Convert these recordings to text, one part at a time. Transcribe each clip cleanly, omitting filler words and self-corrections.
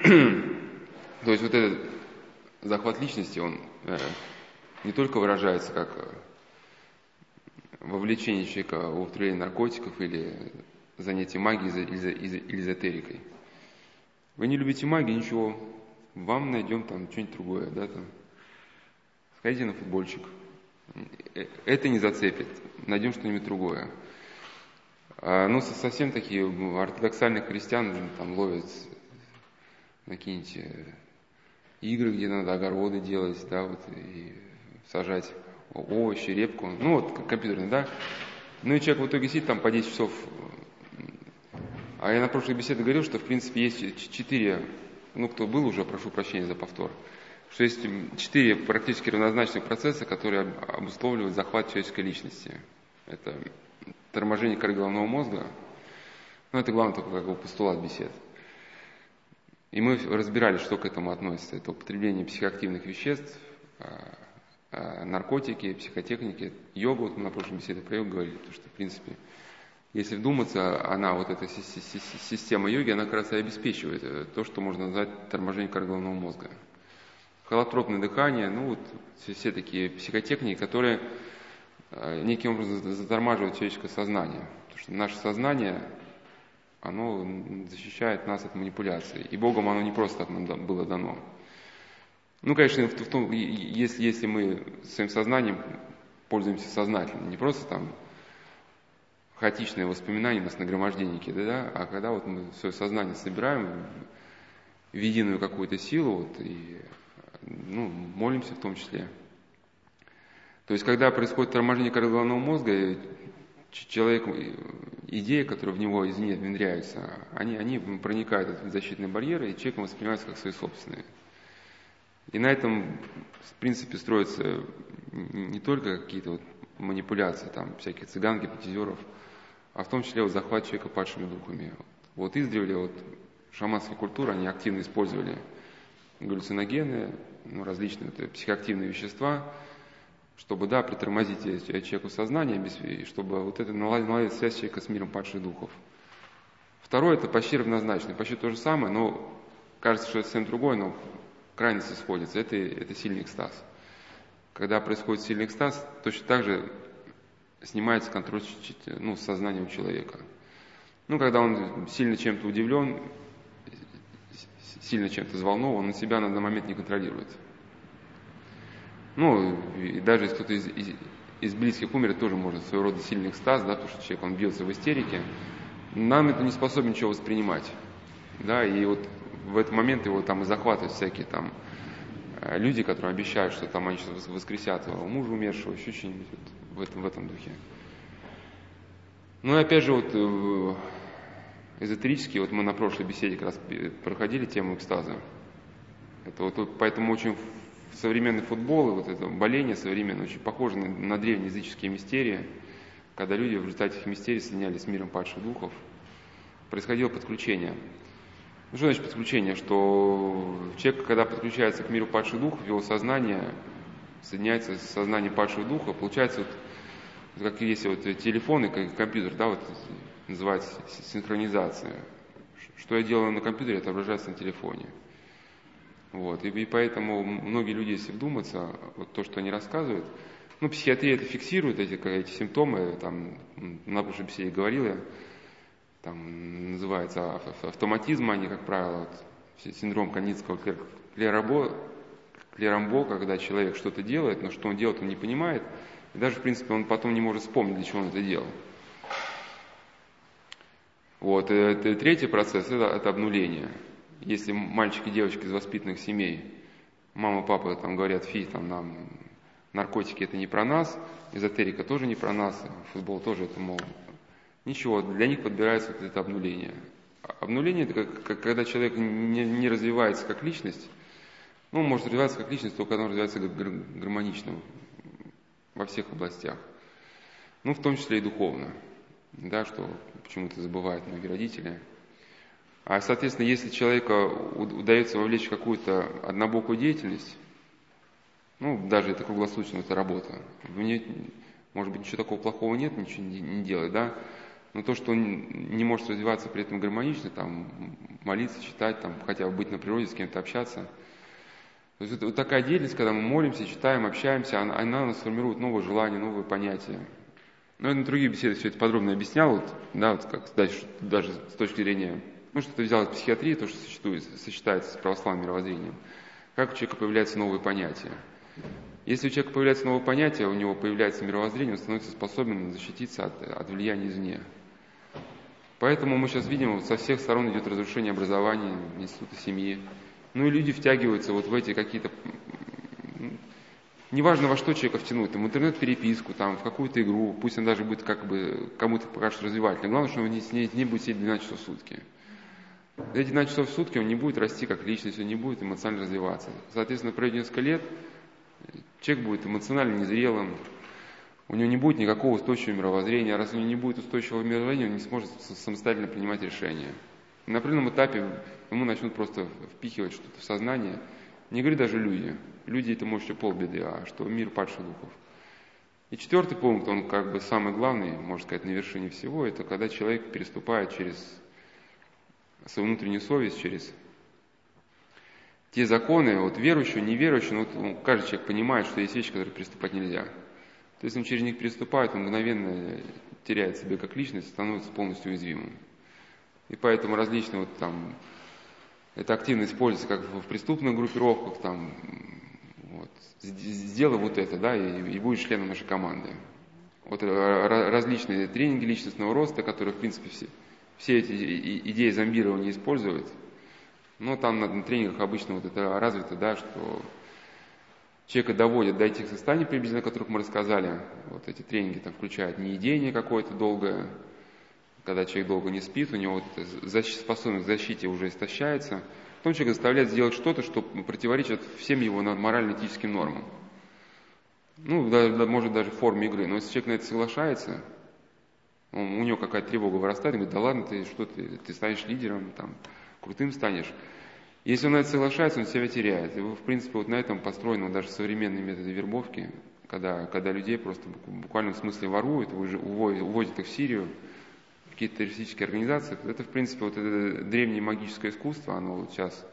То есть вот этот захват личности, он не только выражается как вовлечение человека в употребление наркотиков или занятие магией или эзотерикой. Вы не любите магию, ничего, вам найдем там что-нибудь другое, да, там. Сходите на футбольчик. Это не зацепит, найдем что-нибудь другое. Ну, совсем такие ортодоксальных христиан там ловят на какие-нибудь игры, где надо огороды делать, да, вот, и сажать овощи, репку, ну, вот, как компьютерный, да. Ну, и человек в итоге сидит там по 10 часов. А я на прошлой беседе говорил, что, в принципе, есть 4, ну, кто был уже, прошу прощения за повтор, что есть 4 практически равнозначных процесса, которые обусловливают захват человеческой личности. Это торможение коры головного мозга, ну, это главное только как бы постулат бесед. И мы разбирали, что к этому относится. Это употребление психоактивных веществ, наркотики, психотехники, йогу. Вот мы на прошлой беседе про йогу говорили, потому что, в принципе, если вдуматься, она, вот эта система йоги, она как раз и обеспечивает то, что можно назвать торможением коры головного мозга. Холотропное дыхание, ну вот все такие психотехники, которые неким образом затормаживают человеческое сознание. Потому что наше сознание, оно защищает нас от манипуляций. И Богом оно не просто так нам было дано. Ну, конечно, если мы своим сознанием пользуемся сознательно, не просто там хаотичные воспоминания у нас нагромождение какие-то, да, а когда вот мы свое сознание собираем в единую какую-то силу, вот, и молимся в том числе. То есть, когда происходит торможение коры головного мозга, человек, идеи, которые в него извне внедряются, они проникают в защитные барьеры, и человек воспринимается как свои собственные. И на этом, в принципе, строятся не только какие-то вот манипуляции, там, всяких цыган, гипнотизеров, а в том числе вот захват человека падшими духами. Вот издревле вот шаманские культуры, они активно использовали галлюциногены, различные вот, психоактивные вещества, чтобы, да, притормозить человеку сознание, чтобы вот это наладить связь человека с миром падших духов. Второе, это почти равнозначно, почти то же самое, но кажется, что это совсем другое, но крайности сходятся. Это сильный экстаз. Когда происходит сильный экстаз, точно так же снимается контроль сознания у человека. Ну, когда он сильно чем-то удивлен, сильно чем-то взволнован, он себя на данный момент не контролирует. Ну, и даже если кто-то из близких умер, тоже может своего рода сильный экстаз, да, потому что человек, он бьется в истерике, нам это не способен ничего воспринимать. Да, и вот в этот момент его там и захватывают всякие там люди, которые обещают, что там они сейчас воскресят мужа умершего, еще что-нибудь вот в этом духе. Ну и опять же, вот эзотерически, вот мы на прошлой беседе как раз проходили тему экстаза. Это вот поэтому очень современный футбол и вот это боление современное очень похоже на древние языческие мистерии, когда люди в результате этих мистерий соединялись с миром падших духов. Происходило подключение. Ну, что значит подключение? Что человек, когда подключается к миру падших духов, его сознание соединяется с сознанием падшего духа, получается, вот, как если вот телефон и компьютер, да, вот называется синхронизация. Что я делаю на компьютере, отображается на телефоне. Вот. И поэтому многие люди, если вдуматься, вот то, что они рассказывают, ну, психиатрия это фиксирует, эти симптомы, там, на прошлой беседе говорил я, там называется автоматизм, они, как правило, вот, синдром Канницкого клерамбо, когда человек что-то делает, но что он делает, он не понимает, и даже, в принципе, он потом не может вспомнить, для чего он это делал. Вот. И третий процесс – это обнуление. Если мальчики и девочки из воспитанных семей, мама, папа там говорят, нам наркотики это не про нас, эзотерика тоже не про нас, футбол тоже это, мол, ничего, для них подбирается вот это обнуление. Обнуление это когда человек не развивается как личность, ну, может развиваться как личность, только когда он развивается гармонично во всех областях. Ну, в том числе и духовно, да, что почему-то забывают многие родители. А, соответственно, если человека удается вовлечь в какую-то однобокую деятельность, ну, даже это круглосуточно, это работа, в ней, может быть, ничего такого плохого нет, ничего не делает, да, но то, что он не может развиваться при этом гармонично, там, молиться, читать, там, хотя бы быть на природе, с кем-то общаться. То есть вот такая деятельность, когда мы молимся, читаем, общаемся, она нас формирует новые желания, новые понятия. Но я на других беседах все это подробно объяснял, вот, да, вот как даже с точки зрения, что-то взял из психиатрии, то, что сочетается с православным мировоззрением. Как у человека появляются новые понятия. Если у человека появляется новое понятие, у него появляется мировоззрение, он становится способен защититься от влияния извне. Поэтому мы сейчас видим, со всех сторон идет разрушение образования, института семьи. Ну и люди втягиваются вот в эти какие-то... Неважно, во что человека втянуть, там, в интернет-переписку, там, в какую-то игру, пусть она даже будет как бы кому-то покажется развивательной. Главное, что он не будет сидеть 12 часов в сутки. Эти 12 часов в сутки он не будет расти как личность, он не будет эмоционально развиваться. Соответственно, пройдет несколько лет, человек будет эмоционально незрелым, у него не будет никакого устойчивого мировоззрения, а раз у него не будет устойчивого мировоззрения, он не сможет самостоятельно принимать решения. На определенном этапе ему начнут просто впихивать что-то в сознание. Не говорю даже люди. Люди это может еще полбеды, а что мир падших духов. И четвертый пункт, он как бы самый главный, можно сказать, на вершине всего, это когда человек переступает через свою внутреннюю совесть, через те законы, вот верующий, неверующий, вот каждый человек понимает, что есть вещи, которые переступать нельзя. То есть он через них переступает, он мгновенно теряет себя как личность, становится полностью уязвимым. И поэтому различные вот там, это активно используется как в преступных группировках, там, вот, сделай вот это, да, и будешь членом нашей команды. Вот различные тренинги личностного роста, которые, в принципе, все эти идеи зомбирования используют. Но там на тренингах обычно вот это развито, да, что человека доводят до этих состояний, приблизительно, о которых мы рассказали. Вот эти тренинги там включают неедение какое-то долгое, когда человек долго не спит, у него вот способность к защите уже истощается. Потом человек заставляет сделать что-то, что противоречит всем его морально-этическим нормам. Ну, может даже в форме игры. Но если человек на это соглашается, у него какая-то тревога вырастает, он говорит, да ладно, ты станешь лидером, там, крутым станешь. Если он на это соглашается, он себя теряет. И, в принципе, вот на этом построены даже современные методы вербовки, когда людей просто в буквальном смысле воруют, увозят их в Сирию, какие-то террористические организации. Это, в принципе, вот это древнее магическое искусство, оно вот сейчас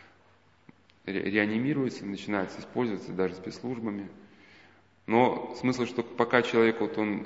реанимируется, начинается использоваться даже спецслужбами. Но смысл, что пока человек, вот он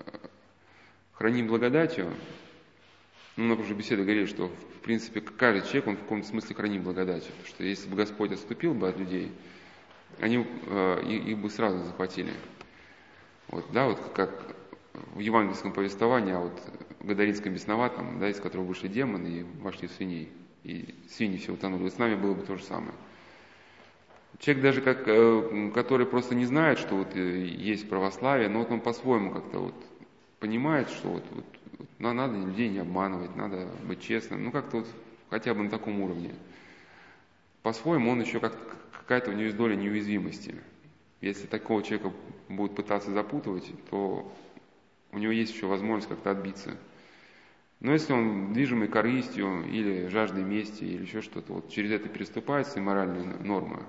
храним благодатью, мы уже в беседе говорили, что, в принципе, каждый человек, он в каком-то смысле храним благодатью. Потому что если бы Господь отступил бы от людей, они их бы сразу захватили. Вот, да, вот как в евангельском повествовании, а вот в Гадаринском бесноватом, да, из которого вышли демоны и вошли в свиней, и свиньи все утонули. Вот с нами было бы то же самое. Человек даже, который просто не знает, что вот есть православие, но вот он по-своему как-то вот понимает, что вот надо людей не обманывать, надо быть честным, ну как-то вот хотя бы на таком уровне. По-своему он еще какая-то у него есть доля неуязвимости. Если такого человека будут пытаться запутывать, то у него есть еще возможность как-то отбиться. Но если он движимый корыстью или жаждой мести или еще что-то, вот через это переступает свои моральные нормы,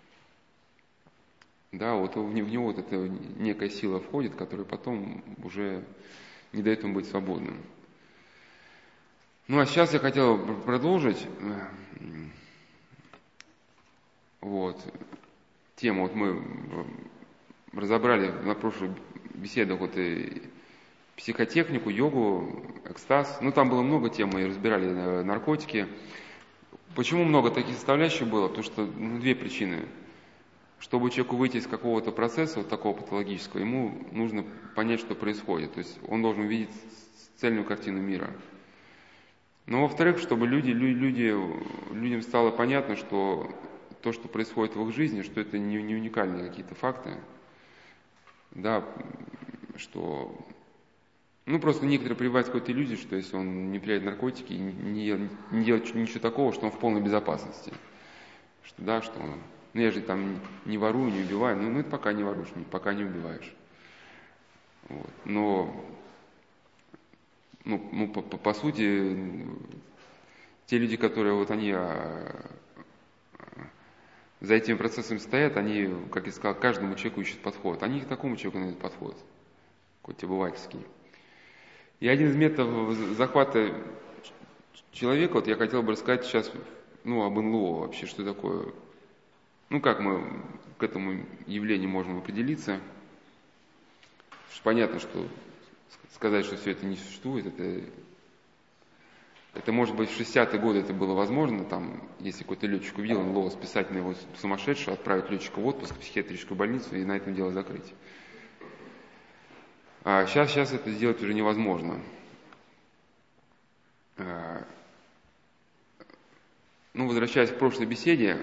да, вот в него вот эта некая сила входит, которая потом уже не дает ему быть свободным. Ну а сейчас я хотел продолжить вот тему. Вот мы разобрали на прошлых беседах вот и психотехнику, йогу, экстаз. Ну там было много тем, мы разбирали наркотики. Почему много таких составляющих было? Потому что две причины. Чтобы человеку выйти из какого-то процесса, вот такого патологического, ему нужно понять, что происходит. То есть он должен увидеть цельную картину мира. Но во-вторых, чтобы людям стало понятно, что то, что происходит в их жизни, что это не уникальные какие-то факты. Да, что... Ну, просто некоторые прививают какой-то иллюзии, что если он не принимает наркотики, не делает ничего такого, что он в полной безопасности. Что, да, что... Ну, я же там не ворую, не убиваю. Ну, это пока не воруешь, пока не убиваешь. Вот. Но, по сути, те люди, которые вот они за этими процессами стоят, они, как я сказал, каждому человеку ищут подход. Они к такому человеку найдут подход, какой-то обывательский. И один из методов захвата человека, вот я хотел бы рассказать сейчас, об НЛО вообще, что такое. Как мы к этому явлению можем определиться. Понятно, что сказать, что все это не существует, это может быть в 60-е годы это было возможно, если какой-то летчик увидел НЛО, списать на его сумасшедшего, отправить летчика в отпуск в психиатрическую больницу и на этом дело закрыть. А сейчас это сделать уже невозможно. Возвращаясь к прошлой беседе,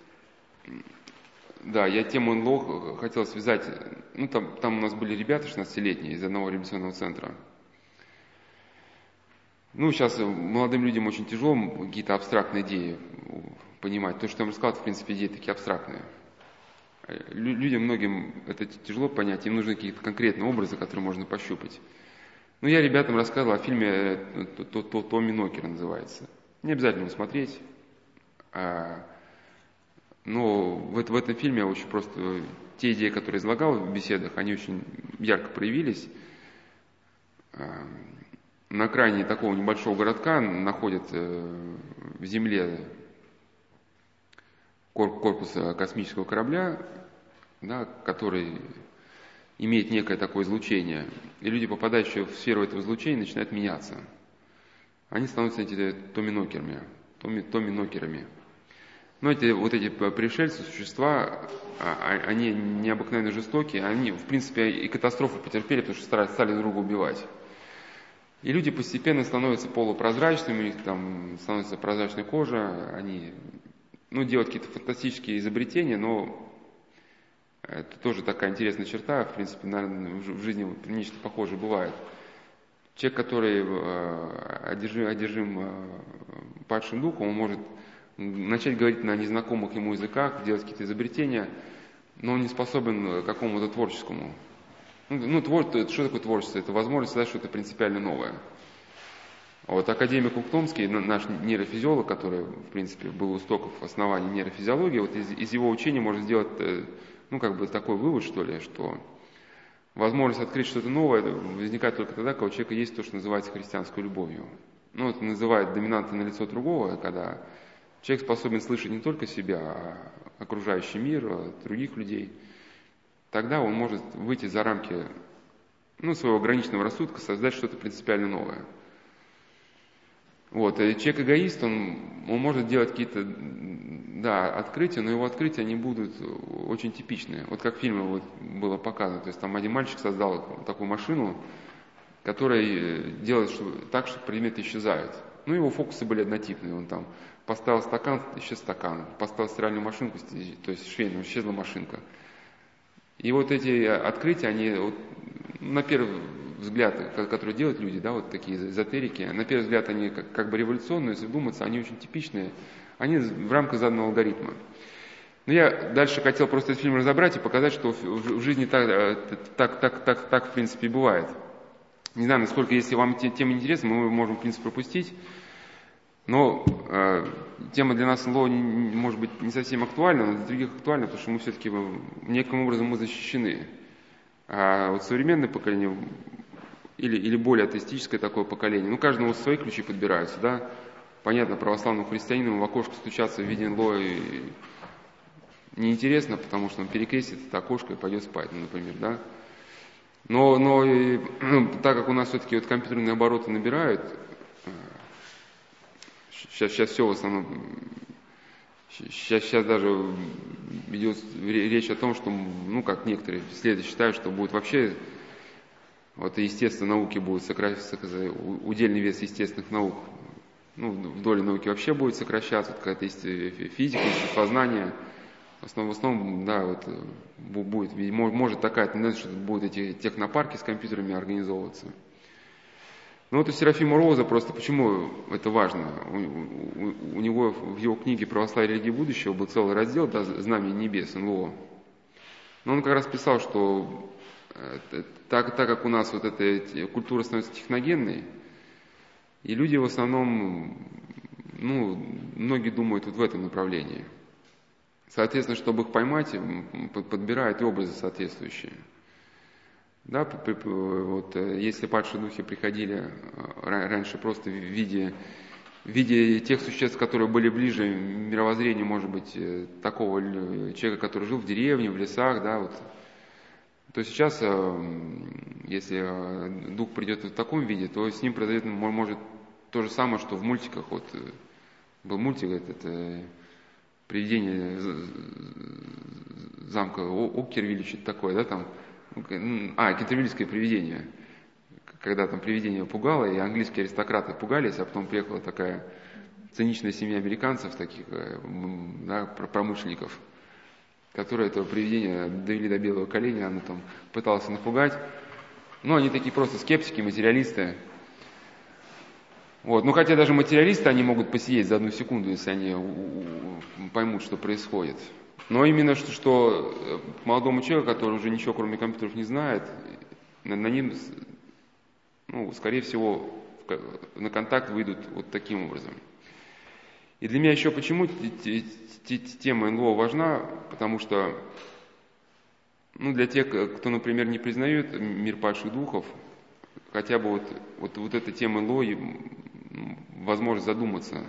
да, я тему НЛО хотел связать, там у нас были ребята 16-летние из одного реабилитационного центра. Сейчас молодым людям очень тяжело какие-то абстрактные идеи понимать. То, что я вам рассказал, в принципе, идеи такие абстрактные. Людям многим это тяжело понять, им нужны какие-то конкретные образы, которые можно пощупать. Я ребятам рассказывал о фильме «Томми Нокера» называется. Не обязательно его смотреть. Но в этом фильме очень просто те идеи, которые излагал в беседах, они очень ярко проявились. На окраине такого небольшого городка находят в земле корпус космического корабля, который имеет некое такое излучение. И люди, попадающие в сферу этого излучения, начинают меняться. Они становятся томми-нокерами. Эти пришельцы, существа, они необыкновенно жестокие, они, в принципе, и катастрофу потерпели, потому что стали друг друга убивать. И люди постепенно становятся полупрозрачными, у них становится прозрачная кожа, они делают какие-то фантастические изобретения, но это тоже такая интересная черта, в принципе, наверное, в жизни нечто похожее бывает. Человек, который одержим падшим духом, он может начать говорить на незнакомых ему языках, делать какие-то изобретения, но он не способен к какому-то творческому. Что такое творчество? Это возможность создать что-то принципиально новое. Академик Ухтомский, наш нейрофизиолог, который, в принципе, был у истоков оснований нейрофизиологии, из его учения можно сделать, такой вывод, что ли, что возможность открыть что-то новое возникает только тогда, когда у человека есть то, что называется христианской любовью. Это называют доминантой на лицо другого, когда человек способен слышать не только себя, а окружающий мир, других людей. Тогда он может выйти за рамки своего ограниченного рассудка, создать что-то принципиально новое. Человек эгоист, он может делать какие-то, открытия, но его открытия, они будут очень типичные. Как в фильме было показано. То есть там один мальчик создал такую машину, которая делает так, что предметы исчезают. Его фокусы были однотипные. Он поставил стакан, исчез стакан. Поставил стиральную машинку, то есть швейную, исчезла машинка. И эти открытия, они на первый взгляд, которые делают люди, такие эзотерики, на первый взгляд они как бы революционные, но если вдуматься, они очень типичные, они в рамках заданного алгоритма. Но я дальше хотел просто этот фильм разобрать и показать, что в жизни так в принципе и бывает. Не знаю, насколько, если вам тема интересна, мы можем, в принципе, пропустить. Но тема для нас НЛО может быть не совсем актуальна, но для других актуальна, потому что мы все-таки неким образом мы защищены. А современное поколение или более атеистическое такое поколение, каждому свои ключи подбираются, да. Понятно, православному христианину в окошко стучаться в виде НЛО неинтересно, потому что он перекрестит это окошко и пойдет спать, например, да. Но так как у нас все-таки компьютерные обороты набирают, сейчас все в основном, сейчас даже идет речь о том, что, как некоторые исследователи считают, что будет вообще, естественные науки будут сокращаться, удельный вес естественных наук, в доле науки вообще будет сокращаться, какая-то есть физика, естествознание. В основном, будет, может такая тенденция, что будут эти технопарки с компьютерами организовываться. У Серафима Роуза просто почему это важно? У него в его книге «Православие, религия будущего» был целый раздел, «Знамя небес», НЛО. Но он как раз писал, что так как у нас эта культура становится техногенной, и люди в основном, многие думают в этом направлении. Соответственно, чтобы их поймать, подбирают и образы соответствующие. Да, если падшие духи приходили раньше просто в виде виде тех существ, которые были ближе мировоззрению, может быть, такого человека, который жил в деревне, в лесах, да, вот, то сейчас, если дух придет в таком виде, то с ним произойдет, может, то же самое, что в мультиках, вот, был мультик, это привидение замка Оккервилля, что-то такое, да, там, кентервильское привидение, когда там привидение пугало, и английские аристократы пугались, а потом приехала такая циничная семья американцев, таких, да, промышленников, которые этого привидения довели до белого коленя, оно там пыталось напугать. Ну, они такие просто скептики, материалисты. Вот. Ну, хотя даже материалисты, они могут посидеть за одну секунду, если они поймут, что происходит. Но именно что молодому человеку, который уже ничего кроме компьютеров не знает, на ним, ну, скорее всего, на контакт выйдут вот таким образом. И для меня еще почему тема НЛО важна, потому что, ну, для тех, кто, например, не признает мир падших духов, хотя бы вот эта тема НЛО, возможность задуматься.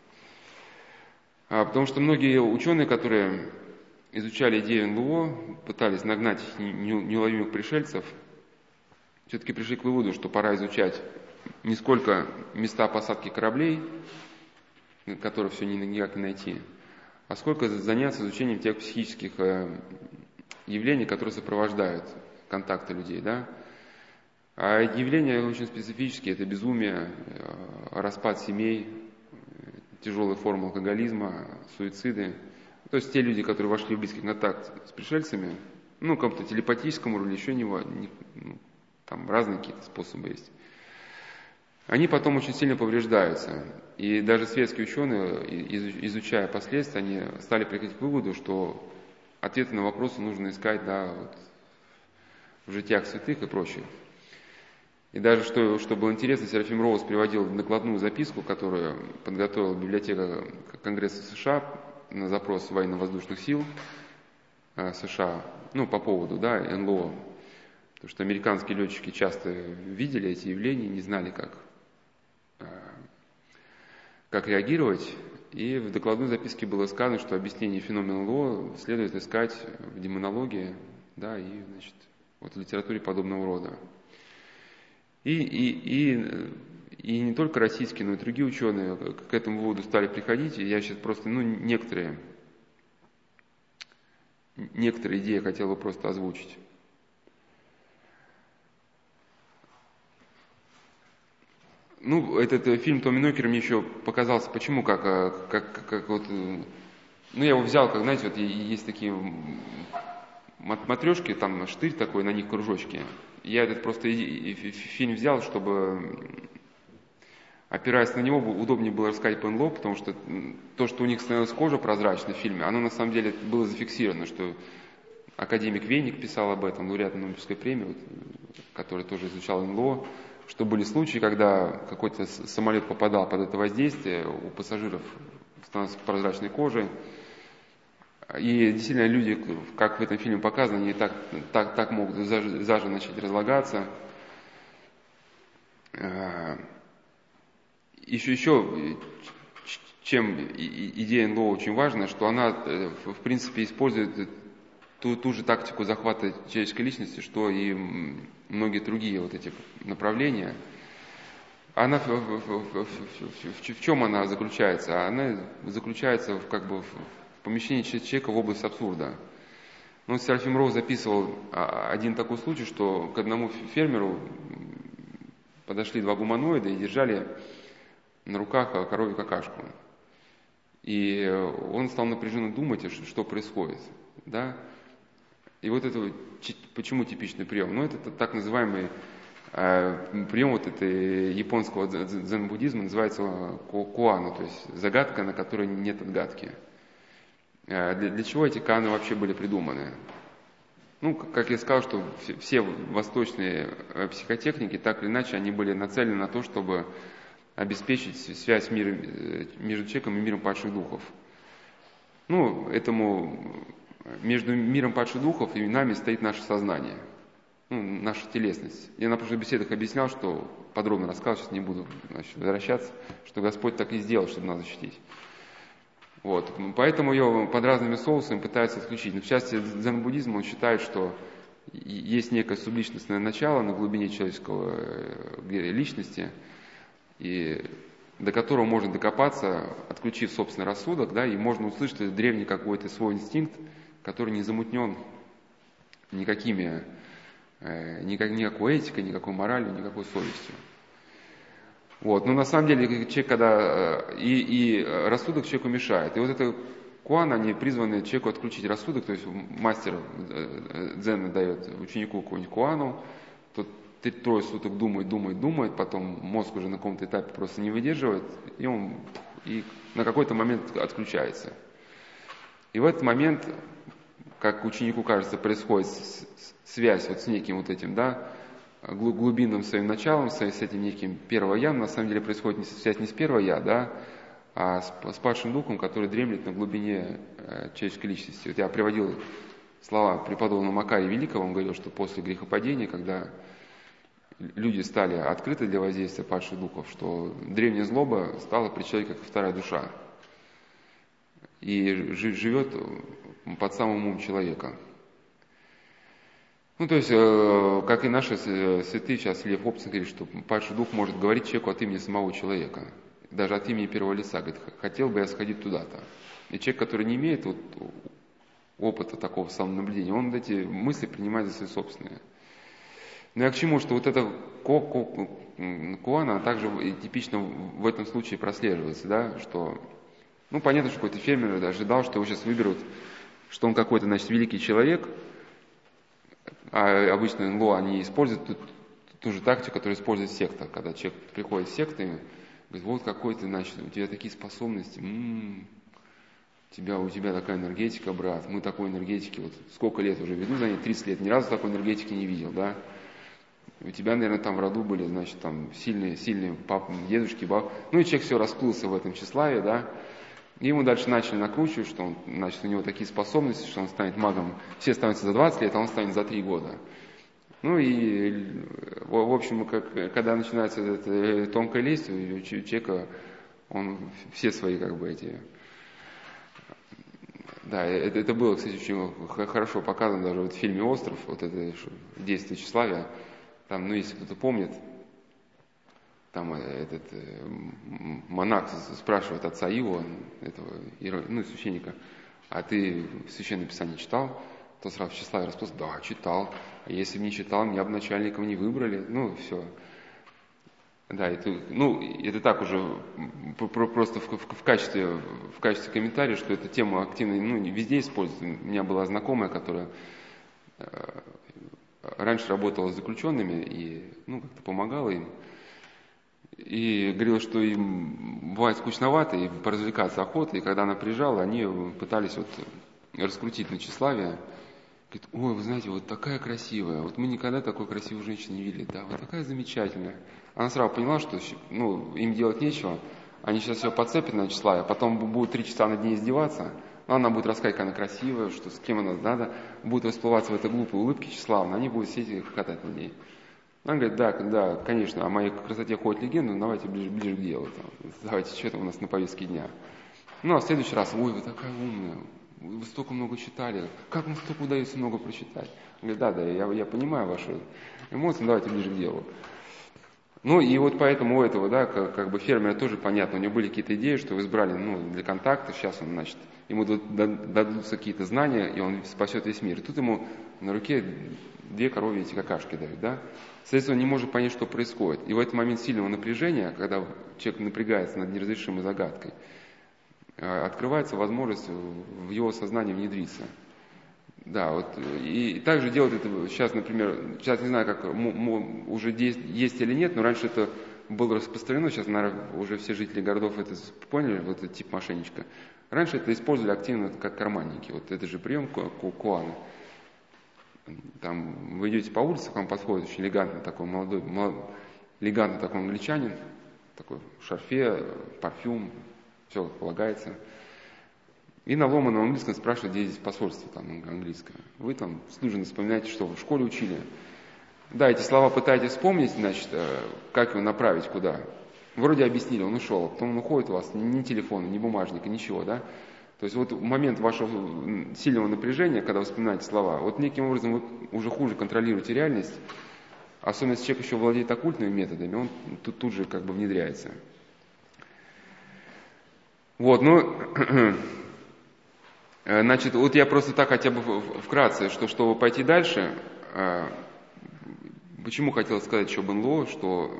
Потому что многие ученые, которые изучали идею НЛО, пытались нагнать неуловимых пришельцев, все-таки пришли к выводу, что пора изучать не сколько места посадки кораблей, которые все никак не найти, а сколько заняться изучением тех психических явлений, которые сопровождают контакты людей, да. А явления очень специфические, это безумие, распад семей, тяжелые формы алкоголизма, суициды. То есть те люди, которые вошли в близкий контакт с пришельцами, ну, как-то телепатическому уровню, еще там разные какие-то способы есть, они потом очень сильно повреждаются. И даже светские ученые, изучая последствия, они стали приходить к выводу, что ответы на вопросы нужно искать, да, вот, в житиях святых и прочее. И даже, что было интересно, Серафим Роуз приводил накладную записку, которую подготовила библиотека Конгресса США на запрос военно-воздушных сил США, ну, по поводу, да, НЛО. Потому что американские летчики часто видели эти явления, не знали, как реагировать. И в докладной записке было сказано, что объяснение феномена НЛО следует искать в демонологии, да, и, значит, вот в литературе подобного рода. И не только российские, но и другие ученые к этому выводу стали приходить. И я сейчас просто, некоторые идеи хотел бы просто озвучить. Ну, этот фильм Томми Нокера мне еще показался, почему, как вот, я его взял, как, знаете, вот есть такие матрешки, там штырь такой, на них кружочки. Я этот просто фильм взял, чтобы, опираясь на него, удобнее было рассказать по НЛО, потому что то, что у них становилась кожа прозрачной в фильме, оно на самом деле было зафиксировано, что академик Вейник писал об этом, лауреат Нобелевской премии, вот, который тоже изучал НЛО, что были случаи, когда какой-то самолет попадал под это воздействие, у пассажиров становилась прозрачной кожей. И действительно люди, как в этом фильме показано, они так могут заживо начать разлагаться. Еще чем идея НЛО очень важна, что она, в принципе, использует ту же тактику захвата человеческой личности, что и многие другие вот эти направления. Она в чем она заключается? Она заключается в помещении человека в область абсурда. Ну, Серафим Роуз записывал один такой случай, что к одному фермеру подошли два гуманоида и держали на руках коровью какашку. И он стал напряженно думать, что происходит. Да? И вот это почему типичный прием? Ну, это так называемый прием вот этой японского дзен-буддизма, называется куану, то есть загадка, на которой нет отгадки. Для чего эти каны вообще были придуманы? Ну, как я сказал, что все восточные психотехники, так или иначе, они были нацелены на то, чтобы обеспечить связь между человеком и миром падших духов. Ну, между миром падших духов и нами стоит наше сознание. наша телесность. Я на прошлых беседах объяснял, что подробно рассказывал, сейчас не буду возвращаться, что Господь так и сделал, чтобы нас защитить. Вот. Поэтому ее под разными соусами пытаются исключить. Но в части дзен-буддизма он считает, что есть некое субличностное начало на глубине человеческого личности, и до которого можно докопаться, отключив собственный рассудок, да, и можно услышать древний какой-то свой инстинкт, который не замутнен никакой этикой, никакой моралью, никакой совестью. Вот. Но на самом деле человек, когда и рассудок человеку мешает. И вот это куан, они призваны человеку отключить рассудок, то есть мастер дзена дает ученику какую-нибудь куану, тот 3 суток думает, потом мозг уже на каком-то этапе просто не выдерживает, и на какой-то момент отключается. И в этот момент, как ученику кажется, происходит связь вот с неким вот этим, да, глубинным своим началом, с этим неким первого я, на самом деле происходит связь не с первого я, да, а с падшим духом, который дремлет на глубине человеческой личности. Вот я приводил слова преподобного Макария Великого, он говорил, что после грехопадения, когда люди стали открыты для воздействия падших духов, что древняя злоба стала при человеке как вторая душа и живет под самым умом человека. То есть, как и наши святые, сейчас Лев Обцин говорит, что падший дух может говорить человеку от имени самого человека, даже от имени первого лица, говорит, хотел бы я сходить туда-то. И человек, который не имеет опыта такого самонаблюдения, он эти мысли принимает за свои собственные. Но я к чему, что вот эта куана, она также типично в этом случае прослеживается, да, что, понятно, что какой-то фермер ожидал, что его сейчас выберут, что он какой-то, значит, великий человек, а обычно НЛО, они используют ту же тактику, которую использует секта, когда человек приходит в секту и говорит, вот какой ты, значит, у тебя такие способности, у тебя такая энергетика, брат, мы такой энергетики, вот сколько лет уже веду за ней, 30 лет, ни разу такой энергетики не видел, да. У тебя, наверное, там в роду были, значит, там сильные папы, дедушки, бабы. И человек все расплылся в этом тщеславии, да. И ему дальше начали накручивать, что он, значит, у него такие способности, что он станет магом. Все становятся за 20 лет, а он станет за 3 года. И, в общем, когда начинается эта тонкая лесть, у человека, он все свои, Да, это было, кстати, очень хорошо показано даже в фильме «Остров», вот это действие тщеславия. Там, если кто-то помнит, там этот монах спрашивает отца Иова, этого священника, а ты Священное Писание читал? Тот сразу в тщеславии расплылся, да, читал. А если бы не читал, меня бы начальником не выбрали. Все. Да, это так уже просто в качестве комментария, что эта тема активно везде используется. У меня была знакомая, которая раньше работала с заключенными и как-то помогала им. И говорила, что им бывает скучновато и поразвлекаться охота. И когда она приезжала, они пытались раскрутить на тщеславие. Говорит, ой, вы знаете, вот такая красивая, вот мы никогда такой красивой женщины не видели, да, вот такая замечательная. Она сразу поняла, что им делать нечего, они сейчас ее подцепят на тщеславие, а потом будут 3 часа над ней издеваться, она будет рассказывать, как она красивая, что с кем она надо, будет расплываться в этой глупой улыбке тщеславно, они будут сидеть и хохотать над ней. Она говорит, да, конечно, о моей красоте ходит легенда, но давайте ближе к делу, давайте, что там у нас на повестке дня. А в следующий раз, ой, вы такая умная, вы столько много читали, как вам столько удается много прочитать? Он говорит, да, я понимаю ваши эмоции, но давайте ближе к делу. И вот поэтому у этого, да, фермера тоже понятно, у него были какие-то идеи, что вы избрали, для контакта, сейчас он, значит, ему дадутся какие-то знания, и он спасет весь мир. И тут ему на руке 2 коровьи эти какашки дают, да. Соответственно, он не может понять, что происходит. И в этот момент сильного напряжения, когда человек напрягается над неразрешимой загадкой, открывается возможность в его сознание внедриться. Да, и также делают это сейчас, например, сейчас не знаю, как уже есть или нет, но раньше это было распространено, сейчас, наверное, уже все жители городов это поняли, вот этот тип мошенничка. Раньше это использовали активно как карманники, вот это же прием куана. Там вы идете по улице, к вам подходит очень элегантный такой элегантный такой англичанин, такой в шарфе, парфюм, все как полагается. И на ломаном английском спрашивает, где здесь посольство там английское. Вы там служно вспоминаете, что вы в школе учили. Да, эти слова пытаетесь вспомнить, значит, как его направить, куда. Вроде объяснили, он ушел, потом он уходит у вас, ни телефона, ни бумажника, ничего, да? То есть вот в момент вашего сильного напряжения, когда вы вспоминаете слова, вот неким образом вы уже хуже контролируете реальность, особенно если человек еще владеет оккультными методами, он тут же как бы внедряется. Вот, ну, значит, вот я просто так хотя бы вкратце, чтобы пойти дальше, почему хотел сказать еще об НЛО, что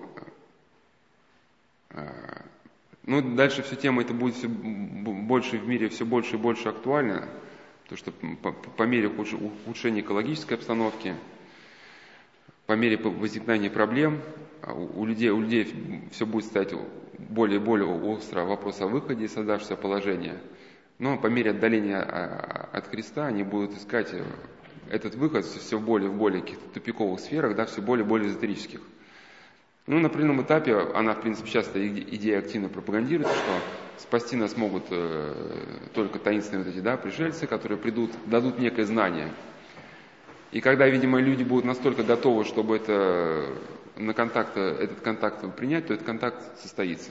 ну, дальше всю тему это будет все больше в мире, все больше и больше актуально, потому что по мере ухудшения экологической обстановки, по мере возникновения проблем, у людей все будет стать более и более остро вопрос о выходе из создавшегося положения. Но по мере отдаления от Христа они будут искать этот выход все более и более каких-то тупиковых сферах, да, все более и более эзотерических. Ну, на определенном этапе она, в принципе, часто идея активно пропагандируется, что спасти нас могут только таинственные вот эти, да, пришельцы, которые придут, дадут некое знание. И когда, видимо, люди будут настолько готовы, чтобы этот контакт принять, то этот контакт состоится.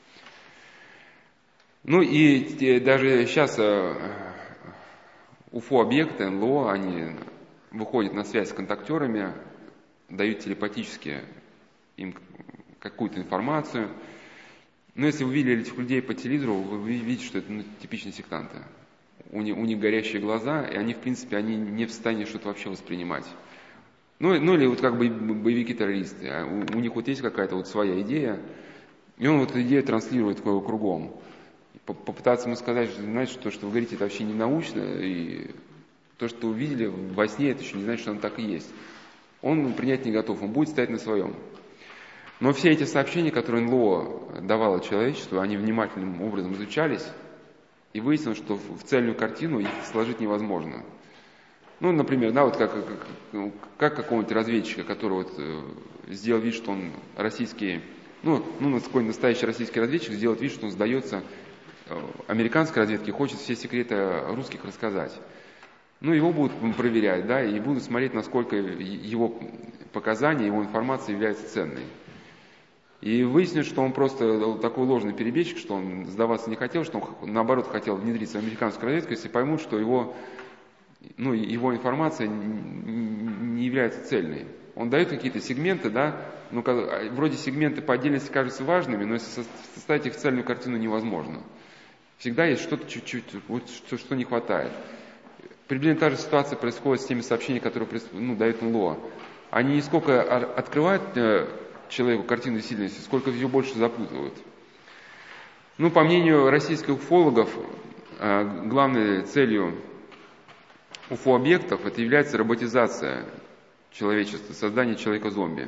Ну и даже сейчас УФО-объекты, НЛО, они выходят на связь с контактерами, дают телепатически им какую-то информацию. Но если вы видели этих людей по телевизору, вы видите, что это типичные сектанты. У них горящие глаза, и они, в принципе, они не в состоянии что-то вообще воспринимать. Ну или вот как бы боевики-террористы. У них вот есть какая-то вот своя идея, и он вот эту идею транслирует кругом. Попытаться ему сказать, что, знаете, то, что вы говорите, это вообще не научно, и то, что вы видели во сне, это еще не значит, что оно так и есть. Он принять не готов, он будет стоять на своем. Но все эти сообщения, которые НЛО давало человечеству, они внимательным образом изучались, и выяснилось, что в цельную картину их сложить невозможно. Ну, например, да, вот как какого-нибудь разведчика, который вот сделал вид, что он российский, какой настоящий российский разведчик сделает вид, что он сдается американской разведке, хочет все секреты русских рассказать. Ну, его будут проверять, да, и будут смотреть, насколько его показания, его информация является ценной. И выяснилось, что он просто такой ложный перебежчик, что он сдаваться не хотел, что он, наоборот, хотел внедриться в американскую разведку, если поймут, что его информация не является цельной. Он дает какие-то сегменты, да, вроде сегменты по отдельности кажутся важными, но если составить их в цельную картину невозможно. Всегда есть что-то чуть-чуть, вот что не хватает. Приблизительно та же ситуация происходит с теми сообщениями, которые дают НЛО. Они не сколько открывают человеку картину действительности, сколько ее больше запутывают. Ну, по мнению российских уфологов, главной целью УФО-объектов это является роботизация человечества, создание человека-зомби.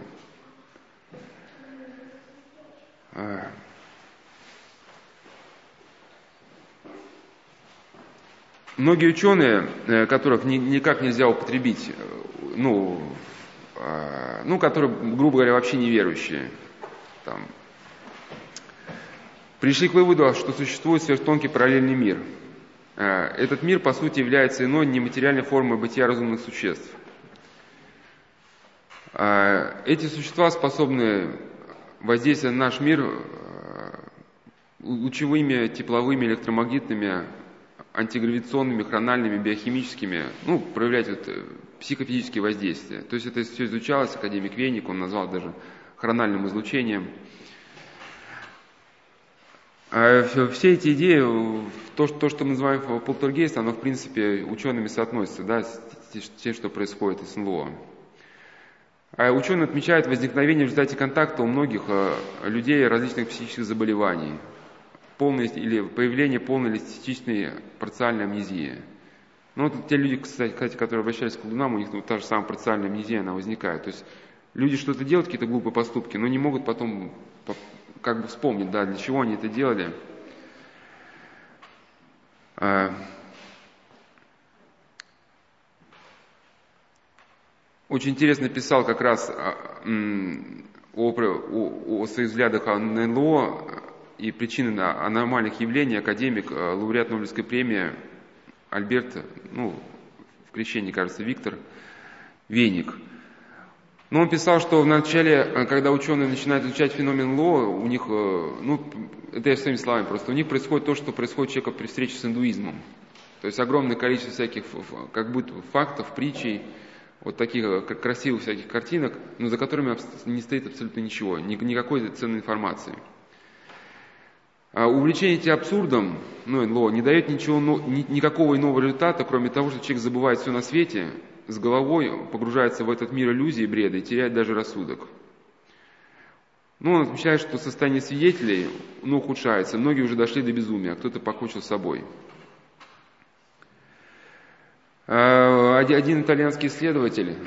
Многие ученые, которых никак нельзя употребить, которые, грубо говоря, вообще неверующие, пришли к выводу, что существует сверхтонкий параллельный мир. Этот мир, по сути, является иной нематериальной формой бытия разумных существ. Эти существа способны воздействовать на наш мир лучевыми, тепловыми, электромагнитными, антигравитационными, хрональными, биохимическими, проявлять психофизические воздействия. То есть это все изучалось, академик Веник, он назвал даже хрональным излучением. Все эти идеи, то, что мы называем полтергейст, оно, в принципе, учеными соотносится, да, с тем, что происходит с НЛО. Ученые отмечают возникновение в результате контакта у многих людей различных психических заболеваний, или появление полной или частичной парциальной амнезии. Те люди, кстати, которые обращались к колдунам, у них та же самая парциальная амнезия, она возникает. То есть люди что-то делают, какие-то глупые поступки, но не могут потом вспомнить, да, для чего они это делали. Очень интересно писал как раз о своих взглядах на НЛО и причины аномальных явлений академик, лауреат Нобелевской премии Альберт, в крещении, кажется, Виктор Веник. Но он писал, что вначале, когда ученые начинают изучать феномен Ло, у них, это я своими словами просто, у них происходит то, что происходит у человека при встрече с индуизмом. То есть огромное количество всяких, как будто фактов, притчей, вот таких красивых всяких картинок, но за которыми не стоит абсолютно ничего, никакой ценной информации. А увлечение этим абсурдом, Ло, не дает никакого иного результата, кроме того, что человек забывает все на свете, с головой погружается в этот мир иллюзий и бреда и теряет даже рассудок. Он отмечает, что состояние свидетелей ухудшается, многие уже дошли до безумия, а кто-то покончил с собой. Один итальянский исследователь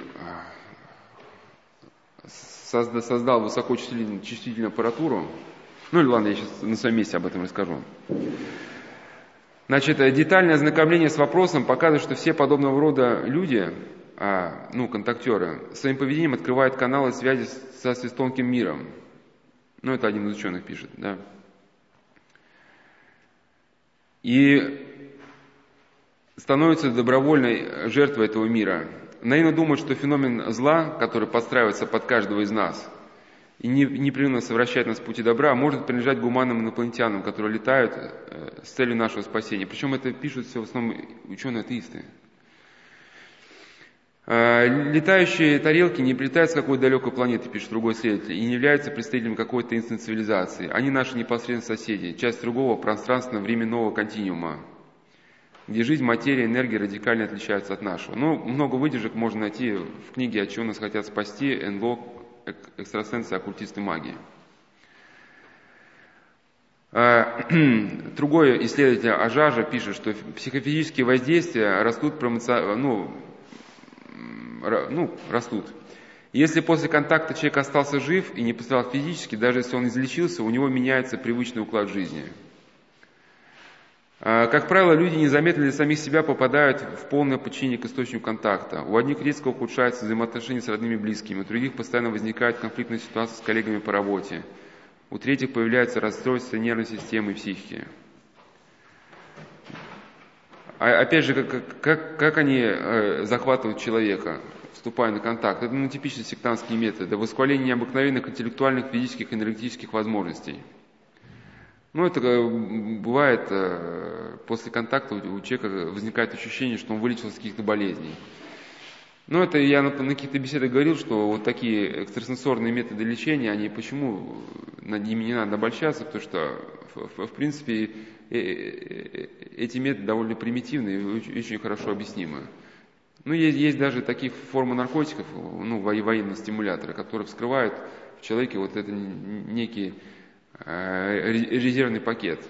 создал высокочувствительную аппаратуру. Ладно, я сейчас на своем месте об этом расскажу. Значит, детальное ознакомление с вопросом показывает, что все подобного рода люди, контактеры, своим поведением открывают каналы связи со сверхтонким миром. Это один из ученых пишет, да. И становятся добровольной жертвой этого мира. Наивно думают, что феномен зла, который подстраивается под каждого из нас и непрерывно совращает нас с пути добра, может принадлежать гуманным инопланетянам, которые летают с целью нашего спасения. Причем это пишут все в основном ученые-атеисты. Летающие тарелки не прилетают с какой-то далекой планеты, пишет другой исследователь, и не являются представителями какой-то таинственной цивилизации. Они наши непосредственные соседи, часть другого пространственно-временного континуума, где жизнь, материя, энергия радикально отличаются от нашего. Много выдержек можно найти в книге «От чего нас хотят спасти», НЛО, экстрасенсы, оккультисты, маги. Другой исследователь Ажажа пишет, что психофизические воздействия растут. Если после контакта человек остался жив и не пострадал физически, даже если он излечился, у него меняется привычный уклад жизни. Как правило, люди незаметно для самих себя попадают в полное подчинение к источнику контакта. У одних резко ухудшаются взаимоотношения с родными и близкими, у других постоянно возникает конфликтная ситуация с коллегами по работе, у третьих появляются расстройства нервной системы и психики. Опять же, как они захватывают человека, вступая на контакт? Это типичные сектантские методы, восхваление необыкновенных интеллектуальных, физических, энергетических возможностей. Это бывает, после контакта у человека возникает ощущение, что он вылечился от каких-то болезней. Это я на каких-то беседах говорил, что вот такие экстрасенсорные методы лечения, почему над ними не надо обольщаться, потому что, в принципе, эти методы довольно примитивные и очень хорошо объяснимы. Есть даже такие формы наркотиков, военные стимуляторы, которые вскрывают в человеке вот это некий резервный пакет.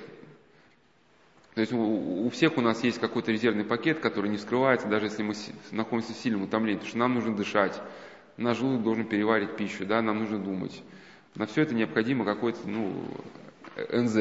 То есть у всех у нас есть какой-то резервный пакет, который не вскрывается, даже если мы находимся в сильном утомлении, потому что нам нужно дышать, наш желудок должен переварить пищу, да, нам нужно думать. На все это необходимо какой-то, НЗ.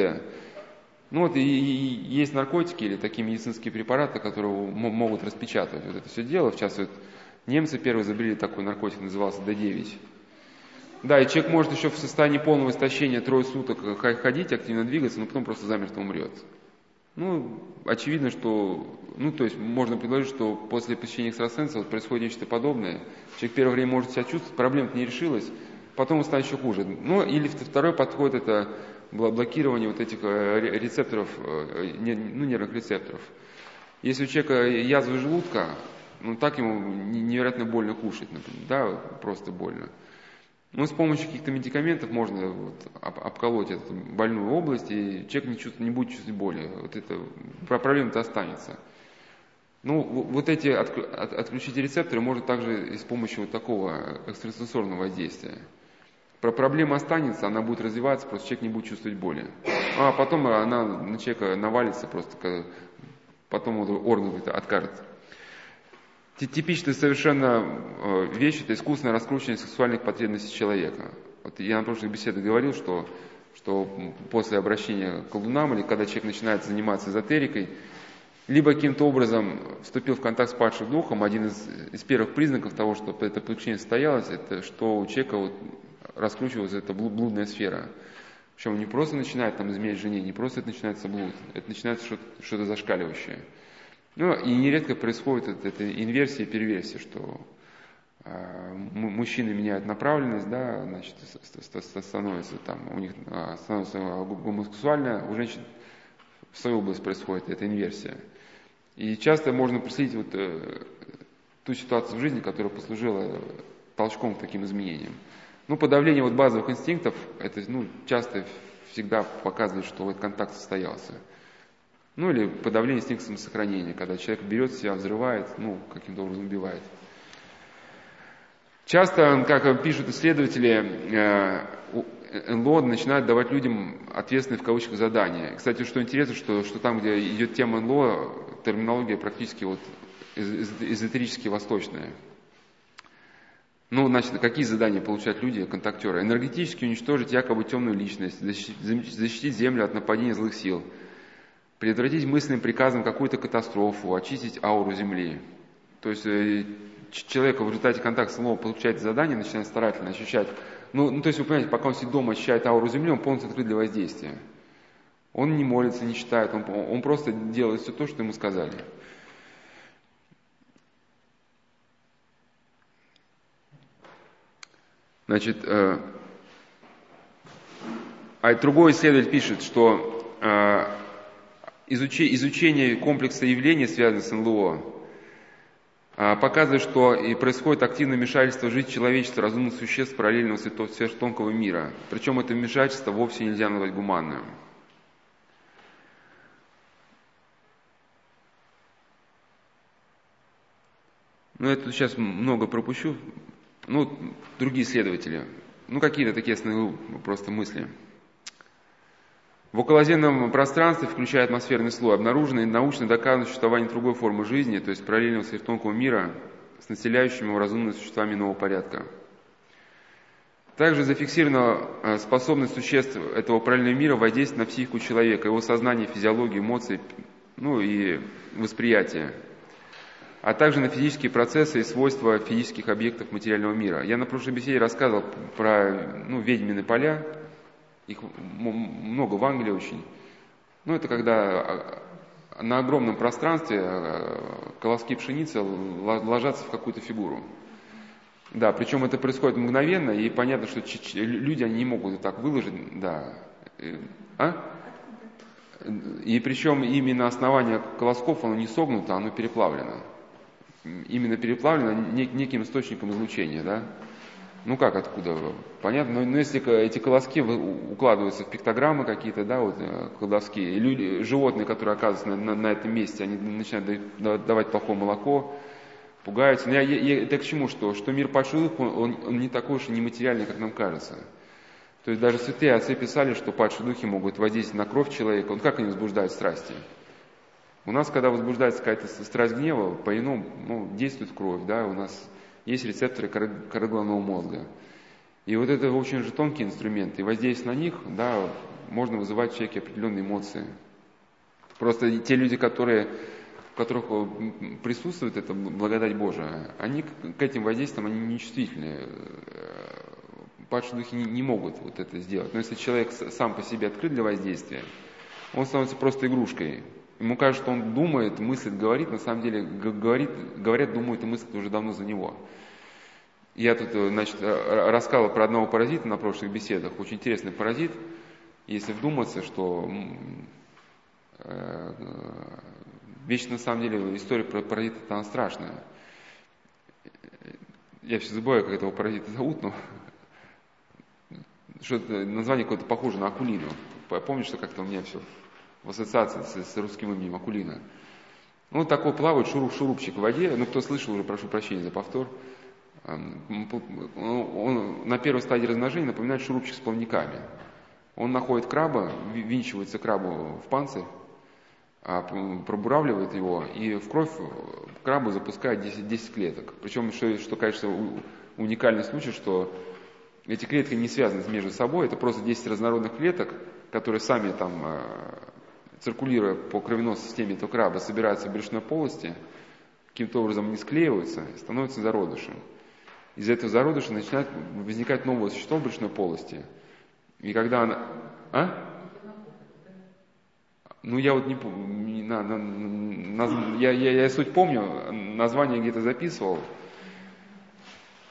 И есть наркотики или такие медицинские препараты, которые могут распечатывать вот это все дело. В частности, немцы первые изобрели такой наркотик, назывался D9. Да, и человек может еще в состоянии полного истощения 3 суток ходить, активно двигаться, но потом просто замертво умрет. Очевидно, что, то есть можно предложить, что после посещения экстрасенса происходит нечто подобное. Человек первое время может себя чувствовать, проблема-то не решилась, потом станет еще хуже. Или второй подход — это блокирование вот этих рецепторов, нервных рецепторов. Если у человека язва желудка, так ему невероятно больно кушать, например, да, просто больно. С помощью каких-то медикаментов можно обколоть эту больную область, и человек не будет чувствовать боли. Проблема-то останется. Вот эти отключить рецепторы можно также и с помощью вот такого экстрасенсорного воздействия. Проблема останется, она будет развиваться, просто человек не будет чувствовать боли. А потом она на человека навалится просто, потом орган откажет. Типичная совершенно вещь — это искусственное раскручивание сексуальных потребностей человека. Я на прошлых беседах говорил, что после обращения к колдунам, или когда человек начинает заниматься эзотерикой, либо каким-то образом вступил в контакт с падшим духом, один из первых признаков того, что это подключение состоялось, это что у человека раскручивалась эта блудная сфера. Причем не просто начинает изменять жене, не просто это начинается блуд, это начинается что-то зашкаливающее. И нередко происходит эта инверсия и перверсия, что мужчины меняют направленность, да, значит, становится там, у них становится гомосексуально, у женщин в свою область происходит эта инверсия. И часто можно проследить вот ту ситуацию в жизни, которая послужила толчком к таким изменениям. Ну, подавление вот базовых инстинктов, это, часто всегда показывает, что этот контакт состоялся. Ну, или подавление инстинкта самосохранения, когда человек берет себя, взрывает, каким-то образом убивает. Часто, как пишут исследователи, НЛО начинают давать людям ответственные в кавычках задания. Кстати, что интересно, что там, где идет тема НЛО, терминология практически вот эзотерически восточная. Значит, какие задания получают люди, контактеры? Энергетически уничтожить якобы темную личность, защитить Землю от нападения злых сил, предотвратить мысленным приказом какую-то катастрофу, очистить ауру Земли. То есть человек в результате контакта с НЛО получает задание, начинает старательно ощущать. То есть вы понимаете, пока он сидит дома, ощущает ауру Земли, он полностью открыт для воздействия. Он не молится, не читает, он просто делает все то, что ему сказали. Значит, другой исследователь пишет, что изучение комплекса явлений, связанных с НЛО, показывает, что и происходит активное вмешательство в жизнь человечества, разумных существ параллельного сверхтонкого мира. Причем это вмешательство вовсе нельзя назвать гуманным. Я тут сейчас много пропущу. Другие исследователи. Какие-то такие основные просто мысли. В околоземном пространстве, включая атмосферный слой, обнаружено и научно доказано существование другой формы жизни, то есть параллельного сверхтонкого мира с населяющими его разумными существами нового порядка. Также зафиксирована способность существ этого параллельного мира воздействовать на психику человека, его сознание, физиологию, эмоции, и восприятие, а также на физические процессы и свойства физических объектов материального мира. Я на прошлой беседе рассказывал про ведьмины поля, их много в Англии очень. Это когда на огромном пространстве колоски пшеницы ложатся в какую-то фигуру. Да, причем это происходит мгновенно, и понятно, что люди, они не могут вот так выложить, да. И причем именно основание колосков, оно не согнуто, оно переплавлено. Именно переплавлено неким источником излучения, да. Как, откуда? Понятно, но если эти колоски укладываются в пиктограммы какие-то, да, вот колдовские, и животные, которые оказываются на этом месте, они начинают давать плохое молоко, пугаются. Но это к чему? Что мир падших духов, он не такой уж и нематериальный, как нам кажется. То есть даже святые отцы писали, что падшие духи могут воздействовать на кровь человека. Как они возбуждают страсти? У нас, когда возбуждается какая-то страсть гнева, по-иному действует кровь, да, у нас есть рецепторы коры головного мозга. И вот это очень же тонкий инструмент, и воздействие на них, да, можно вызывать в человеке определенные эмоции. Просто те люди, в которых присутствует эта благодать Божия, они к этим воздействиям они нечувствительны. Падшие духи не могут вот это сделать. Но если человек сам по себе открыт для воздействия, он становится просто игрушкой. Ему кажется, что он думает, мыслит, говорит, на самом деле говорят, думают и мыслят уже давно за него. Я тут, рассказывал про одного паразита на прошлых беседах. Очень интересный паразит. Если вдуматься, что вещь на самом деле, история про паразита, она страшная. Я все забываю, как этого паразита зовут, но что-то название какое-то похоже на акулину. Помнишь, что как-то у меня все в ассоциации с русским именем акулина. Такой плавает шурупчик в воде. Кто слышал уже, прошу прощения за повтор. Он на первой стадии размножения напоминает шурупчик с плавниками. Он находит краба, ввинчивается крабу в панцирь, пробуравливает его, и в кровь крабу запускает 10 клеток. Причем, что, конечно, уникальный случай, что эти клетки не связаны между собой, это просто 10 разнородных клеток, которые сами там, циркулируя по кровеносной системе этого краба, собираются в брюшной полости, каким-то образом они склеиваются, становятся зародышем. Из этого зародыша начинает возникать новое существо в брюшной полости. И когда она... Я вот не помню, я суть помню, название где-то записывал.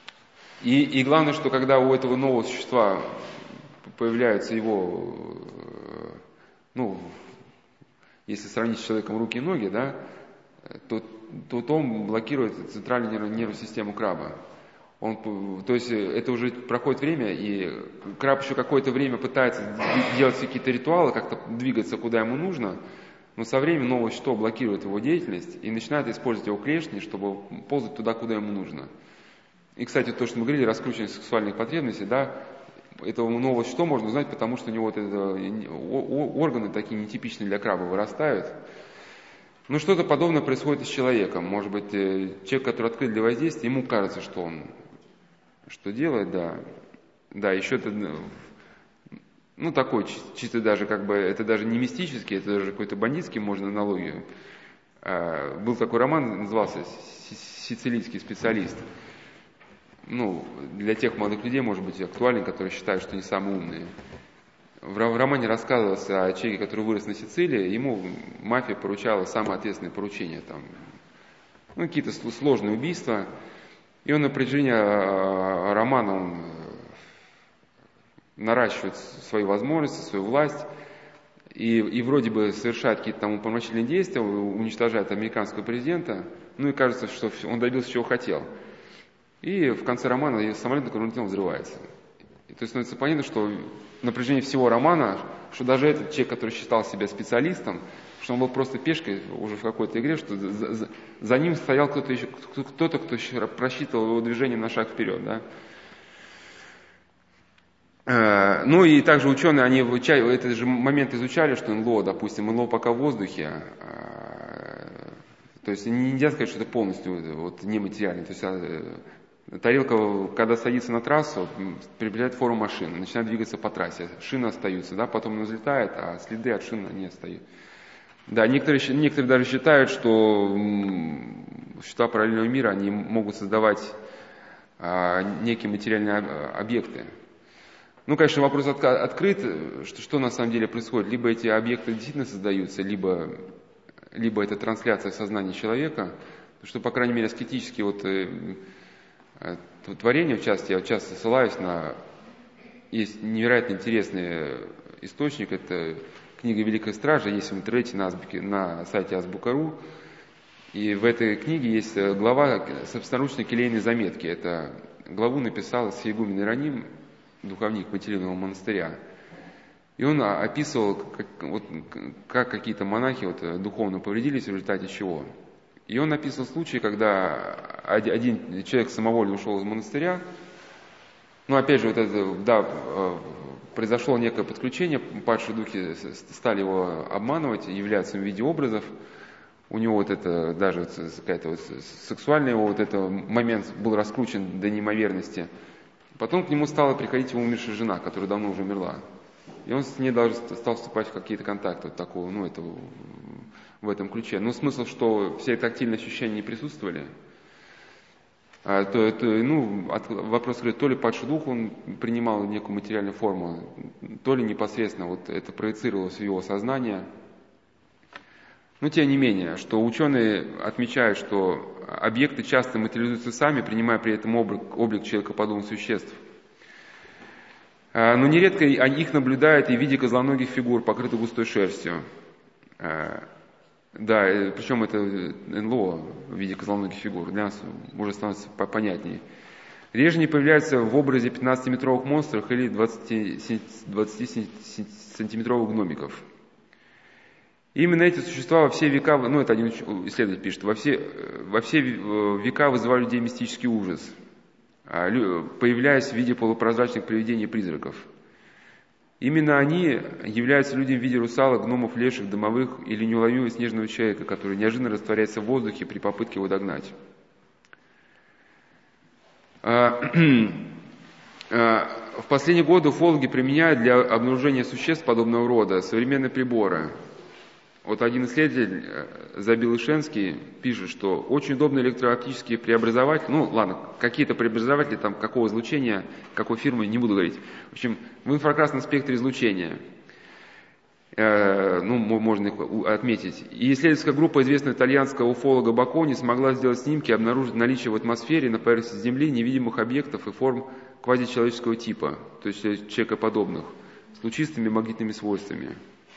И главное, что когда у этого нового существа появляются его, ну, если сравнить с человеком руки и ноги, да, то он блокирует центральную нервную систему краба. То есть это уже проходит время, и краб еще какое-то время пытается делать какие-то ритуалы, как-то двигаться, куда ему нужно, но со временем новое существо блокирует его деятельность и начинает использовать его клешни, чтобы ползать туда, куда ему нужно. И, кстати, то, что мы говорили, раскручивание сексуальных потребностей, да, этого нового существа можно узнать, потому что у него вот органы такие нетипичные для краба вырастают. Ну, что-то подобное происходит и с человеком. Может быть, человек, который открыт для воздействия, ему кажется, что он что делает, да. Да, еще это, ну, такой, чисто даже, как бы, это даже не мистический, это даже какой-то бандитский, можно аналогию. Был такой роман, назывался «Сицилийский специалист». Ну, для тех молодых людей, может быть, актуальный, которые считают, что они самые умные. В романе рассказывалось о человеке, который вырос на Сицилии, ему мафия поручала самые ответственные поручения, там, ну, какие-то сложные убийства, и он на протяжении романа он наращивает свои возможности, свою власть, и вроде бы совершает какие-то там уполномочительные действия, уничтожает американского президента, ну и кажется, что он добился, чего хотел. И в конце романа самолет, на котором он летел, взрывается. И то есть становится понятно, что на протяжении всего романа, что даже этот человек, который считал себя специалистом, что он был просто пешкой уже в какой-то игре, что за ним стоял кто-то еще, кто просчитывал его движение на шаг вперед, да. Ну и также ученые, они этот же момент изучали, что НЛО, допустим, НЛО пока в воздухе, то есть нельзя сказать, что это полностью вот, нематериально. То есть тарелка, когда садится на трассу, приобретает форму машины, начинает двигаться по трассе, шины остаются, да, потом она взлетает, а следы от шин не остаются. Да, некоторые даже считают, что существа параллельного мира, они могут создавать некие материальные объекты. Ну, конечно, вопрос открыт, что на самом деле происходит. Либо эти объекты действительно создаются, либо это трансляция сознания человека, что, по крайней мере, аскетические вот творения, в частности, я часто ссылаюсь на... Есть невероятно интересный источник, это книга «Великая стража», есть в интернете на сайте Азбука.ру, и в этой книге есть глава собственноручной келейной заметки. Это главу написал сиегумен Иероним, духовник Пантелеймонова монастыря. И он описывал, как какие-то монахи духовно повредились в результате чего. И он описывал случаи, когда один человек самовольно ушел из монастыря. Ну, опять же, произошло некое подключение, падшие духи стали его обманывать, являться в виде образов. У него даже какая-то сексуальный момент был раскручен до неимоверности. Потом к нему стала приходить его умершая жена, которая давно уже умерла. И он с ней даже стал вступать в какие-то контакты в этом ключе. Но смысл, что все тактильные ощущения не присутствовали. Вопрос, то ли падший дух он принимал некую материальную форму, то ли непосредственно это проецировалось в его сознание. Но тем не менее, что ученые отмечают, что объекты часто материализуются сами, принимая при этом облик человекоподобных существ. Но нередко их наблюдают и в виде козлоногих фигур, покрытых густой шерстью. Да, причем это НЛО в виде козлоногих фигур. Для нас уже становится понятнее. Реже они появляются в образе 15-метровых монстров или 20-сантиметровых гномиков. Именно эти существа во все века, это один исследователь пишет, во все века вызывали у людей мистический ужас, появляясь в виде полупрозрачных привидений и призраков. Именно они являются людьми в виде русалок, гномов, леших, домовых или неуловимого снежного человека, который неожиданно растворяется в воздухе при попытке его догнать. В последние годы уфологи применяют для обнаружения существ подобного рода современные приборы. Вот один исследователь, Забил Ишенский, пишет, что очень удобные электрооптические преобразователи, какие-то преобразователи, какого излучения, какой фирмы, не буду говорить. В общем, в инфракрасном спектре излучения. можно их отметить. И исследовательская группа известного итальянского уфолога Бакони смогла сделать снимки и обнаружить наличие в атмосфере на поверхности Земли невидимых объектов и форм квазичеловеческого типа, то есть человекоподобных, с лучистыми магнитными свойствами.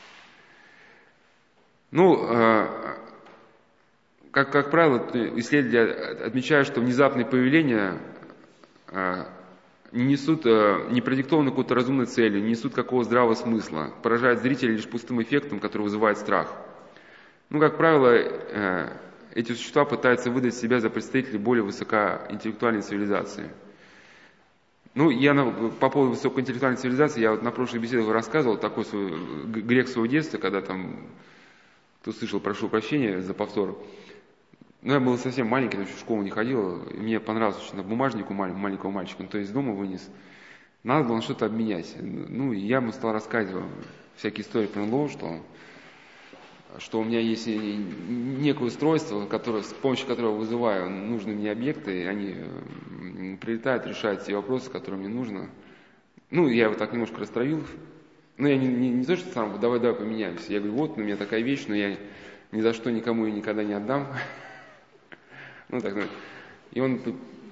Как правило, исследователи отмечают, что внезапные появления не продиктованы какой-то разумной целью, не несут какого здравого смысла, поражают зрителей лишь пустым эффектом, который вызывает страх. Как правило, эти существа пытаются выдать себя за представителей более высокоинтеллектуальной цивилизации. По поводу высокоинтеллектуальной цивилизации, я на прошлых беседах рассказывал такой грех своего детства, когда кто слышал, прошу прощения за повтор. Я был совсем маленький, в школу не ходил, и мне понравилось очень на бумажнику маленького мальчика, он то из дома вынес. Надо было что-то обменять. И я ему стал рассказывать всякие истории про НЛО, что у меня есть некое устройство, с помощью которого вызываю нужные мне объекты, и они прилетают, решают все вопросы, которые мне нужно. Я его так немножко растравил. Я не то, что сам, давай поменяемся. Я говорю, вот у меня такая вещь, но я ни за что никому ее никогда не отдам. И он...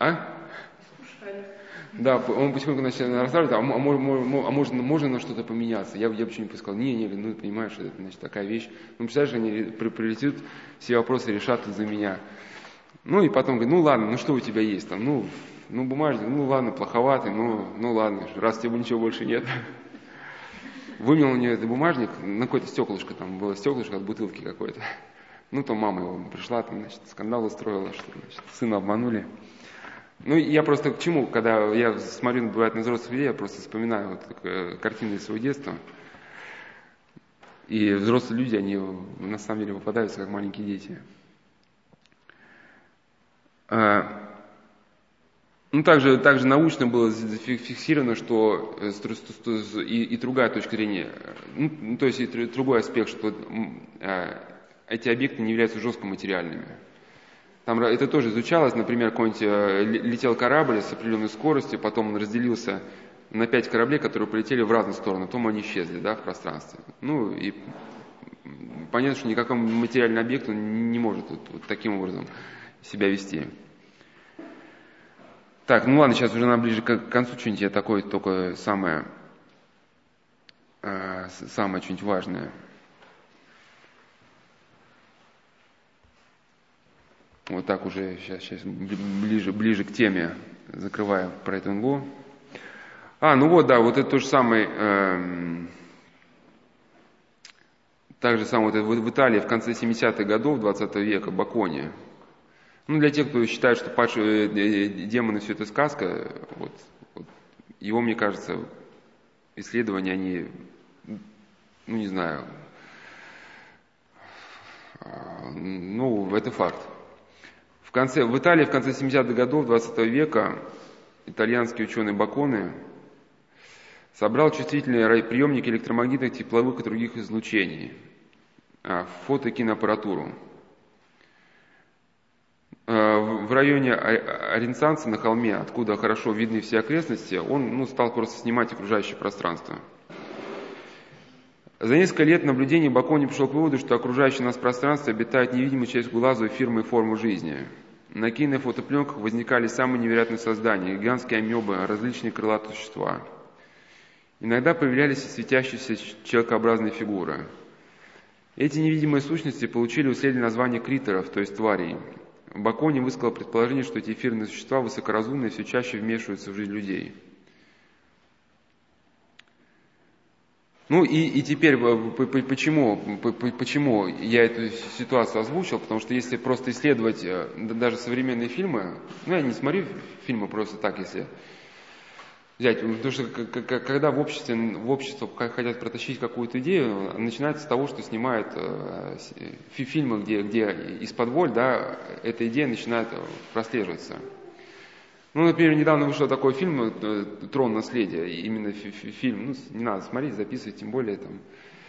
Да, он потихоньку начал рассказывать, можно на что-то поменяться. Я почему-нибудь сказал, не, понимаешь, это значит такая вещь. Представляешь, они прилетят, все вопросы решат за меня. И потом говорит, ладно, что у тебя есть там? Бумажник, ладно, плоховатый, ладно, раз у тебя ничего больше нет. Вымел у нее этот бумажник, на какое-то стеклышко, там было стеклышко от бутылки какой-то. Там мама его пришла, скандал устроила, что сына обманули. Я просто к чему, когда я смотрю, бывает, на взрослых людей, я просто вспоминаю картины из своего детства. И взрослые люди, они на самом деле попадаются как маленькие дети. Также научно было зафиксировано, что и другая точка зрения, то есть и другой аспект, что эти объекты не являются жестко материальными. Там это тоже изучалось, например, какой-нибудь летел корабль с определенной скоростью, потом он разделился на 5 кораблей, которые полетели в разные стороны, потом они исчезли, в пространстве. И понятно, что никакой материальный объект не может таким образом себя вести. Так, ладно, сейчас уже ближе к концу что-нибудь я такое, только самое что-нибудь важное. Вот так уже сейчас ближе к теме, закрывая про это НЛО. Вот это то же самое, так же самое в Италии в конце 70-х годов 20 века Бакони. Для тех, кто считает, что падшие демоны все это сказка, его, мне кажется, исследования, они, не знаю, это факт. В Италии в конце 70-х годов 20 века итальянский ученый Бакони собрал чувствительный приемник электромагнитных, тепловых и других излучений, фото- и киноаппаратуру. В районе Аренцанца на холме, откуда хорошо видны все окрестности, он стал просто снимать окружающее пространство. За несколько лет наблюдений Бакони пришел к выводу, что окружающее нас пространство обитает невидимой часть глазу эфирной формы жизни. На кинофотопленках возникали самые невероятные создания, гигантские амебы, различные крылатые существа. Иногда появлялись и светящиеся человекообразные фигуры. Эти невидимые сущности получили у исследователей название критеров, то есть тварей. Бакони высказал предположение, что эти эфирные существа высокоразумные и все чаще вмешиваются в жизнь людей. И теперь, почему я эту ситуацию озвучил? Потому что если просто исследовать даже современные фильмы, я не смотрю фильмы просто так, если взять, потому что когда в общество хотят протащить какую-то идею, начинается с того, что снимают фильмы, где из-под воль, эта идея начинает прослеживаться. Например, недавно вышел такой фильм «Трон наследия», именно фильм, не надо смотреть, записывать, тем более там.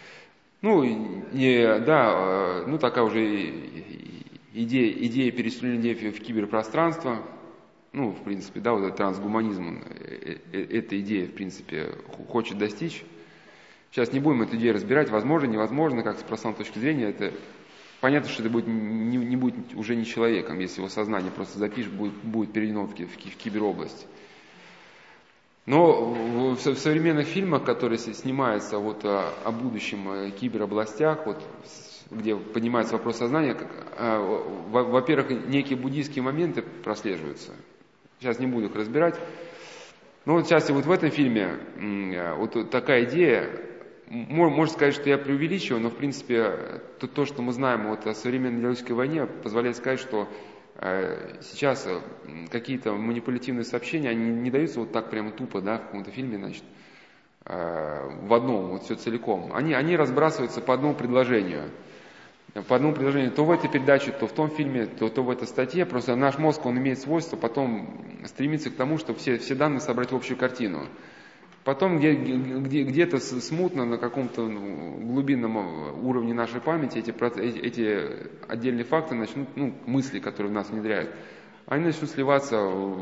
Такая уже идея переселения в киберпространство, в принципе, вот этот трансгуманизм, эта идея, в принципе, хочет достичь. Сейчас не будем эту идею разбирать, возможно, невозможно, как с профессиональной точки зрения, это понятно, что это будет, не будет уже не человеком, если его сознание просто запишет, будет переведено в киберобласть. Но в современных фильмах, которые снимаются вот о будущем киберобластях, вот, где поднимается вопрос сознания, во-первых, некие буддийские моменты прослеживаются. Сейчас не буду их разбирать. Но вот сейчас вот в этом фильме вот такая идея, можно сказать, что я преувеличиваю, но в принципе то, что мы знаем вот о современной идеологической войне, позволяет сказать, что сейчас какие-то манипулятивные сообщения, они не даются вот так прямо тупо, да, в каком-то фильме, значит, в одном, вот все целиком. Они разбрасываются по одному предложению. По одному предложению то в этой передаче, то в том фильме, то в этой статье. Просто наш мозг, он имеет свойство потом стремиться к тому, чтобы все данные собрать в общую картину. Потом где-то смутно на каком-то глубинном уровне нашей памяти эти отдельные факты начнут, мысли, которые в нас внедряют, они начнут сливаться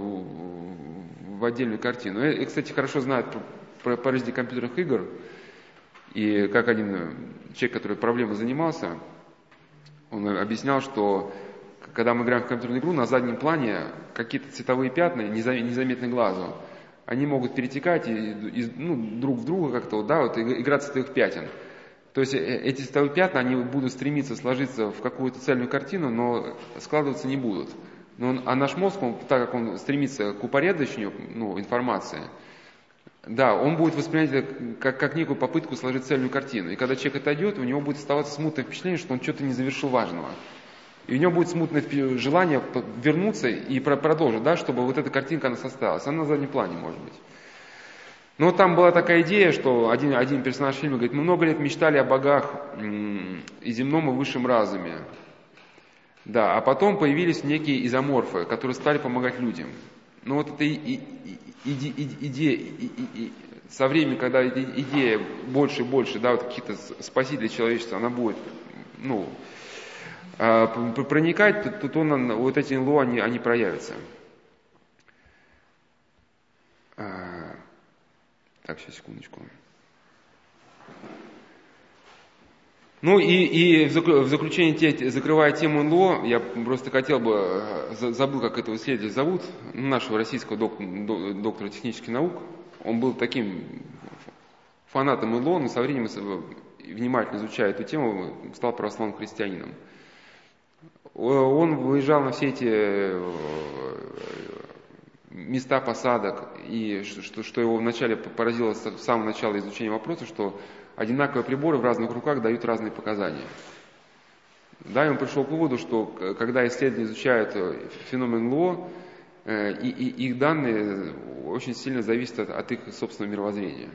в отдельную картину. Я, кстати, хорошо знаю про рождение компьютерных игр, и как один человек, который проблемой занимался, он объяснял, что когда мы играем в компьютерную игру, на заднем плане какие-то цветовые пятна, незаметны глазу, они могут перетекать друг в друга как-то, да, вот игра цветовых пятен. То есть эти цветовые пятна, они будут стремиться сложиться в какую-то цельную картину, но складываться не будут. А наш мозг, так как он стремится к упорядочению информации, да, он будет воспринимать это как некую попытку сложить цельную картину. И когда человек отойдет, у него будет оставаться смутное впечатление, что он что-то не завершил важного. И у него будет смутное желание вернуться и продолжить, да, чтобы вот эта картинка, она состоялась. Она на заднем плане, может быть. Но там была такая идея, что один персонаж фильма говорит: мы много лет мечтали о богах и земном, и высшем разуме. Да, а потом появились некие изоморфы, которые стали помогать людям. Но вот эта идея, со временем, когда эта идея больше и больше, да, вот каких-то спасителей человечества, она будет, проникать, то вот эти НЛО, они проявятся. Так, сейчас, секундочку. И в заключение, закрывая тему НЛО, я просто хотел бы, забыл, как этого исследователя зовут, нашего российского доктора технических наук. Он был таким фанатом НЛО, но со временем, внимательно изучая эту тему, стал православным христианином. Он выезжал на все эти места посадок, и что его вначале поразило с самого начала изучения вопроса, что одинаковые приборы в разных руках дают разные показания. Да, и он пришел к выводу, что когда исследователи изучают феномен НЛО, их данные очень сильно зависят от их собственного мировоззрения.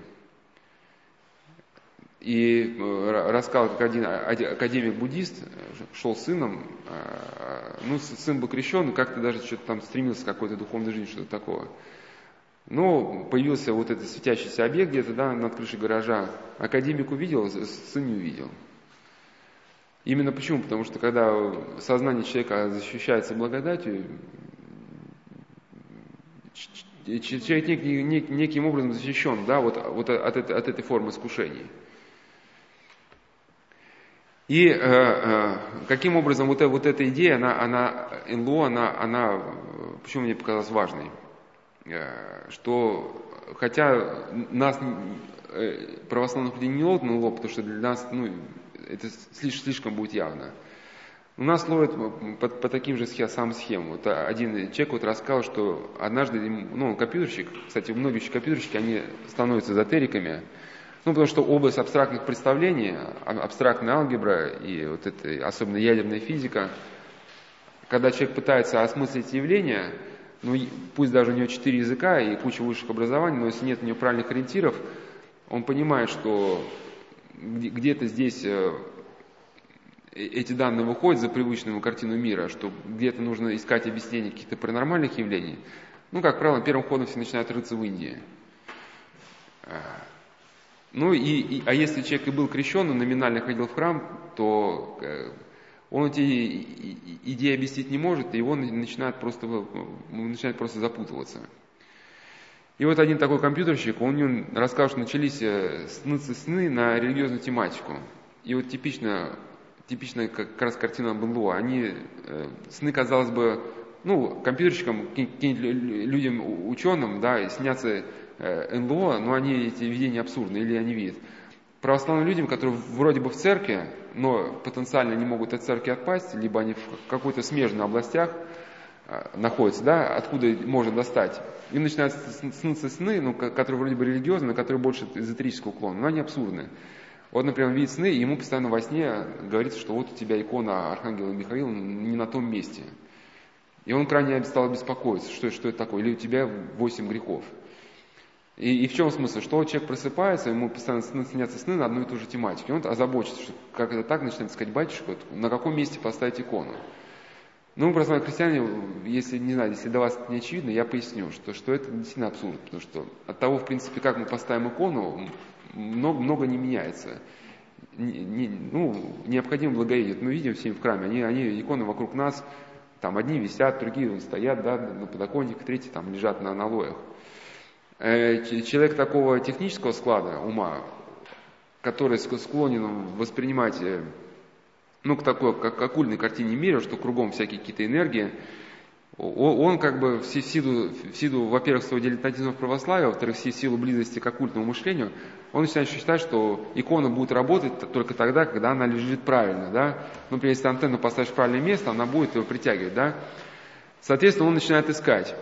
И рассказал, как один академик-буддист шел с сыном, сын был крещен, и как-то даже что-то там стремился к какой-то духовной жизни, что-то такое. Но появился вот этот светящийся объект где-то, да, над крышей гаража. Академик увидел, сын не увидел. Именно почему? Потому что когда сознание человека защищается благодатью, человек неким образом защищен, да, вот от этой формы искушений. И каким образом вот эта идея, НЛО, она почему мне показалась важной? Что, хотя нас, православных людей, не ловят НЛО, потому что для нас это слишком будет явно. У нас ловят по таким же схемам. Вот один человек рассказал, что однажды, компьютерщик, кстати, многие компьютерщики, они становятся эзотериками, потому что область абстрактных представлений, абстрактная алгебра и вот это, особенно ядерная физика, когда человек пытается осмыслить эти явления, пусть даже у него 4 языка и куча высших образований, но если нет у него правильных ориентиров, он понимает, что где-то здесь эти данные выходят за привычную картину мира, что где-то нужно искать объяснение каких-то паранормальных явлений. Как правило, первым ходом все начинают рыться в Индии. А если человек и был крещен, он номинально ходил в храм, то он эти идеи объяснить не может, и он начинает просто запутываться. И вот один такой компьютерщик, он рассказал, что начались сниться сны на религиозную тематику. И вот типичная как раз картина НЛО. Они, сны, казалось бы, компьютерщикам, каким-нибудь людям, ученым, да, снятся НЛО, но они, эти видения абсурдны, или они видят. Православным людям, которые вроде бы в церкви, но потенциально не могут от церкви отпасть, либо они в какой-то смежных областях находятся, да, откуда можно достать. Им начинают сниться сны, которые вроде бы религиозные, но которые больше эзотерического уклона, но они абсурдны. Вот, например, он видит сны, и ему постоянно во сне говорится, что вот у тебя икона Архангела Михаила не на том месте. И он крайне стал беспокоиться, что это такое, или у тебя 8 грехов. И в чем смысл? Что человек просыпается, ему постоянно снятся сны на одну и ту же тематику. И он озабочится, что как это так, начинает сказать: батюшка, на каком месте поставить икону? Православные христиане, если до вас это не очевидно, я поясню, что это действительно абсурд, потому что от того, в принципе, как мы поставим икону, много не меняется. Необходимо благовидеть. Мы видим все в храме, они иконы вокруг нас, там одни висят, другие стоят, да, на подоконниках, третьи там лежат на аналоях. Человек такого технического склада ума, который склонен воспринимать, к такой, как оккультной картине мира, что кругом всякие какие-то энергии, он как бы в силу, во-первых, своего дилетантизма в православии, во-вторых, в силу близости к оккультному мышлению, он начинает считать, что икона будет работать только тогда, когда она лежит правильно, да. Например, если антенну поставишь в правильное место, она будет его притягивать, да. Соответственно, он начинает искать.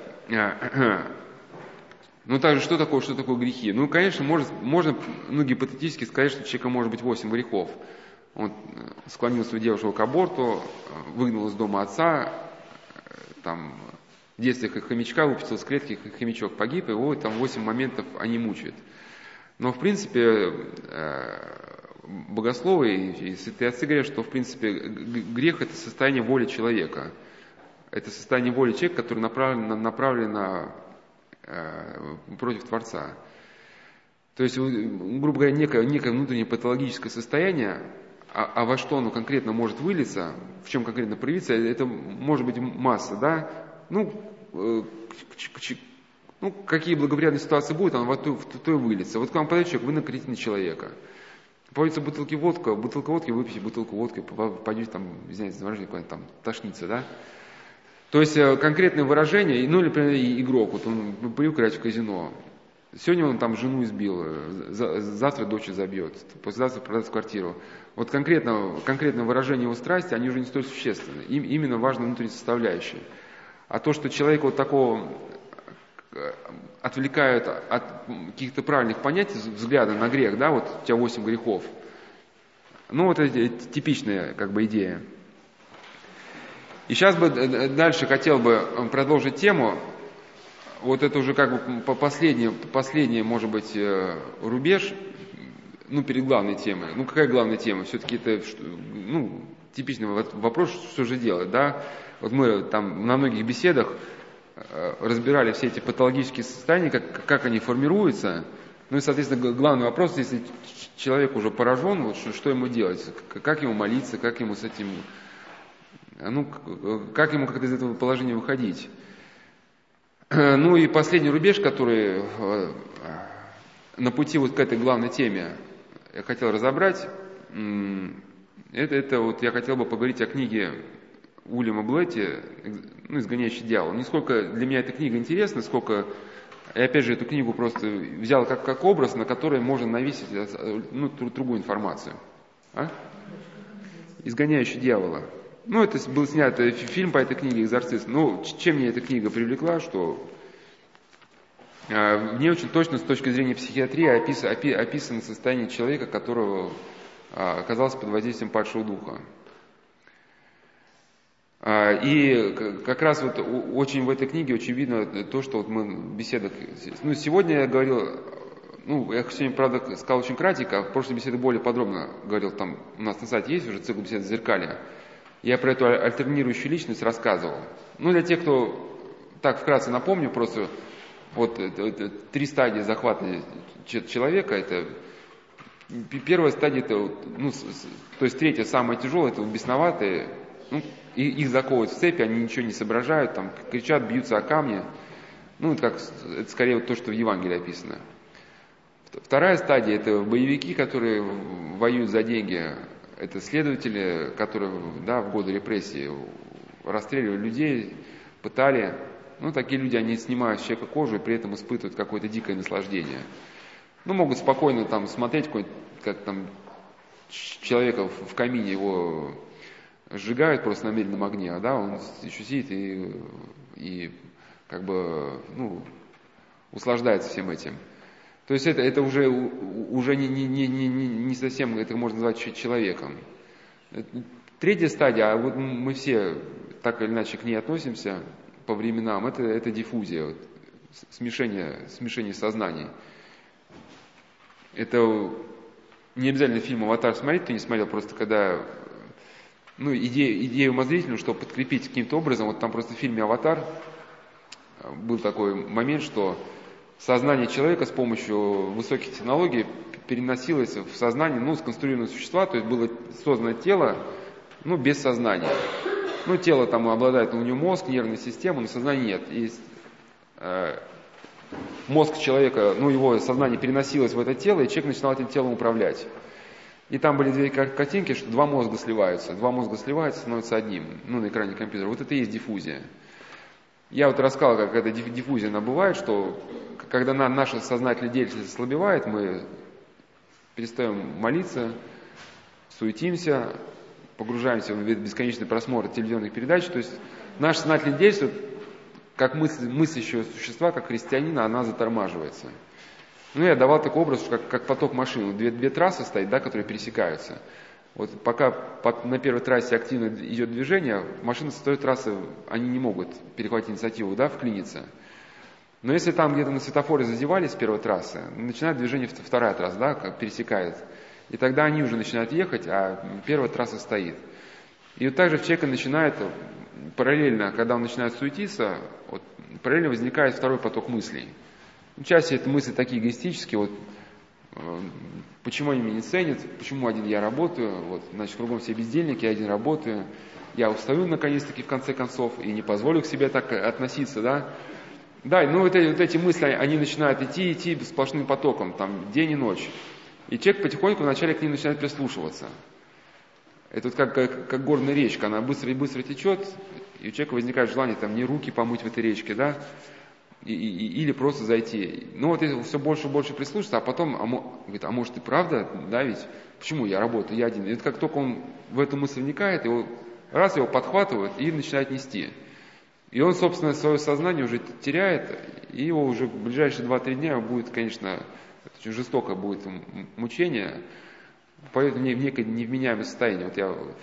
Также, что такое грехи? Конечно, можно гипотетически сказать, что у человека может быть 8 грехов. Он склонил свою девушку к аборту, выгнал из дома отца, там, в детстве как хомячка выпустил из клетки, как хомячок погиб, и его там 8 моментов они мучают. Но, в принципе, богословы и святые отцы говорят, что, в принципе, грех – это состояние воли человека. Это состояние воли человека, которое направлено против Творца. То есть, грубо говоря, некое внутреннее патологическое состояние, а во что оно конкретно может вылиться, в чем конкретно проявиться, это может быть масса, да. Какие благоприятные ситуации будут, оно в то и выльется. Вот к вам подойдет человек, вы накричите на человека. Попадется бутылка водки, выпьете бутылку водки, пойдете там, извиняюсь, заморожение, куда-нибудь там тошниться, да. То есть конкретное выражение, или, например, игрок, вот он привык играть в казино. Сегодня он там жену избил, завтра дочь забьет, послезавтра продаст квартиру. Вот конкретное выражение его страсти, они уже не столь существенны. Им именно важна внутренняя составляющая. А то, что человека вот такого отвлекают от каких-то правильных понятий, взгляда на грех, да, вот у тебя 8 грехов. Это типичная идея. И сейчас бы дальше хотел бы продолжить тему. Вот это уже последний, может быть, рубеж, перед главной темой. Какая главная тема? Все-таки это, типичный вопрос, что же делать, да? Вот мы там на многих беседах разбирали все эти патологические состояния, как они формируются. И, соответственно, главный вопрос, если человек уже поражен, что ему делать? Как ему молиться, как ему с этим, как ему как-то из этого положения выходить? И последний рубеж, который на пути вот к этой главной теме я хотел разобрать, это вот я хотел бы поговорить о книге Уильяма Блетти «Изгоняющий дьявола». Не сколько для меня эта книга интересна, сколько я опять же эту книгу просто взял как образ, на который можно навесить другую информацию. «Изгоняющий дьявола». Это был снят фильм по этой книге «Экзорцист». Чем меня эта книга привлекла, что в ней очень точно с точки зрения психиатрии описано состояние человека, которого оказался под воздействием падшего духа. И как раз вот очень в этой книге очень видно то, что вот мы в беседах... Сегодня я говорил... я сегодня, правда, сказал очень кратенько, а в прошлой беседе более подробно говорил, там у нас на сайте есть уже цикл бесед «Зеркалья». Я про эту альтернирующую личность рассказывал. Для тех, кто так вкратце напомню, просто вот 3 стадии захвата человека. Это первая стадия, то есть третья, самая тяжелая, это бесноватые. Их заковывают в цепи, они ничего не соображают, там кричат, бьются о камни. Ну, это скорее вот то, что в Евангелии описано. Вторая стадия – это боевики, которые воюют за деньги. Это следователи, которые в годы репрессий расстреливали людей, пытали. Ну, такие люди, они снимают с человека кожу и при этом испытывают какое-то дикое наслаждение. Ну, могут спокойно там смотреть, как там человека в камине его сжигают просто на медленном огне, он еще сидит и как бы, услаждается всем этим. То есть это уже не совсем, это можно назвать человеком. Третья стадия, а вот мы все так или иначе к ней относимся по временам, это диффузия, смешение сознаний. Это не обязательно фильм «Аватар» смотреть, кто не смотрел, просто когда, идею умозрительную, чтобы подкрепить каким-то образом, вот там просто в фильме «Аватар» был такой момент, что сознание человека с помощью высоких технологий переносилось в сознание, сконструированного существа, то есть было создано тело, без сознания. Тело там обладает, у него мозг, нервная система, но сознания нет. И мозг человека, его сознание переносилось в это тело, и человек начинал этим телом управлять. И там были две картинки, что два мозга сливаются, становятся одним, на экране компьютера. Вот это и есть диффузия. Я вот рассказал, как эта диффузия она бывает, что когда наша сознательная деятельность ослабевает, мы перестаем молиться, суетимся, погружаемся в бесконечный просмотр телевизионных передач. То есть наша сознательная деятельность, как мыслящего существа, как христианина, она затормаживается. Я давал такой образ, что как поток машин. Две трассы стоят, которые пересекаются. Вот пока на первой трассе активно идет движение, машины с второй трассы, они не могут перехватить инициативу, вклиниться. Но если там где-то на светофоре зазевались с первой трассы, начинает движение вторая трасса, как пересекает. И тогда они уже начинают ехать, а первая трасса стоит. И вот также в человека начинает параллельно, когда он начинает суетиться, параллельно возникает второй поток мыслей. Чаще это мысли такие эгоистические, почему они меня не ценят, почему один я работаю, значит, кругом все бездельники, я один работаю, я устаю наконец-таки в конце концов и не позволю к себе так относиться, вот эти мысли, они начинают идти сплошным потоком, день и ночь. И человек потихоньку вначале к ним начинает прислушиваться. Это как горная речка, она быстро и быстро течет, и у человека возникает желание не руки помыть в этой речке, или просто зайти. И все больше и больше прислушивается, а потом, говорит, а может и правда, ведь, почему я работаю, я один. И как только он в эту мысль вникает, его подхватывают и начинает нести. И он, собственно, свое сознание уже теряет, и его уже в ближайшие 2-3 дня будет, конечно, очень жестокое будет мучение, пойдет в некое невменяемое состояние.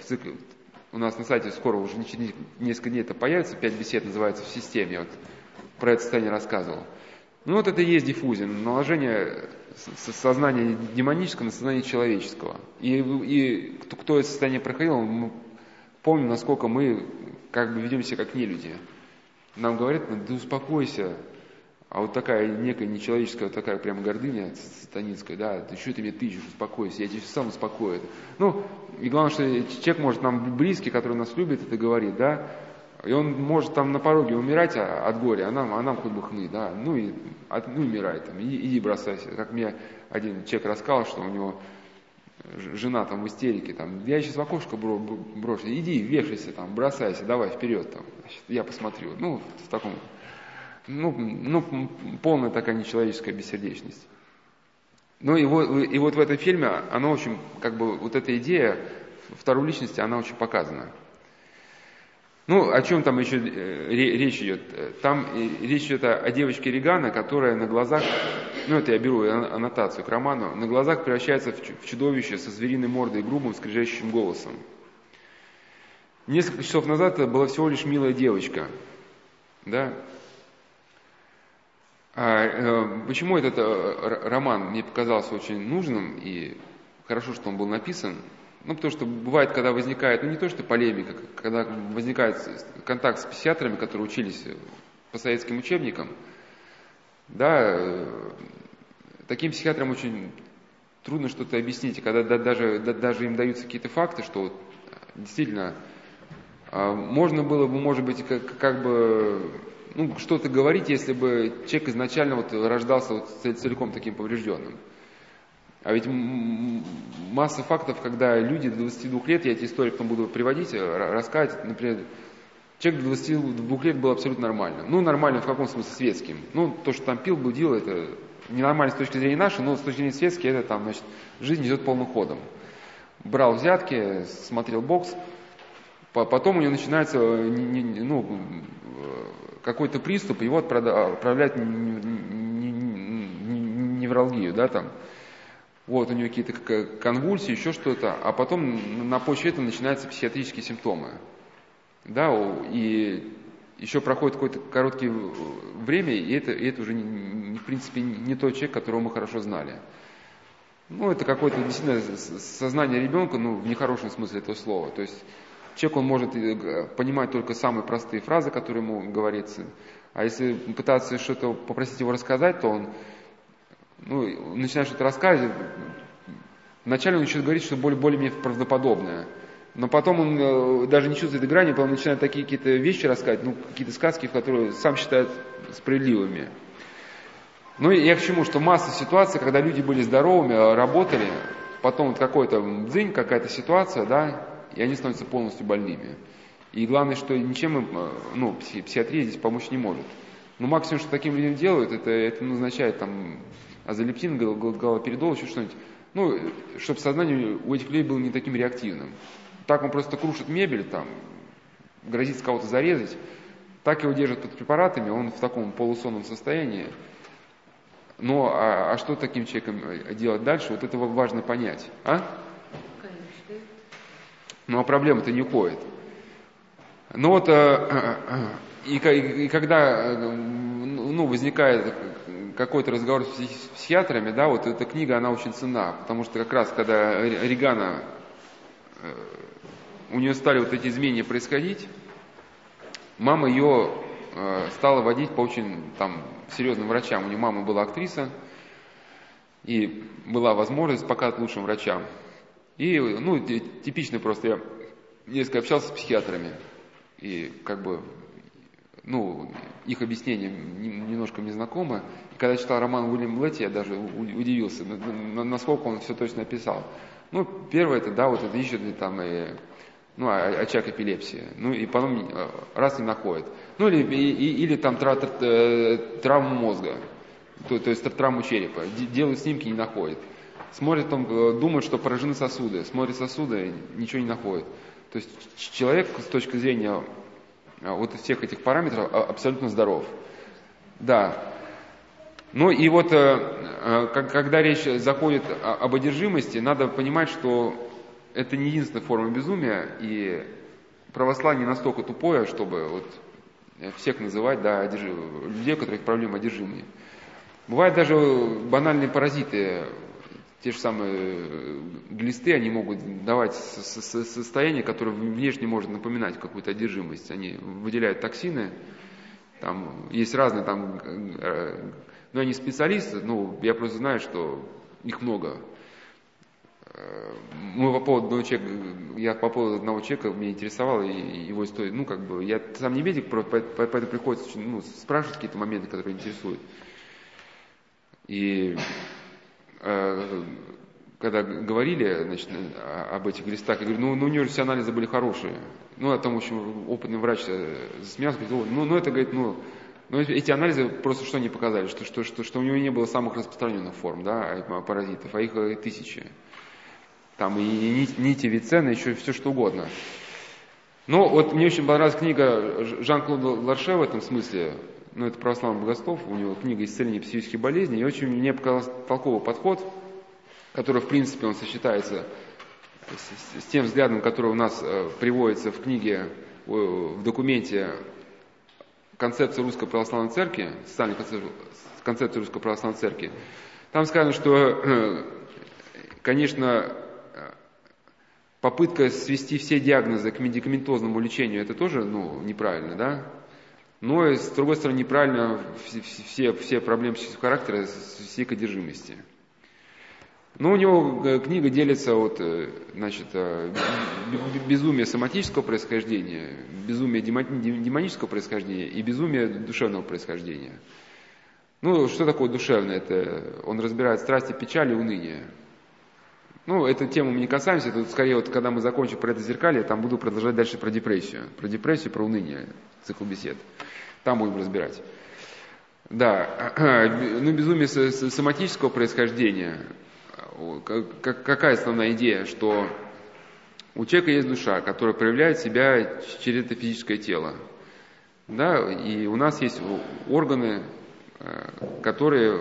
У нас на сайте скоро уже несколько дней это появится, 5 бесед называется в системе, про это состояние рассказывал. Это и есть диффузия, наложение сознания демонического на сознание человеческого. И кто это состояние проходил, мы помним, насколько мы ведем себя как нелюди. Нам говорят, да успокойся, а такая некая нечеловеческая, такая прямо гордыня сатанинская, ты что ты меня тычешь, успокойся, я тебя сам успокою. И главное, что человек может нам близкий, который нас любит, это говорит, и он может на пороге умирать от горя, а нам хоть бы хны, и умирай иди бросайся. Как мне один человек рассказал, что у него жена в истерике, я сейчас в окошко брошу, иди, вешайся, бросайся, давай вперед, я посмотрю. В таком, полная такая нечеловеческая бессердечность. И вот в этом фильме, она очень, эта идея второй личности, она очень показана. О чем там еще речь идет? Там речь идет о девочке Регана, которая на глазах, это я беру аннотацию к роману, на глазах превращается в чудовище со звериной мордой и грубым, скрежещущим голосом. Несколько часов назад это была всего лишь милая девочка. Почему этот роман мне показался очень нужным, и хорошо, что он был написан? Потому что бывает, когда возникает, не то что полемика, когда возникает контакт с психиатрами, которые учились по советским учебникам, таким психиатрам очень трудно что-то объяснить, когда даже им даются какие-то факты, что можно было бы, может быть, что-то говорить, если бы человек изначально вот рождался вот целиком таким поврежденным. А ведь масса фактов, когда люди до 22 лет, я эти истории потом буду приводить, рассказывать, например, человек до 22 лет был абсолютно нормальным. Нормально в каком смысле светским. То, что там пил, блудил, это ненормально с точки зрения нашей, но с точки зрения светской, это там, значит, жизнь идет полным ходом. Брал взятки, смотрел бокс, потом у него начинается какой-то приступ, его отправляют в невралгию, да, там. Вот, у него какие-то конвульсии, еще что-то, а потом на почве этого начинаются психиатрические симптомы. Да, и еще проходит какое-то короткое время, и это уже, в принципе, не тот человек, которого мы хорошо знали. Это какое-то действительно сознание ребенка, в нехорошем смысле этого слова. То есть человек, он может понимать только самые простые фразы, которые ему говорится. А если пытаться что-то попросить его рассказать, то он начинает что-то рассказывать. Вначале он еще говорит, что более-менее правдоподобное. Но потом он даже не чувствует этой грани, потом начинает такие какие-то вещи рассказывать, какие-то сказки, которые сам считает справедливыми. И я к чему, что масса ситуаций, когда люди были здоровыми, работали, потом какой-то дзынь, какая-то ситуация, да, и они становятся полностью больными. И главное, что ничем им, психиатрия здесь помочь не может. Максимум, что таким людям делают, это назначает там азолептин, галоперидол, еще что-нибудь, чтобы сознание у этих людей было не таким реактивным. Так он просто крушит мебель, там, грозится кого-то зарезать, так его держат под препаратами, он в таком полусонном состоянии. А что таким человеком делать дальше, вот это важно понять. А проблема-то не уходит. И когда возникает какой-то разговор с психиатрами, да, вот эта книга, она очень ценна, потому что как раз, когда Регана, у нее стали вот эти изменения происходить, мама ее стала водить по очень там серьезным врачам. У нее мама была актриса, и была возможность показать лучшим врачам. И, типично просто, я несколько общался с психиатрами, и их объяснения немножко мне знакомы. И когда я читал роман Уильяма Блетти, я даже удивился, насколько он все точно описал. Первое, это, да, вот это ищет там, очаг эпилепсии. И потом раз не находит. Или там травму мозга, то есть травму черепа. Делают снимки, не находит. Смотрит, думает, что поражены сосуды. Смотрит сосуды, ничего не находит. То есть человек с точки зрения вот всех этих параметров абсолютно здоров. Да. И вот, когда речь заходит об одержимости, надо понимать, что это не единственная форма безумия, и православие не настолько тупое, чтобы всех называть, да, людей, у которых проблемы одержимые. Бывают даже банальные паразиты, те же самые глисты, они могут давать состояние, которое внешне может напоминать какую-то одержимость. Они выделяют токсины, там есть разные, но они специалисты, я просто знаю, что их много. Я по поводу одного человека, меня интересовало его история, я сам не медик, поэтому приходится спрашивать какие-то моменты, которые интересуют. И когда говорили, значит, об этих листах, я говорю, у него же все анализы были хорошие. А там очень опытный врач засмеялся, говорит, это, говорит, эти анализы просто что не показали, что у него не было самых распространенных форм, да, паразитов, а их тысячи. Там и нити Вицена, еще все что угодно. Мне очень понравилась книга Жан-Клода Ларше в этом смысле. Это православный богослов, у него книга «Исцеление психических болезней», и очень мне показался толковый подход, который, в принципе, он сочетается с тем взглядом, который у нас приводится в книге, в документе «Концепция Русской Православной Церкви», социальная концепция Русской Православной Церкви. Там сказано, что, конечно, попытка свести все диагнозы к медикаментозному лечению, это тоже, неправильно, да? Но, с другой стороны, неправильно все проблемы психического характера свести к одержимости. Но у него книга делится от, безумия соматического происхождения, безумия демонического происхождения и безумия душевного происхождения. Ну, что такое душевное? Это он разбирает страсти, печали, уныние. Ну, эту тему мы не касаемся, это скорее вот, когда мы закончим про это зеркалье, там буду продолжать дальше про депрессию, про уныние, цикл бесед. Там будем разбирать. Да, ну, безумие соматического происхождения. Какая основная идея, что у человека есть душа, которая проявляет себя через это физическое тело. Да, и у нас есть органы, которые,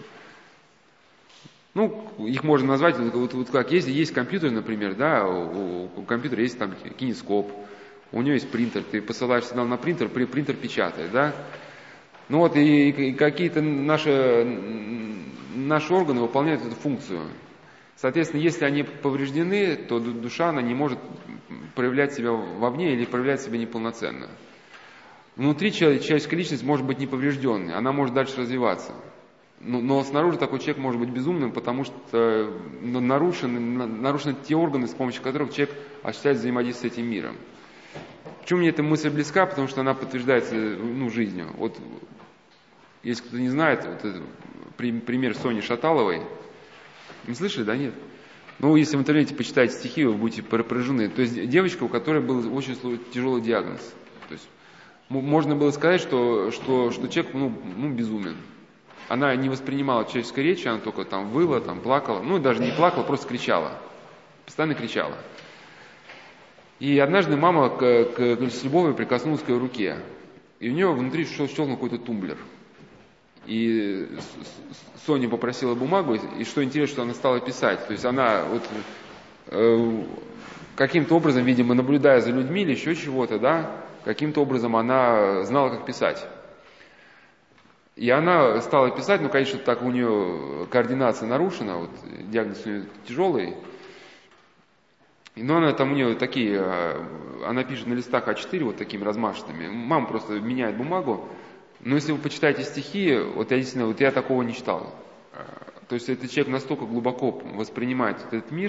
ну, их можно назвать, вот как есть компьютер, например, да, у компьютера есть там кинескоп, у него есть принтер, ты посылаешь сигнал на принтер, принтер печатает, да. Ну вот и какие-то наши органы выполняют эту функцию. Соответственно, если они повреждены, то душа, она не может проявлять себя вовне или проявлять себя неполноценно. Внутри человеческая личность может быть неповрежденной, она может дальше развиваться. Но снаружи такой человек может быть безумным, потому что нарушены те органы, с помощью которых человек осуществляет взаимодействие с этим миром. Почему мне эта мысль близка? Потому что она подтверждается жизнью. Вот, если кто-то не знает, вот это, пример Сони Шаталовой. Не слышали, да, нет? Ну, если в интернете почитаете стихи, вы будете поражены. То есть девочка, у которой был очень тяжелый диагноз. То есть можно было сказать, что человек безумен. Она не воспринимала человеческой речи, она только там выла, там плакала. Ну, даже не плакала, просто кричала. Постоянно кричала. И однажды мама с любовью прикоснулась к ее руке. И у нее внутри щелкнул какой-то тумблер. И Соня попросила бумагу, и что интересно, что она стала писать. То есть она вот каким-то образом, видимо, наблюдая за людьми или еще чего-то, да, каким-то образом она знала, как писать. И она стала писать, ну, конечно, так у нее координация нарушена, вот диагноз у нее тяжелый. Но она там у нее такие, она пишет на листах А4 вот такими размашистыми. Мама просто меняет бумагу. Но если вы почитаете стихи, вот я действительно, вот я такого не читал. То есть этот человек настолько глубоко воспринимает этот мир,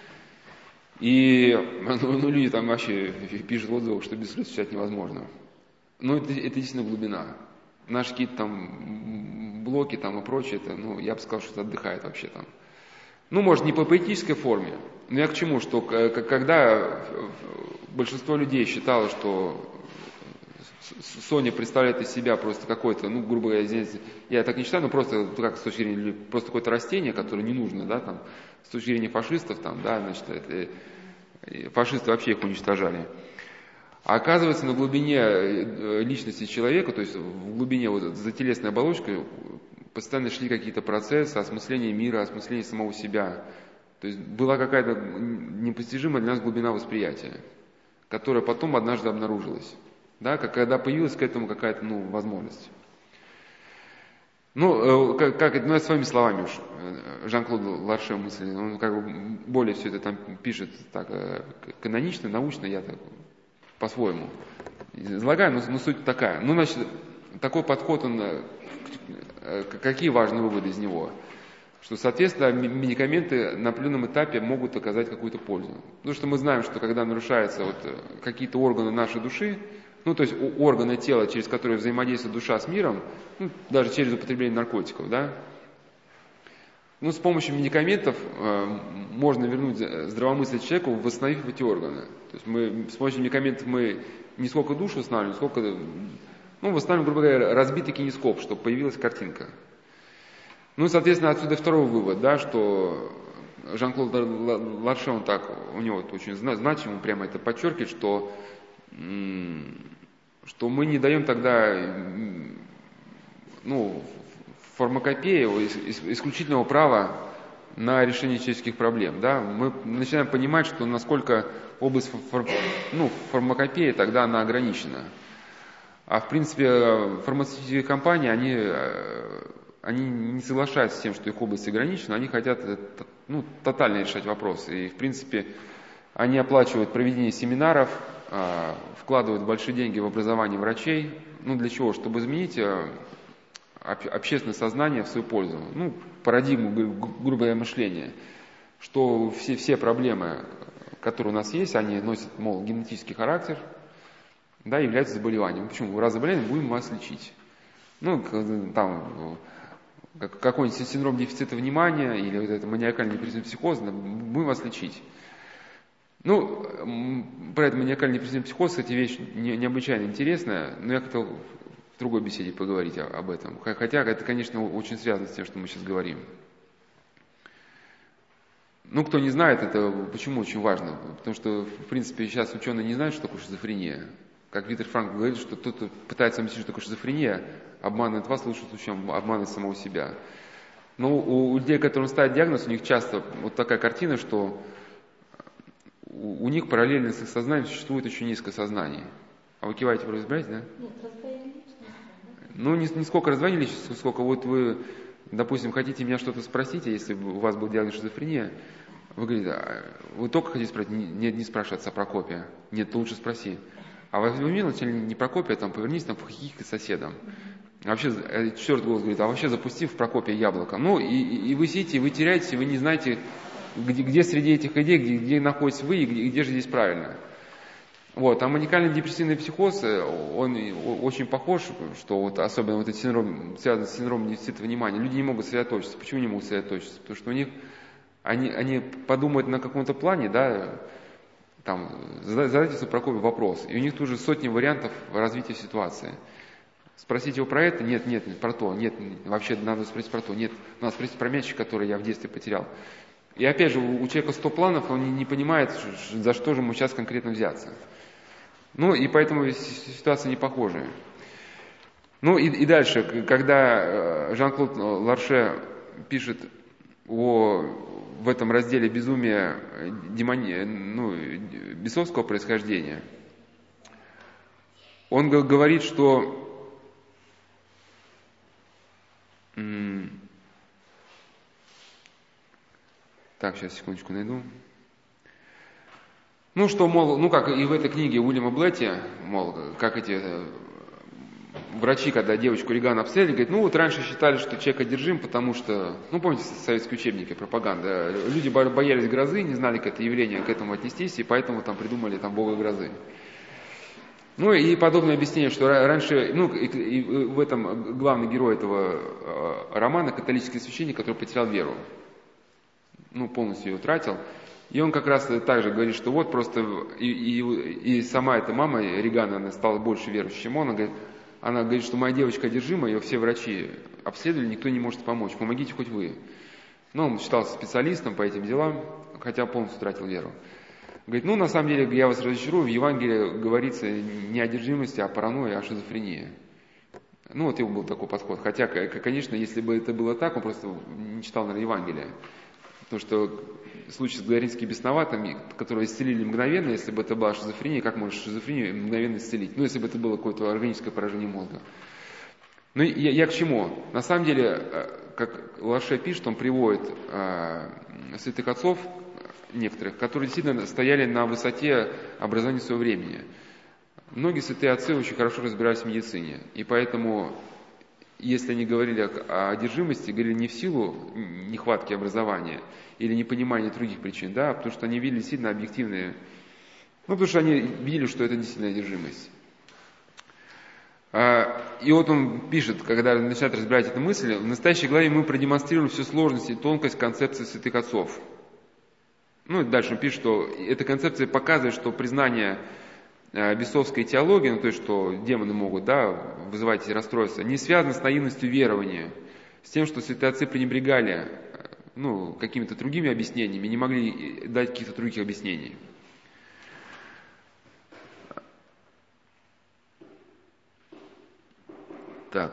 и люди там вообще пишут отзывы, что без слез читать невозможно. Но это действительно глубина. Наши какие-то там блоки там и прочее, это, я бы сказал, что это отдыхает вообще там. Ну, может, не по поэтической форме, но я к чему, что когда большинство людей считало, что Соня представляет из себя просто какое-то, грубо говоря, я так не считаю, но просто, как с точки зрения, просто какое-то растение, которое не нужно, да, там, с точки зрения фашистов, там, да, значит, фашисты вообще их уничтожали. А оказывается, на глубине личности человека, то есть в глубине вот за телесной оболочкой, постоянно шли какие-то процессы осмысления мира, осмысления самого себя. То есть была какая-то непостижимая для нас глубина восприятия, которая потом однажды обнаружилась. Да, когда появилась к этому какая-то возможность. Я своими словами уж, Жан-Клод Ларше мысли, он как бы более все это там пишет так канонично, научно, я так по-своему излагаю, но суть такая. Значит, такой подход, какие важные выводы из него? Что, соответственно, медикаменты на определенном этапе могут оказать какую-то пользу. Потому что мы знаем, что когда нарушаются какие-то органы нашей души, то есть органы тела, через которые взаимодействует душа с миром, даже через употребление наркотиков, да, с помощью медикаментов можно вернуть здравомыслие человеку, восстановив эти органы. То есть с помощью медикаментов мы не сколько душу восстанавливаем, сколько, восстанавливаем, грубо говоря, разбитый кинескоп, чтобы появилась картинка. Соответственно, отсюда второй вывод, да, что Жан-Клод Ларше, у него очень значимо прямо это подчеркивает, что мы не даем тогда фармакопеи, исключительного права на решение человеческих проблем. Да? Мы начинаем понимать, что насколько область фармакопеи тогда она ограничена. А в принципе фармацевтические компании, они не соглашаются с тем, что их область ограничена, они хотят тотально решать вопросы. И в принципе они оплачивают проведение семинаров, вкладывают большие деньги в образование врачей. Для чего? Чтобы изменить общественное сознание в свою пользу. Ну, парадигму, грубо говоря, мышления. Что все проблемы, которые у нас есть, они носят, мол, генетический характер, да, являются заболеванием. Почему? Раз заболевание, будем вас лечить. Ну, там, какой-нибудь синдром дефицита внимания или вот это маниакально-депрессивный психоз, будем вас лечить. Ну, про это маниакально-депрессивный психоз, кстати, вещь необычайно интересная, но я хотел в другой беседе поговорить об этом. Хотя это, конечно, очень связано с тем, что мы сейчас говорим. Ну, кто не знает, это почему очень важно? Потому что, в принципе, сейчас ученые не знают, что такое шизофрения. Как Виктор Франкл говорит, что тот, кто пытается объяснить, что такое шизофрения, обманывает вас, лучше, чем обманывает самого себя. Но у людей, которым ставят диагноз, у них часто вот такая картина, что у них параллельно с их сознанием существует еще низкое сознание. А вы киваете, вы разбираетесь, да? Нет, раздвоение личности. Ну, не сколько раздвоение личности, сколько вот вы, допустим, хотите меня что-то спросить, а если у вас был диагноз шизофрения, вы говорите, вы только хотите спросить, нет, не спрашивай отца Прокопия. Нет, ты лучше спроси. А вы видели, не Прокопия, там, повернись, там, к соседам. А вообще, четвертый голос говорит, а вообще запусти в Прокопия яблоко. Ну, и вы сидите, вы теряетесь, вы не знаете, где среди этих идей, где находитесь вы, и где же здесь правильно. Вот, а маниакально-депрессивный психоз, он очень похож, что вот особенно вот этот синдром, связан с синдромом дефицита внимания. Люди не могут сосредоточиться. Почему не могут сосредоточиться? Потому что у них, они подумают на каком-то плане, да, там, задайте Прокопию вопрос, и у них тут же сотни вариантов развития ситуации. Спросить его про это? Нет, про то. Нет, вообще надо спросить про то. Нет, надо спросить про мячик, который я в детстве потерял. И опять же, у человека 100 планов, он не понимает, за что же ему сейчас конкретно взяться. Ну, и поэтому ситуация не похожая. Ну, и дальше, когда Жан-Клод Ларше пишет в этом разделе безумия бесовского происхождения, он говорит, что так, сейчас, секундочку, найду. Ну, что, мол, как и в этой книге Уильяма Блетти, мол, как эти врачи, когда девочку Реган обследовали, говорят, вот раньше считали, что человек одержим, потому что, помните советские учебники, пропаганда, люди боялись грозы, не знали, как это явление, к этому отнестись, и поэтому там придумали бога грозы. Ну, и подобное объяснение, что раньше, и в этом главный герой этого романа, католический священник, который потерял веру, полностью ее утратил. И он как раз также говорит, что вот просто и сама эта мама Регана, она стала больше верующей, чем он. Она говорит, что моя девочка одержима, ее все врачи обследовали, никто не может помочь, помогите хоть вы. Он считался специалистом по этим делам, хотя полностью утратил веру. Говорит, на самом деле, я вас разочарую, в Евангелии говорится не о одержимости, а о паранойи, а о шизофрении. Вот его был такой подход. Хотя, конечно, если бы это было так, он просто не читал, наверное, Евангелие. Потому что случай с Гагаринским бесноватым, которые исцелили мгновенно, если бы это была шизофрения, как можно шизофрению мгновенно исцелить? Если бы это было какое-то органическое поражение мозга. Я к чему? На самом деле, как Ларше пишет, он приводит святых отцов некоторых, которые действительно стояли на высоте образования своего времени. Многие святые отцы очень хорошо разбирались в медицине, и поэтому, если они говорили о одержимости, говорили не в силу нехватки образования или непонимания других причин, да, потому что они видели действительно объективные, потому что они видели, что это действительно одержимость. И вот он пишет, когда начинает разбирать эту мысль, в настоящей главе мы продемонстрируем всю сложность и тонкость концепции святых отцов. И дальше он пишет, что эта концепция показывает, что признание бесовской теологии, то есть, что демоны могут, вызывать эти расстройства, не связано с наивностью верования, с тем, что святые отцы пренебрегали, какими-то другими объяснениями, не могли дать каких-то других объяснений. Так.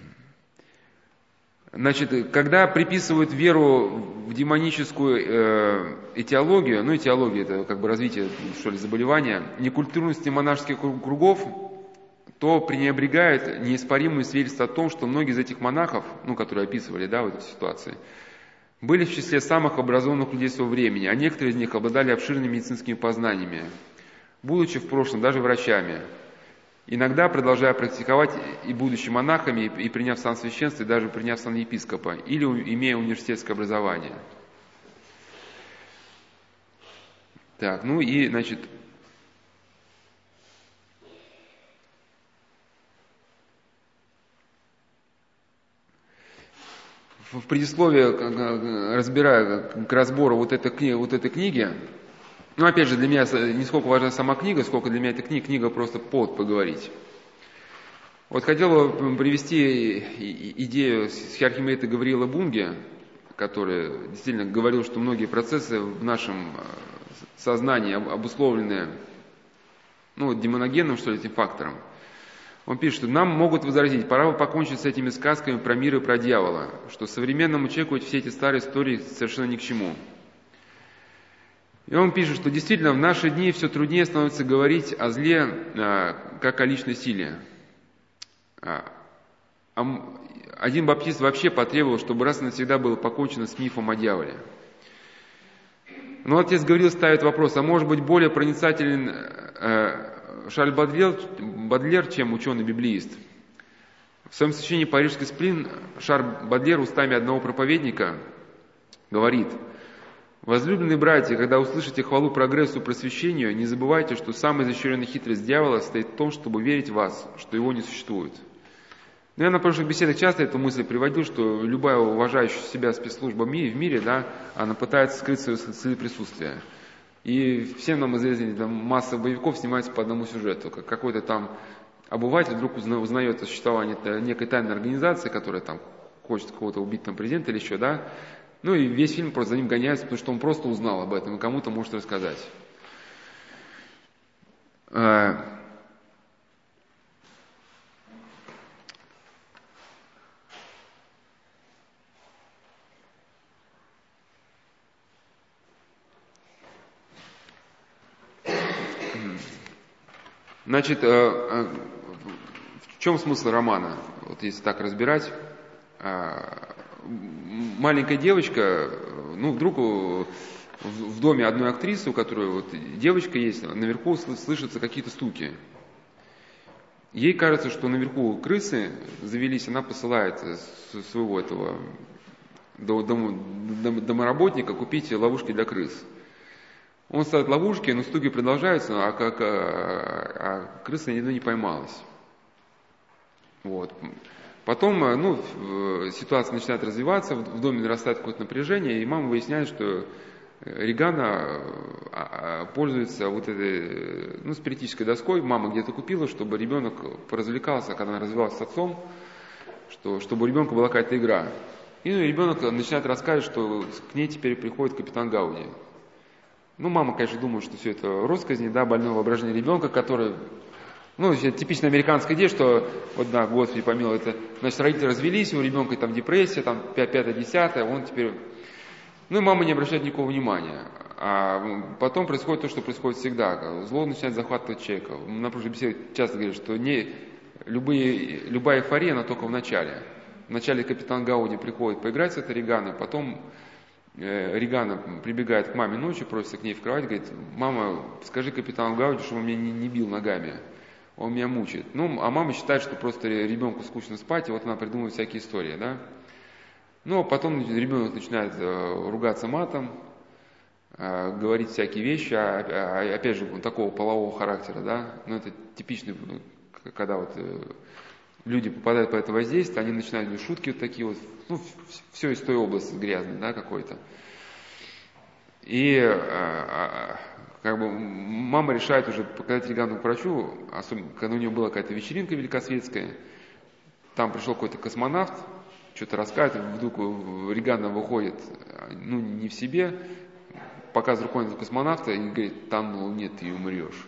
Значит, когда приписывают веру в демоническую этиологию, этиология это развитие, заболевания, некультурности монашеских кругов, то пренебрегают неоспоримые свидетельства о том, что многие из этих монахов, которые описывали, в этой ситуации, были в числе самых образованных людей своего времени, а некоторые из них обладали обширными медицинскими познаниями, будучи в прошлом даже врачами. иногда продолжая практиковать и будучи монахами, и приняв сан священства, и даже приняв сан епископа, или имея университетское образование. Так, ну и, значит, в предисловии, разбирая к разбору вот этой книги, ну, опять же, для меня не сколько важна сама книга, сколько для меня эта книга просто повод поговорить. Вот хотел бы привести идею архимандрита Гавриила Бунге, который действительно говорил, что многие процессы в нашем сознании обусловлены, ну, демоногенным, что ли, этим фактором. Он пишет, что нам могут возразить, пора бы покончить с этими сказками про мир и про дьявола, что современному человеку все эти старые истории совершенно ни к чему. И он пишет, что действительно в наши дни все труднее становится говорить о зле, как о личной силе. Один баптист вообще потребовал, чтобы раз и навсегда было покончено с мифом о дьяволе. Но отец Гавриил ставит вопрос, а может быть более проницателен Шарль Бодлер, чем ученый-библеист? В своем сочинении «Парижский сплин» Шарль Бодлер устами одного проповедника говорит: «Возлюбленные братья, когда услышите хвалу прогрессу и просвещению, не забывайте, что самая изощренная хитрость дьявола состоит в том, чтобы верить в вас, что его не существует». Но я на прошлых беседах часто эту мысль приводил, что любая уважающая себя спецслужба в мире, да, она пытается скрыть свои присутствие. И всем нам известно, там масса боевиков снимается по одному сюжету. Какой-то там обыватель вдруг узнает о существовании некой тайной организации, которая там хочет кого-то убить, там, президента или еще, да. Ну и весь фильм просто за ним гоняется, потому что он просто узнал об этом и кому-то может рассказать. Значит, в чем смысл романа? Вот если так разбирать, маленькая девочка, ну, вдруг в доме одной актрисы, у которой вот девочка есть, наверху слышатся какие-то стуки. Ей кажется, что наверху крысы завелись, она посылает своего этого домоработника купить ловушки для крыс. Он ставит ловушки, но стуки продолжаются, а крыса ни одной не поймалась. Вот. Потом, ну, ситуация начинает развиваться, в доме нарастает какое-то напряжение, и мама выясняет, что Регана пользуется вот этой, ну, спиритической доской, мама где-то купила, чтобы ребенок поразвлекался, когда она развивалась с отцом, чтобы у ребенка была какая-то игра. И ребенок начинает рассказывать, что к ней теперь приходит капитан Гауди. Ну, мама, конечно, думает, что все это россказни, да, больное воображение ребенка, который, ну, типичная американская идея, что, вот, да, Господи помилуй, это, значит, родители развелись, у ребенка там депрессия, там, 5-10, он теперь... Ну, и мама не обращает никакого внимания. А потом происходит то, что происходит всегда. Зло начинает захватывать человека. На прошлой беседе часто говорят, что любая эйфория, она только в начале. Вначале капитан Гауди приходит поиграть с этой Реганой, потом Регана прибегает к маме ночью, просится к ней в кровать, говорит: мама, скажи капитану Гауди, чтобы он меня не бил ногами, он меня мучает. Ну, а мама считает, что просто ребенку скучно спать, и вот она придумывает всякие истории, да. Ну, а потом ребенок начинает ругаться матом, говорить всякие вещи, опять же, такого полового характера, да. Ну, это типичный, когда вот люди попадают под это воздействие, они начинают делать шутки вот такие вот, ну, все из той области грязной, да, какой-то. И как бы мама решает уже показать Регану к врачу, особенно когда у нее была какая-то вечеринка великосветская, там пришел какой-то космонавт, что-то рассказывает, вдруг Регана выходит, ну, не в себе, показывает рукой на космонавта и говорит: там на Луне ты умрешь.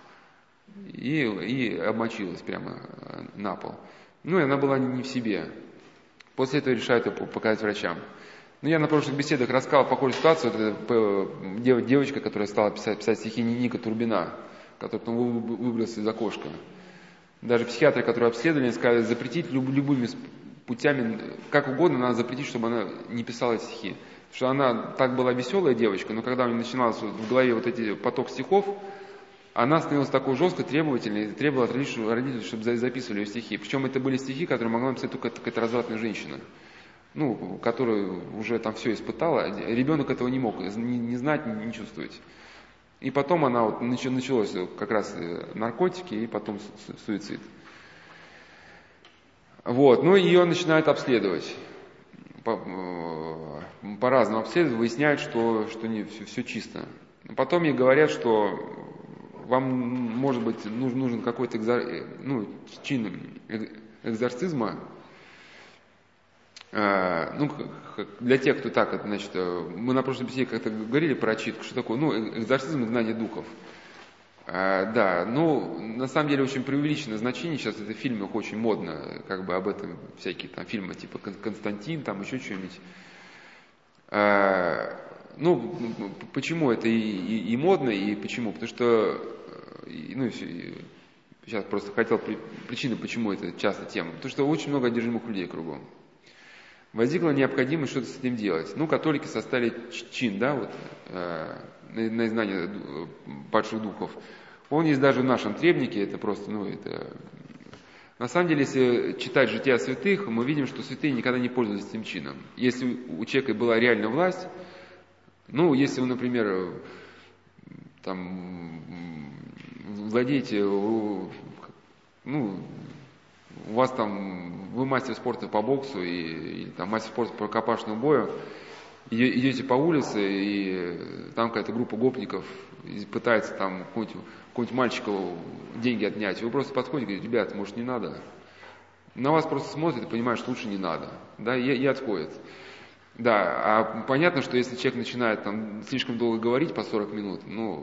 И обмочилась прямо на пол. Ну, и она была не в себе. После этого решает ее показать врачам. Ну, я на прошлых беседах рассказал похожую ситуацию. Это девочка, которая стала писать стихи, Ника Турбина, которая потом выбралась из окошка. Даже психиатры, которые обследовали, сказали, запретить любыми путями, как угодно, надо запретить, чтобы она не писала эти стихи. Потому что она так была веселая девочка, но когда у нее начиналась в голове вот эти поток стихов, она становилась такой жесткой, требовательной, и требовала от родителей, чтобы записывали ее стихи. Причем это были стихи, которые могла написать только какая-то развратная женщина, ну, которая уже там все испытала. Ребенок этого не мог не знать, не чувствовать. И потом она вот началось как раз наркотики, и потом суицид. Вот, ну, ее начинают обследовать. По-разному обследуют, выясняют, что все чисто. Потом ей говорят, что вам, может быть, нужен какой-то чин экзорцизма. Ну, для тех, кто так, значит, мы на прошлой беседе как-то говорили про отчитку, что такое, экзорцизм и изгнание духов. Да, на самом деле очень преувеличенное значение, сейчас это в фильмах очень модно, как бы об этом всякие там фильмы типа «Константин», там еще что-нибудь. Почему это и модно, и почему? Потому что, сейчас просто хотел причины, почему это часто тема. Потому что очень много одержимых людей кругом. Возникла необходимость что-то с этим делать. Католики составили чин, да, вот, на изгнание падших духов. Он есть даже в нашем требнике, это просто, На самом деле, если читать жития святых, мы видим, что святые никогда не пользовались этим чином. Если у человека была реальная власть, если вы, например, там, владеете, у вас там, вы мастер спорта по боксу и там мастер спорта по рукопашному бою, идете по улице, и там какая-то группа гопников пытается там какого-нибудь мальчика деньги отнять. Вы просто подходите и говорите: ребят, может, не надо? На вас просто смотрят и понимают, что лучше не надо. Да, и отходят. Да, а понятно, что если человек начинает там слишком долго говорить, по 40 минут,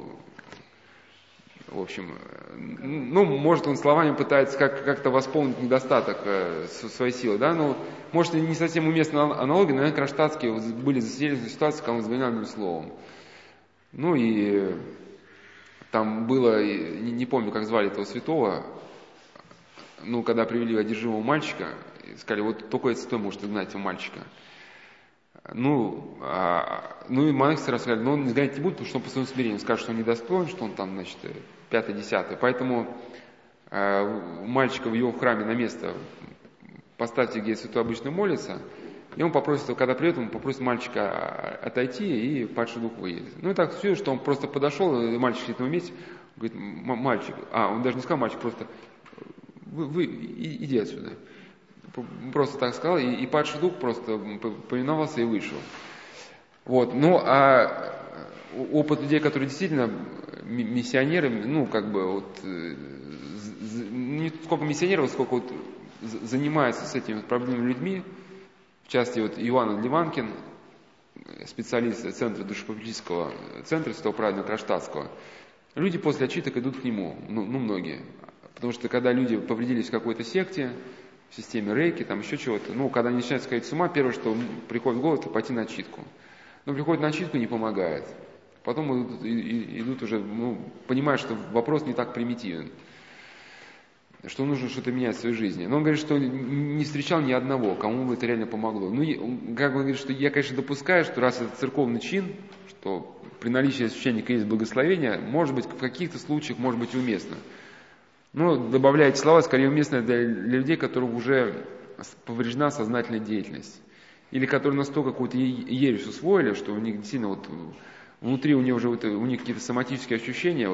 в общем, может, он словами пытается как-то восполнить недостаток своей силы, да, может, не совсем уместная аналогия, но, наверное, кронштадтские были засвидетельствованы ситуации, когда он изгонял одним словом. И там было, не помню, как звали этого святого, когда привели одержимого мальчика, сказали: вот только этот святой может изгнать этого мальчика. И монахи сразу сказали: он изгонять не будет, потому что он по своему смирению скажет, что он недостоин, что он там, значит, 5-10. Поэтому мальчика в его храме на место поставьте, где святой обычно молится, и он попросит, когда придет, он попросит мальчика отойти, и падший дух выедет. И так все, что он просто подошел, и мальчик сидит на его месте, говорит: мальчик, он даже не сказал мальчик, просто вы иди отсюда. Просто так сказал, и падший дух просто повиновался и вышел. Вот. Опыт людей, которые действительно миссионеры, не сколько миссионеров, сколько занимаются с этими проблемными людьми, в частности, Иоанн Ливанкин, специалист Центра душепопечительского центра Святого Праведного Кронштадтского, люди после отчиток идут к нему, многие. Потому что когда люди повредились в какой-то секте, в системе рейки, там еще чего-то, когда они начинают сходить с ума, первое, что приходит в голову, это пойти на отчитку. Но приходит на отчитку, не помогает. Потом идут уже, понимают, что вопрос не так примитивен, что нужно что-то менять в своей жизни. Но он говорит, что не встречал ни одного, кому бы это реально помогло. Как он говорит, что я, конечно, допускаю, что раз это церковный чин, что при наличии священника есть благословение, может быть, в каких-то случаях может быть уместно. Добавляете слова, скорее уместные для людей, которых уже повреждена сознательная деятельность. Или которые настолько какую-то ересь усвоили, что у них действительно внутри у них уже у них какие-то соматические ощущения,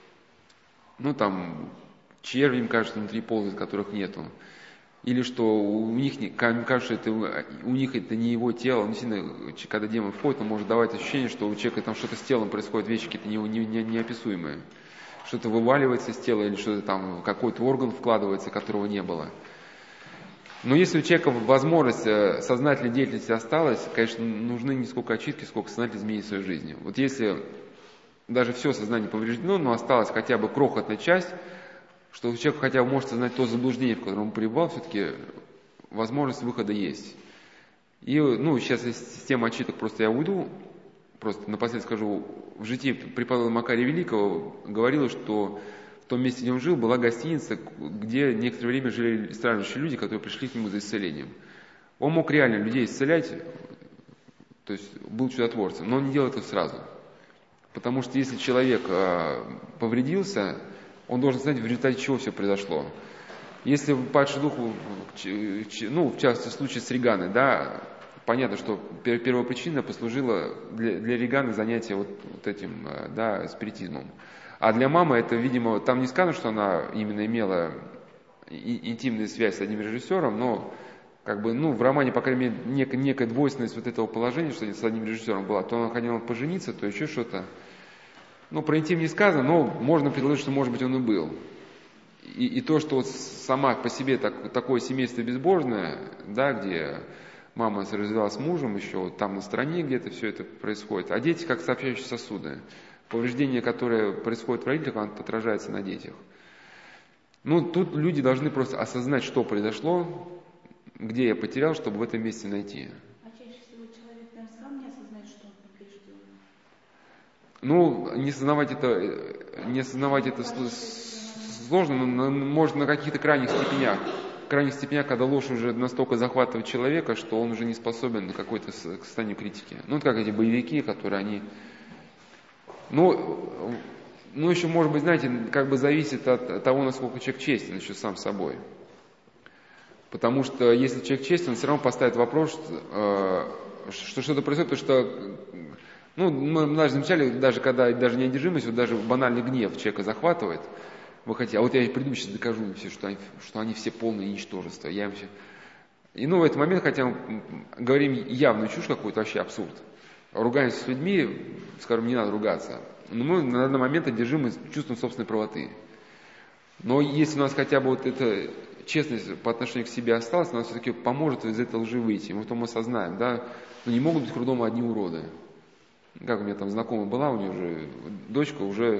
черви, им кажется, внутри ползают, которых нету. Или что у них кажется, что у них это не его тело. Действительно, когда демон входит, он может давать ощущение, что у человека там что-то с телом происходит, вещи какие-то неописуемые. Что-то вываливается из тела, или что-то там, какой-то орган вкладывается, которого не было. Но если у человека возможность сознательной деятельности осталась, конечно, нужны не сколько отчитки, сколько сознательных изменений в своей жизни. Вот если даже все сознание повреждено, но осталась хотя бы крохотная часть, что человек хотя бы может осознать то заблуждение, в котором он пребывал, все-таки возможность выхода есть. И, сейчас из системы отчиток просто я уйду, просто напоследок скажу, в житии преподобного Макария Великого говорилось, что в том месте, где он жил, была гостиница, где некоторое время жили страждущие люди, которые пришли к нему за исцелением. Он мог реально людей исцелять, то есть был чудотворцем, но он не делал это сразу. Потому что если человек повредился, он должен знать, в результате чего все произошло. Если падший дух, ну, в частности, в случае с Реганой, да, понятно, что первопричина послужила для Реганы занятие вот этим, да, спиритизмом. А для мамы это, видимо, там не сказано, что она именно имела интимную связь с одним режиссером, но как бы, ну, в романе, по крайней мере, некая двойственность вот этого положения, что с одним режиссером была, то она хотела пожениться, то еще что-то. Ну, про интим не сказано, но можно предположить, что, может быть, он и был. И то, что вот сама по себе такое семейство безбожное, да, где мама развелась с мужем, еще вот там на стороне где-то все это происходит, а дети как сообщающие сосуды. Повреждение, которое происходит в родителях, оно отражается на детях. Ну, тут люди должны просто осознать, что произошло, где я потерял, чтобы в этом месте найти. А чаще всего человек прям сам не осознает, что он поврежден? Ну, не осознавать это сложно, но может на каких-то крайних степенях, когда ложь уже настолько захватывает человека, что он уже не способен на какое-то состояние критики. Ну, вот как эти боевики, которые они... Ну, еще, может быть, знаете, как бы зависит от того, насколько человек честен еще сам собой. Потому что если человек честен, он все равно поставит вопрос, что что-то происходит, потому что, ну, мы даже замечали, даже когда даже неодержимость, вот даже банальный гнев человека захватывает, вы хотите, а вот я приду, сейчас докажу им все, что они все полные ничтожества. Я им все... И ну, в этот момент, хотя мы говорим явную чушь какую-то, вообще абсурд, ругаемся с людьми, скажем, не надо ругаться, но мы на данный момент одержимы чувством собственной правоты. Но если у нас хотя бы вот эта честность по отношению к себе осталась, она все-таки поможет из этой лжи выйти. Мы потом осознаем, да, ну не могут быть кругом одни уроды. Как у меня там знакомая была, у нее уже дочка уже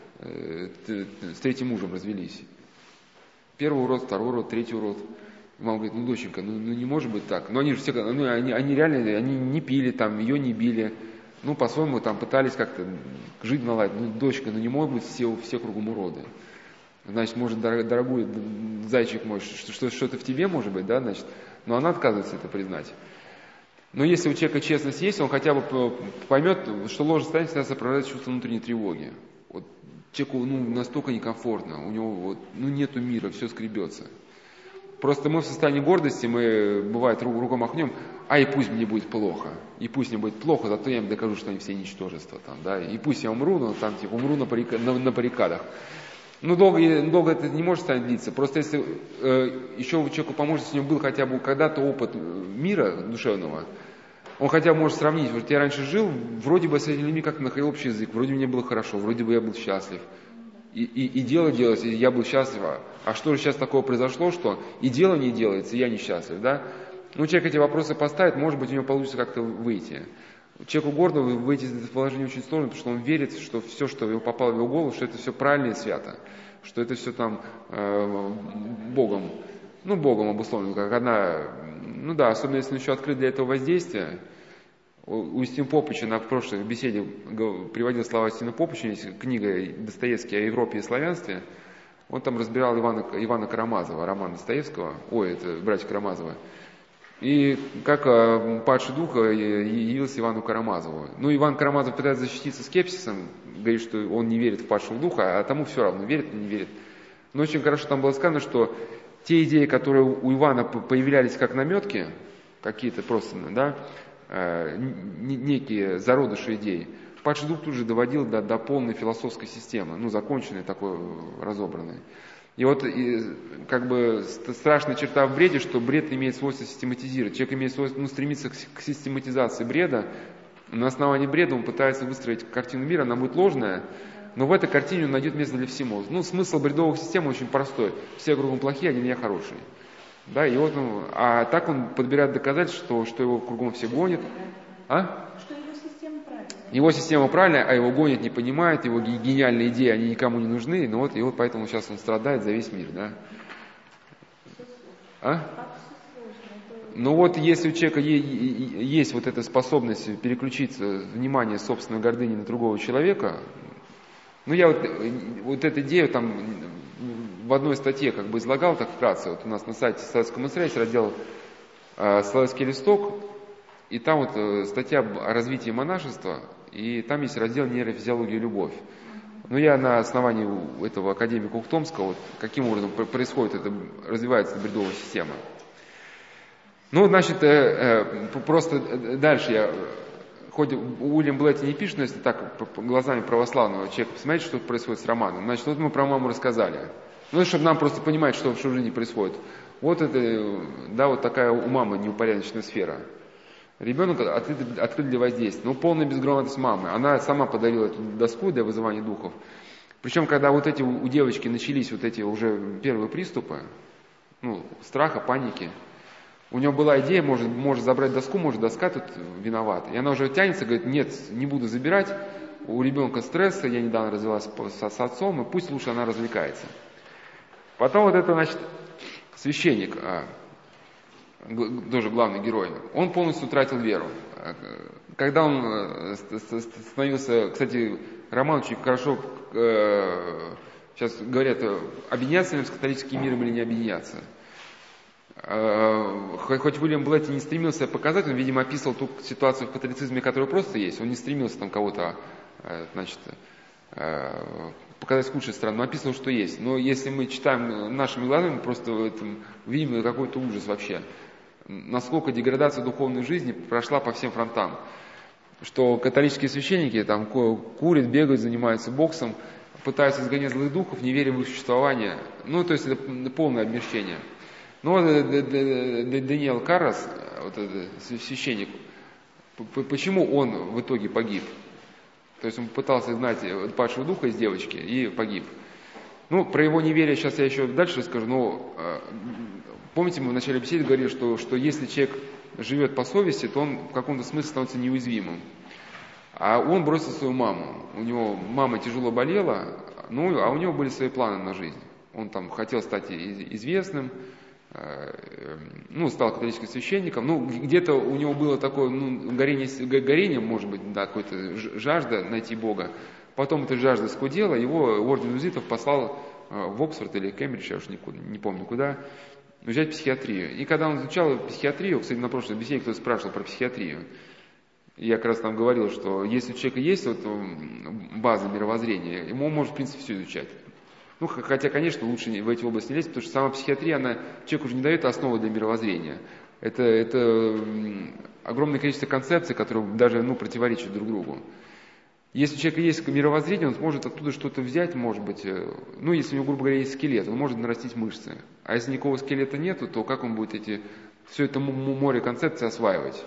с третьим мужем развелись. Первый урод, второй урод, третий урод. Мама говорит, ну, доченька, ну не может быть так. Но они же все, ну, они реально, они не пили там, ее не били. Ну, по-своему там пытались как-то жить наладить. Ну, дочка, ну не могут быть все кругом уроды. Значит, может, дорогой зайчик мой, что-то в тебе может быть, да, значит. Но она отказывается это признать. Но если у человека честность есть, он хотя бы поймет, что ложь станет всегда сопровождать чувство внутренней тревоги. Вот человеку, ну, настолько некомфортно, у него вот, ну, нету мира, все скребется. Просто мы в состоянии гордости, мы, бывает, рукой махнем, а и пусть мне будет плохо. И пусть мне будет плохо, зато я им докажу, что они все ничтожества там, да. И пусть я умру, но там, типа, умру на баррикадах. Ну, долго это не может стать длиться. Просто если еще человеку поможет, если у него был хотя бы когда-то опыт мира душевного, он хотя бы может сравнить. Вот я раньше жил, вроде бы с этими людьми как-то находил общий язык, вроде мне было хорошо, вроде бы я был счастлив. И дело делалось, и я был счастлив. А что же сейчас такого произошло, что и дело не делается, и я несчастлив, да? Ну, человек эти вопросы поставит, может быть, у него получится как-то выйти. Человеку гордо выйти из этого положения очень сложно, потому что он верит, что все, что его попало в его голову, что это все правильно и свято, что это все там Богом обусловлено, как одна, ну да, особенно если он еще открыт для этого воздействия. У Устина Попыча на прошлой беседе приводил слова Устина Попыча, есть книга Достоевский о Европе и славянстве. Он там разбирал Ивана Карамазова, роман Достоевского, это братья Карамазовы. И как падший дух явился Ивану Карамазову. Ну, Иван Карамазов пытается защититься скепсисом, говорит, что он не верит в падшего духа, а тому все равно, верит или не верит. Но очень хорошо там было сказано, что те идеи, которые у Ивана появлялись как наметки, какие-то просто, да, некие зародыши идей, падший дух тут же доводил до полной философской системы, ну, законченной, такой разобранной. И вот как бы страшная черта в бреде, что бред имеет свойство систематизировать. Человек имеет свойство стремиться к систематизации бреда. На основании бреда он пытается выстроить картину мира, она будет ложная, но в этой картине он найдет место для всего. Ну, смысл бредовых систем очень простой. Все кругом плохие, один я хороший. Да, и вот, а так он подбирает доказательства, что его кругом все гонят. Что его система правильная. Его система правильная, а его гонят, не понимают, его гениальные идеи, они никому не нужны, но вот, и вот поэтому сейчас он страдает за весь мир, да? Ну вот, если у человека есть вот эта способность переключить внимание собственной гордыни на другого человека, ну я вот эту идею там в одной статье как бы излагал так вкратце, вот у нас на сайте Советского монастыря есть раздел «Соловецкий листок», и там вот статья о развитии монашества, и там есть раздел «Нейрофизиология и любовь». Но я на основании этого академика Ухтомского, вот, каким образом происходит это, развивается эта бредовая система. Ну, значит, просто дальше я, хоть Уильям Блетти не пишет, но если так глазами православного человека посмотреть, что происходит с Романом, значит, вот мы про маму рассказали. Ну, чтобы нам просто понимать, что в жизни происходит. Вот это, да, вот такая у мамы неупорядоченная сфера. Ребенок открыт для воздействия. Ну, полная безграмотность мамы. Она сама подарила эту доску для вызывания духов. Причем, когда вот эти у девочки начались вот эти уже первые приступы, ну, страха, паники, у нее была идея, может забрать доску, может доска тут виновата. И она уже тянется, говорит, нет, не буду забирать, у ребенка стресс, я недавно развелась с отцом, и пусть лучше она развлекается. Потом вот это, значит, священник, тоже главный герой, он полностью утратил веру. Когда он становился, кстати, Роман очень хорошо, сейчас говорят, объединяться ли с католическим миром или не объединяться. Хоть Уильям Блетти не стремился показать, он, видимо, описывал ту ситуацию в католицизме, которая просто есть, он не стремился там кого-то, значит, показать худшую сторону, но описывал, что есть. Но если мы читаем нашими глазами, просто в этом видим какой-то ужас вообще. Насколько деградация духовной жизни прошла по всем фронтам. Что католические священники там курят, бегают, занимаются боксом, пытаются изгонять злых духов, не веря в их существование. Ну, то есть это полное обмещение. Но Даниэл Каррас, вот этот священник, почему он в итоге погиб? То есть он пытался изгнать падшего духа из девочки и погиб. Ну, про его неверие сейчас я еще дальше расскажу, но помните, мы в начале беседы говорили, что если человек живет по совести, то он в каком-то смысле становится неуязвимым. А он бросил свою маму. У него мама тяжело болела, ну, а у него были свои планы на жизнь. Он там хотел стать известным, ну, стал католическим священником. Ну, где-то у него было такое, ну, горение, может быть, да, какая-то жажда найти Бога. Потом эта жажда скудела, его орден иезуитов послал в Оксфорд или Кембридж, я уж не помню куда, взять психиатрию. И когда он изучал психиатрию, кстати, на прошлой беседе кто-то спрашивал про психиатрию, я как раз там говорил, что если у человека есть вот база мировоззрения, ему он может, в принципе, все изучать. Ну, хотя, конечно, лучше в эти области не лезть, потому что сама психиатрия, она человеку уже не дает основы для мировоззрения. Это огромное количество концепций, которые даже, ну, противоречат друг другу. Если у человека есть мировоззрение, он сможет оттуда что-то взять, может быть, ну, если у него, грубо говоря, есть скелет, он может нарастить мышцы. А если никакого скелета нету, то как он будет все это море концепций осваивать?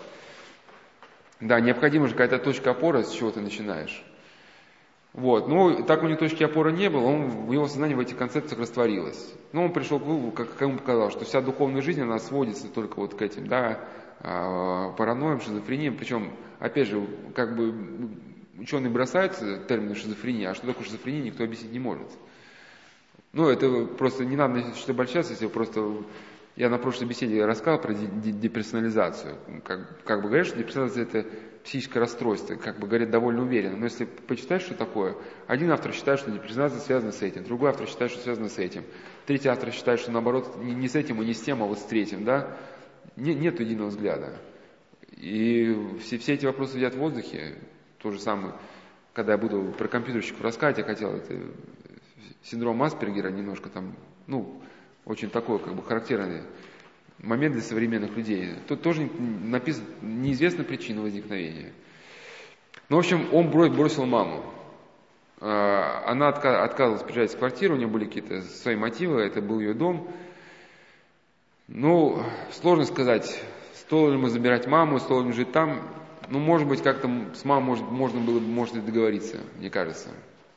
Да, необходима же какая-то точка опоры, с чего ты начинаешь. Вот, но так у него точки опоры не было, в его сознании в этих концепциях растворилось. Но он пришел к выводу, как ему показалось, что вся духовная жизнь, она сводится только вот к этим, да, паранойям, шизофрениям. Причем, опять же, как бы ученые бросаются термины шизофрения, а что такое шизофрения, никто объяснить не может. Ну, это просто не надо что-то обольщаться, если просто... Я на прошлой беседе рассказал про деперсонализацию. Как бы говорят, что деперсонализация – это психическое расстройство, как бы говорят довольно уверенно. Но если почитать, что такое, один автор считает, что деперсонализация связана с этим, другой автор считает, что связана с этим, третий автор считает, что наоборот не с этим и не с тем, а вот с третьим, да? Нет единого взгляда. И все эти вопросы сидят в воздухе. То же самое, когда я буду про компьютерщиков рассказывать, я хотел это синдром Аспергера немножко там, ну, очень такой, как бы, характерный момент для современных людей. Тут тоже написано, неизвестна причина возникновения. Ну, в общем, он бросил маму. Она отказывалась приезжать с квартиры, у нее были какие-то свои мотивы, это был ее дом. Ну, сложно сказать, стоило ли ему забирать маму, стоило ли ему жить там. Ну, может быть, как-то с мамой можно было бы договориться, мне кажется.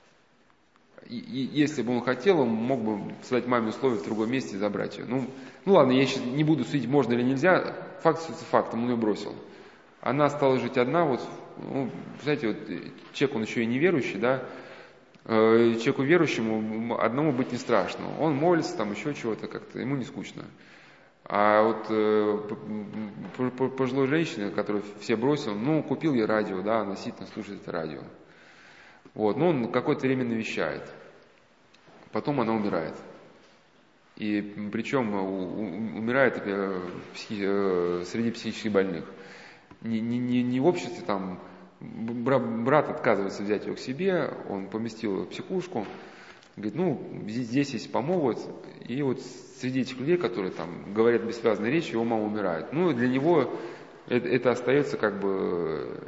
И если бы он хотел, он мог бы создать маме условия в другом месте и забрать ее. Ну ладно, я сейчас не буду судить, можно или нельзя. Факт остается фактом, он ее бросил. Она стала жить одна, вот, ну, знаете, вот человек, он еще и неверующий, да, человеку верующему одному быть не страшно. Он молится, там еще чего-то как-то, ему не скучно. А вот пожилой женщине, которую все бросил, ну, купил ей радио, да, она сидит, слушает это радио. Вот, ну, он какое-то время навещает. Потом она умирает. И причем умирает среди психически больных. Не в обществе там Брат отказывается взять его к себе, он поместил его в психушку. Говорит, ну, здесь если помогут. И вот среди этих людей, которые там говорят бессвязной речью, его мама умирает. Ну, для него это остается как бы,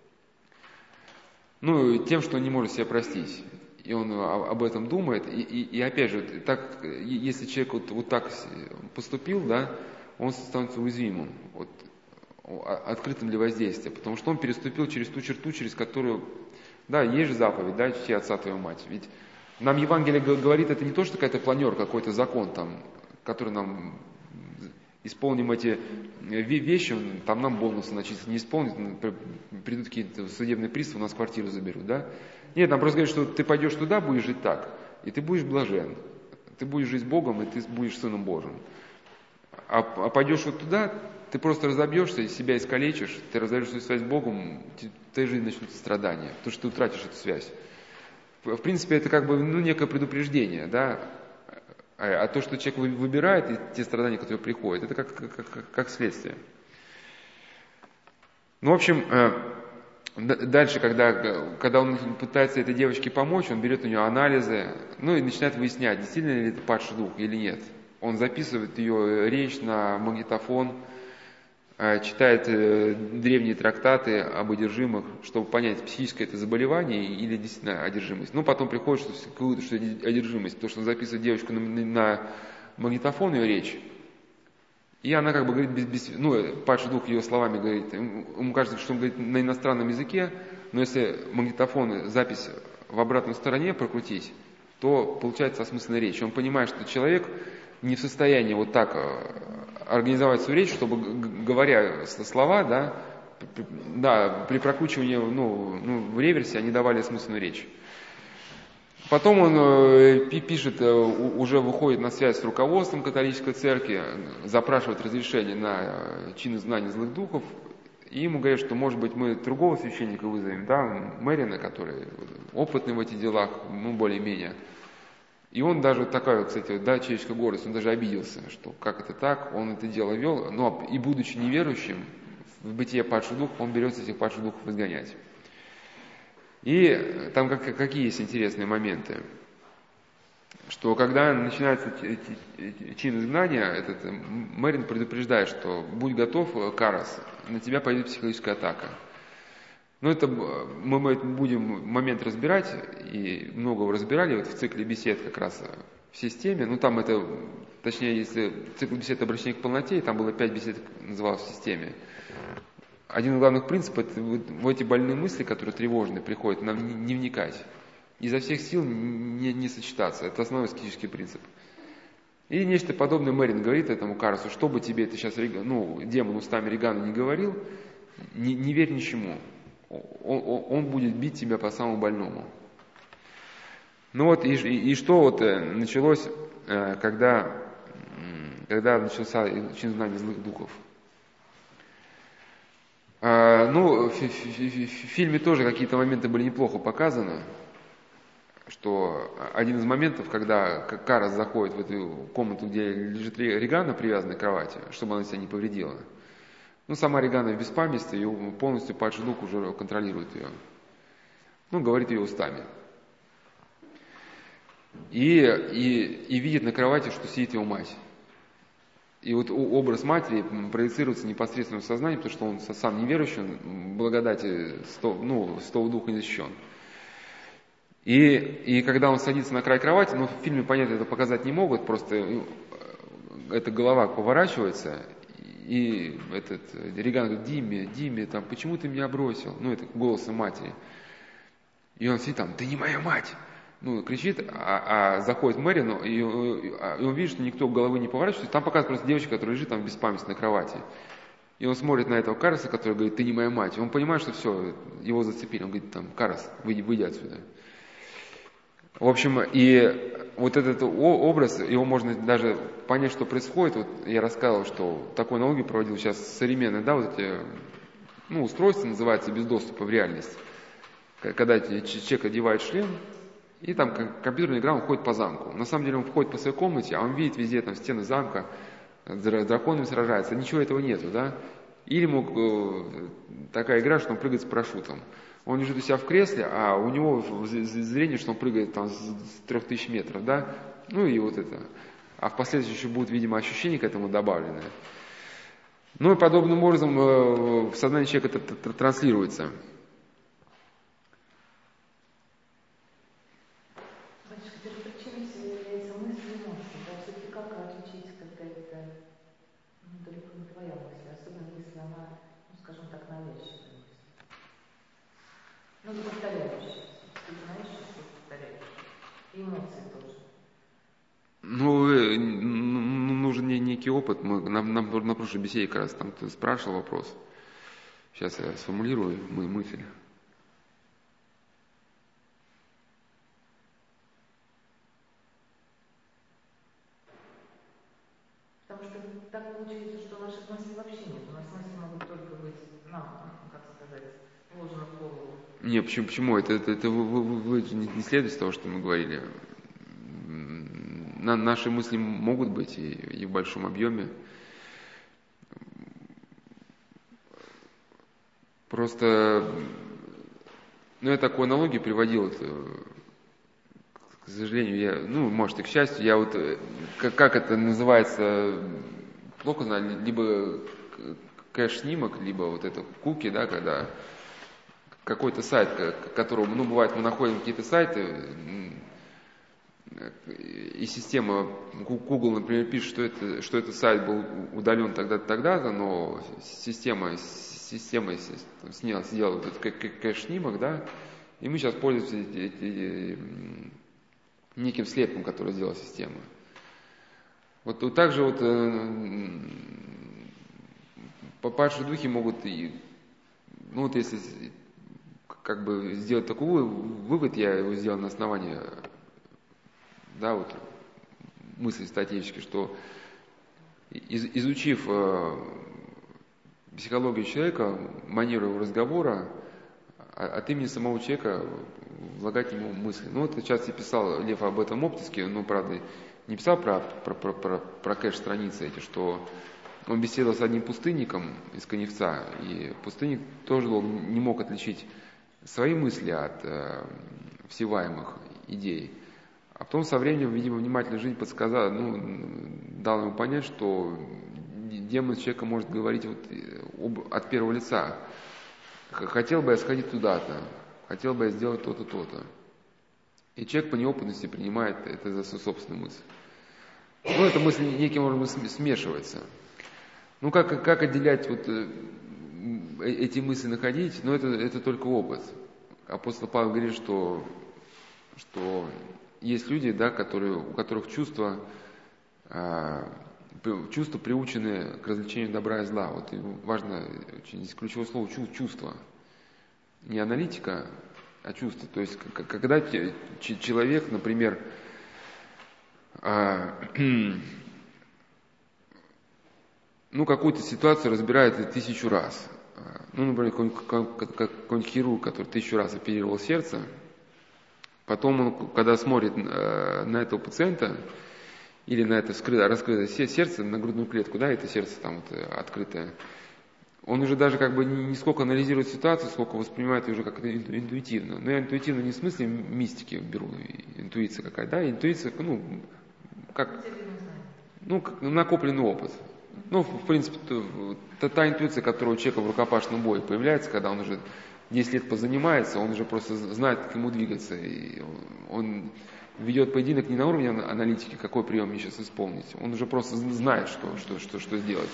ну, тем, что он не может себя простить. И он об этом думает. И опять же, так, если человек вот так поступил, да, он становится уязвимым, вот, открытым для воздействия, потому что он переступил через ту черту, через которую, да, есть же заповедь, да, чти отца твою мать. Ведь нам Евангелие говорит, это не то, что какая-то планер, какой-то закон, там, который нам исполним эти вещи, там нам бонусы начислят, не исполнит, придут какие-то судебные приставы, у нас квартиру заберут, да. Нет, нам просто говорят, что ты пойдешь туда, будешь жить так, и ты будешь блажен, ты будешь жить с Богом, и ты будешь Сыном Божьим. А пойдешь вот туда, ты просто разобьешься, себя искалечишь, ты разорвешь свою связь с Богом, в твоей жизни начнутся страдания, потому что ты утратишь эту связь. В принципе, это как бы, ну, некое предупреждение, да, а то, что человек выбирает, и те страдания, которые приходят, это как следствие. Ну, в общем, дальше, когда он пытается этой девочке помочь, он берет у нее анализы, ну, и начинает выяснять, действительно ли это падший дух или нет. Он записывает ее речь на магнитофон, читает древние трактаты об одержимых, чтобы понять, психическое это заболевание или действительно одержимость. Ну, потом приходит к выводу, что это одержимость, потому что он записывает девочку на магнитофон, ее речь, и она как бы говорит, ну, падший дух ее словами говорит, ему кажется, что он говорит на иностранном языке, но если магнитофон, запись в обратной стороне прокрутить, то получается осмысленная речь. Он понимает, что человек не в состоянии вот так организовать свою речь, чтобы, говоря слова, да, при прокручивании, в реверсе они давали осмысленную речь. Потом он пишет, уже выходит на связь с руководством католической церкви, запрашивает разрешение на чин изгнания злых духов, и ему говорят, что, может быть, мы другого священника вызовем, да, Мэрина, который опытный в этих делах, более-менее. И он даже, такая, кстати, да, человеческая гордость, он даже обиделся, что как это так, он это дело вел, но и будучи неверующим, в бытие падших духов, он берется этих падших духов изгонять. И там какие есть интересные моменты, что когда начинается чин изгнания, этот Мэрин предупреждает, что будь готов, Карас, на тебя пойдет психологическая атака. Но это мы будем момент разбирать, и многого разбирали вот в цикле бесед как раз в системе. Ну там это, точнее, если цикл бесед обращения к полноте, там было 5 бесед, называлось в системе. Один из главных принципов — это в эти больные мысли, которые тревожные, приходят, нам не вникать. Изо всех сил не сочетаться. Это основной аскетический принцип. И нечто подобное Мэрин говорит этому Карасу, что бы тебе это сейчас, демон устами Регана не говорил, не верь ничему. Он будет бить тебя по самому больному. Ну вот, и что вот началось, когда начался чин изгнания злых духов. В фильме тоже какие-то моменты были неплохо показаны, что один из моментов, когда Карас заходит в эту комнату, где лежит Регана, привязанная к кровати, чтобы она себя не повредила. Сама Регана в беспамятстве, и полностью падший дух уже контролирует ее. Говорит ее устами. И видит на кровати, что сидит его мать. И вот образ матери проецируется непосредственно в сознании, потому что он сам неверующий, он благодати 100 духа не защищен. И когда он садится на край кровати, в фильме, понятно, это показать не могут, просто эта голова поворачивается, и этот Реган говорит: Диме, там, почему ты меня бросил? Это голосом матери. И он сидит там: ты не моя мать! Кричит, а заходит Мэрин, и он видит, что никто головы не поворачивается. Там показывает просто девочка, которая лежит там в беспамятстве на кровати. И он смотрит на этого Караса, который говорит: ты не моя мать. И он понимает, что все, его зацепили. Он говорит: Карас, выйди отсюда. В общем, и вот этот образ, его можно даже понять, что происходит. Вот я рассказывал, что такую аналогию проводил сейчас современные, вот эти, устройства называется без доступа в реальность. Когда человек одевает шлем, и там компьютерная игра, он ходит по замку. На самом деле он входит по своей комнате, а он видит везде там стены замка, с драконами сражается, ничего этого нету, да. Или такая игра, что он прыгает с парашютом. Он лежит у себя в кресле, а у него зрение, что он прыгает там с 3000 метров, да? Ну и вот это. А впоследствии еще будут, видимо, ощущения к этому добавлены. Ну и подобным образом в сознании человека это транслируется. Батюшка, первопричиной всего является мысль и эмоции. Да, все-таки как отличить, когда это далеко не твоя мысль, особенно если она, скажем так, навязчивая мысль. Повторяющаяся. Ты знаешь, что повторяющаяся. И эмоции тоже. Нужен некий опыт. Нам на прошлой беседе как раз там ты спрашивал вопрос. Сейчас я сформулирую мою мысль. Потому что так получается, что наших мыслей вообще нет. У нас мысли могут только быть нам, как сказать, вложены в голову. Не, почему? Это вы не следует из того, что мы говорили. Наши мысли могут быть и в большом объеме. Просто, я такую аналогию приводил, к сожалению, может и к счастью, я как это называется, плохо знаю, либо кэш-снимок, либо вот это куки, да, когда какой-то сайт, которого, бывает, мы находим какие-то сайты, и система Google, например, пишет, что этот сайт был удален тогда-то, тогда-то, но система сделала вот этот кэш-снимок, да, и мы сейчас пользуемся неким слепком, который сделала система. Вот так же падшие духи могут, если как бы сделать такой вывод, я его сделал на основании, да, мысли статически, что изучив психологию человека, манеру его разговора, от имени самого человека влагать ему мысли. Сейчас я писал Лев об этом оптиске, но, правда, не писал про кэш-страницы эти, что он беседовал с одним пустынником из Каневца, и пустынник тоже не мог отличить свои мысли от всеваемых идей. А потом со временем, видимо, внимательная жизнь подсказала, дал ему понять, что демон человека может говорить от первого лица. Хотел бы я сходить туда-то, хотел бы я сделать то-то, то-то. И человек по неопытности принимает это за свою собственную мысль. Эта мысль неким образом смешивается. Как отделять эти мысли находить? Это только опыт. Апостол Павел говорит, что есть люди, да, у которых чувства приучены к развлечению добра и зла. И важно, здесь ключевое слово чувство. Не аналитика, а чувство. То есть, когда человек, например, какую-то ситуацию разбирает 1000 раз. Например, какой-нибудь хирург, который 1000 раз оперировал сердце, потом он, когда смотрит на этого пациента, или на это раскрытое сердце, на грудную клетку, да, это сердце там открытое, он уже даже не сколько анализирует ситуацию, сколько воспринимает ее уже как интуитивно. Но я интуитивно не в смысле мистики беру, интуиция какая, да, интуиция, как накопленный опыт. В принципе, та интуиция, которая у человека в рукопашном бою появляется, когда он уже 10 лет позанимается, он уже просто знает, как ему двигаться. И он ведет поединок не на уровне аналитики, какой прием мне сейчас исполнить. Он уже просто знает, что сделать.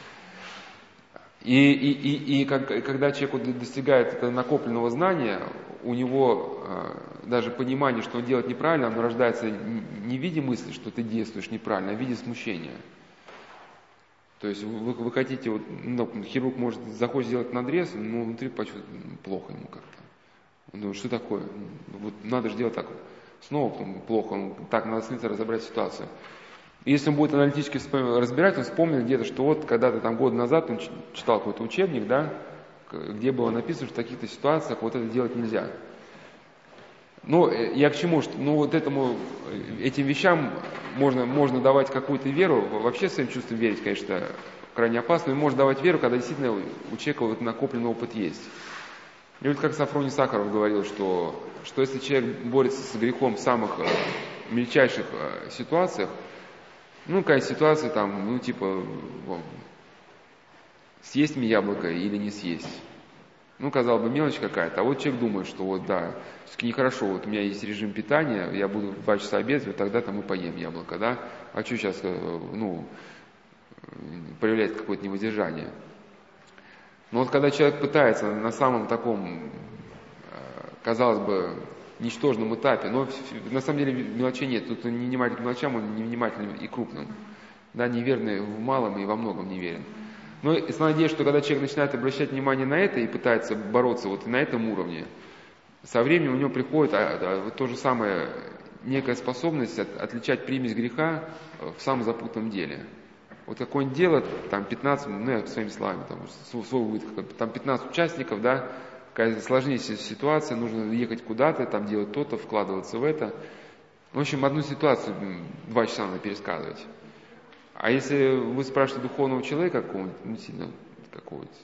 И когда человек достигает этого накопленного знания, у него даже понимание, что он делает неправильно, оно рождается не в виде мысли, что ты действуешь неправильно, а в виде смущения. То есть вы хотите, хирург захочет сделать надрез, но внутри почувствует плохо ему как-то. Он думает, что такое? Надо же делать так. Снова плохо, так, надо сниться, разобрать ситуацию. И если он будет аналитически разбирать, он вспомнит где-то, что когда-то там год назад он читал какой-то учебник, да, где было написано, что в таких-то ситуациях это делать нельзя. Ну, я к чему? Ну, вот этим вещам можно давать какую-то веру. Вообще своим чувствам верить, конечно, крайне опасно. И можно давать веру, когда действительно у человека вот накопленный опыт есть. И вот как Сафроний Сахаров говорил, что если человек борется с грехом в самых мельчайших ситуациях, ну, какая ситуация там, ну, типа, съесть мне яблоко или не съесть. Ну, казалось бы, мелочь какая-то. А вот человек думает, что вот да, все-таки нехорошо, вот у меня есть режим питания, я буду в 2 часа обедать, вот тогда там и поем яблоко, да? А что сейчас, ну, проявляет какое-то невоздержание? Но вот когда человек пытается на самом таком, казалось бы, ничтожном этапе, но на самом деле мелочей нет, тут он не внимательный к мелочам, он невнимательный и крупным. Да, неверный в малом и во многом неверен. Но основная идея, что когда человек начинает обращать внимание на это и пытается бороться вот на этом уровне, со временем у него приходит то же самое, некая способность отличать примесь греха в самом запутанном деле. Вот какое-нибудь дело, там 15, ну я своими словами, там, свой вывод, там 15 участников, да, какая сложнее ситуация, нужно ехать куда-то, там делать то-то, вкладываться в это. В общем, одну ситуацию 2 часа надо пересказывать. А если вы спрашиваете духовного человека какого-нибудь, ну, сильно какого-нибудь,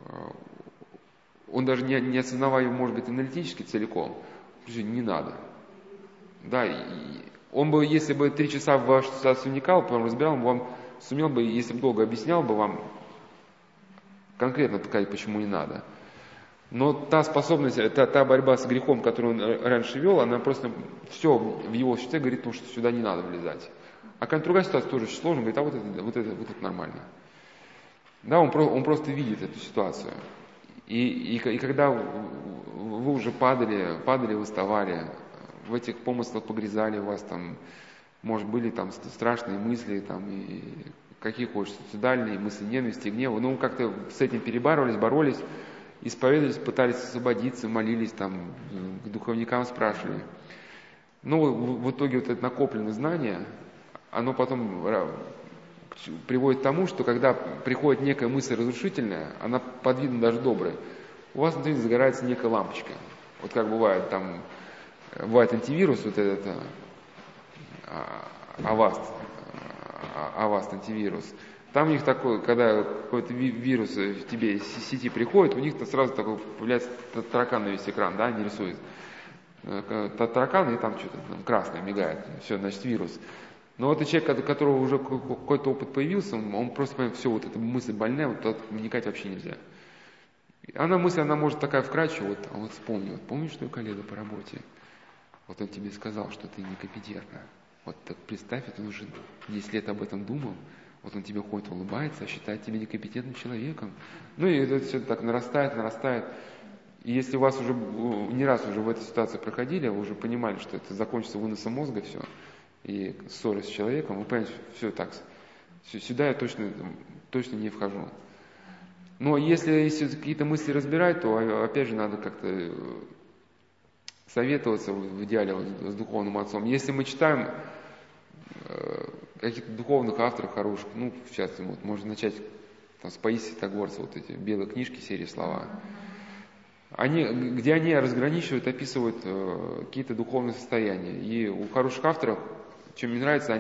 он даже не осознавая, может быть, аналитически целиком, не надо. Да, он бы, если бы 3 часа в вашу ситуацию вникал, потом разбирал, вам сумел бы, если бы долго объяснял бы вам, конкретно сказать, почему не надо. Но та способность, та борьба с грехом, которую он раньше вел, она просто все в его существе говорит, что сюда не надо влезать. А какая-то другая ситуация тоже очень сложная, говорит, а вот это нормально. Да, он просто видит эту ситуацию. И когда вы уже падали, выставали, в этих помыслах погрязали, у вас там, может, были там страшные мысли, там, и какие хочешь, суицидальные мысли ненависти, гнева, ну, как-то с этим перебарывались, боролись, исповедовались, пытались освободиться, молились, там, к духовникам спрашивали. Но в итоге вот это накопленное знание, оно потом приводит к тому, что когда приходит некая мысль разрушительная, она под видом даже доброй, у вас внутри загорается некая лампочка. Вот как бывает антивирус, вот этот Avast антивирус. Там у них такой, когда какой-то вирус в тебе из сети приходит, у них сразу такой появляется таракан на весь экран, да, не рисует. Таракан, и там что-то красное мигает. Все, значит, вирус. Но вот и человек, у которого уже какой-то опыт появился, он просто понимает, все, вот эта мысль больная, вот туда вникать вообще нельзя. Она может такая вкрадчивая, вот вспомни, помнишь твою коллегу по работе? Вот он тебе сказал, что ты некомпетентна. Вот так представь, это он уже 10 лет об этом думал, вот он тебе ходит, улыбается, а считает тебя некомпетентным человеком. Ну и это все так нарастает. И если у вас уже не раз уже в этой ситуации проходили, вы уже понимали, что это закончится выносом мозга все, и ссоры с человеком, вы понимаете, все так, сюда я точно не вхожу. Но если какие-то мысли разбирать, то опять же надо как-то советоваться в идеале с духовным отцом. Если мы читаем каких-то духовных авторов хороших, ну, в частности, вот, можно начать там, с Паисия Тогорца, вот эти белые книжки, серии «Слова», где они разграничивают, описывают какие-то духовные состояния. И у хороших авторов, чем мне нравится,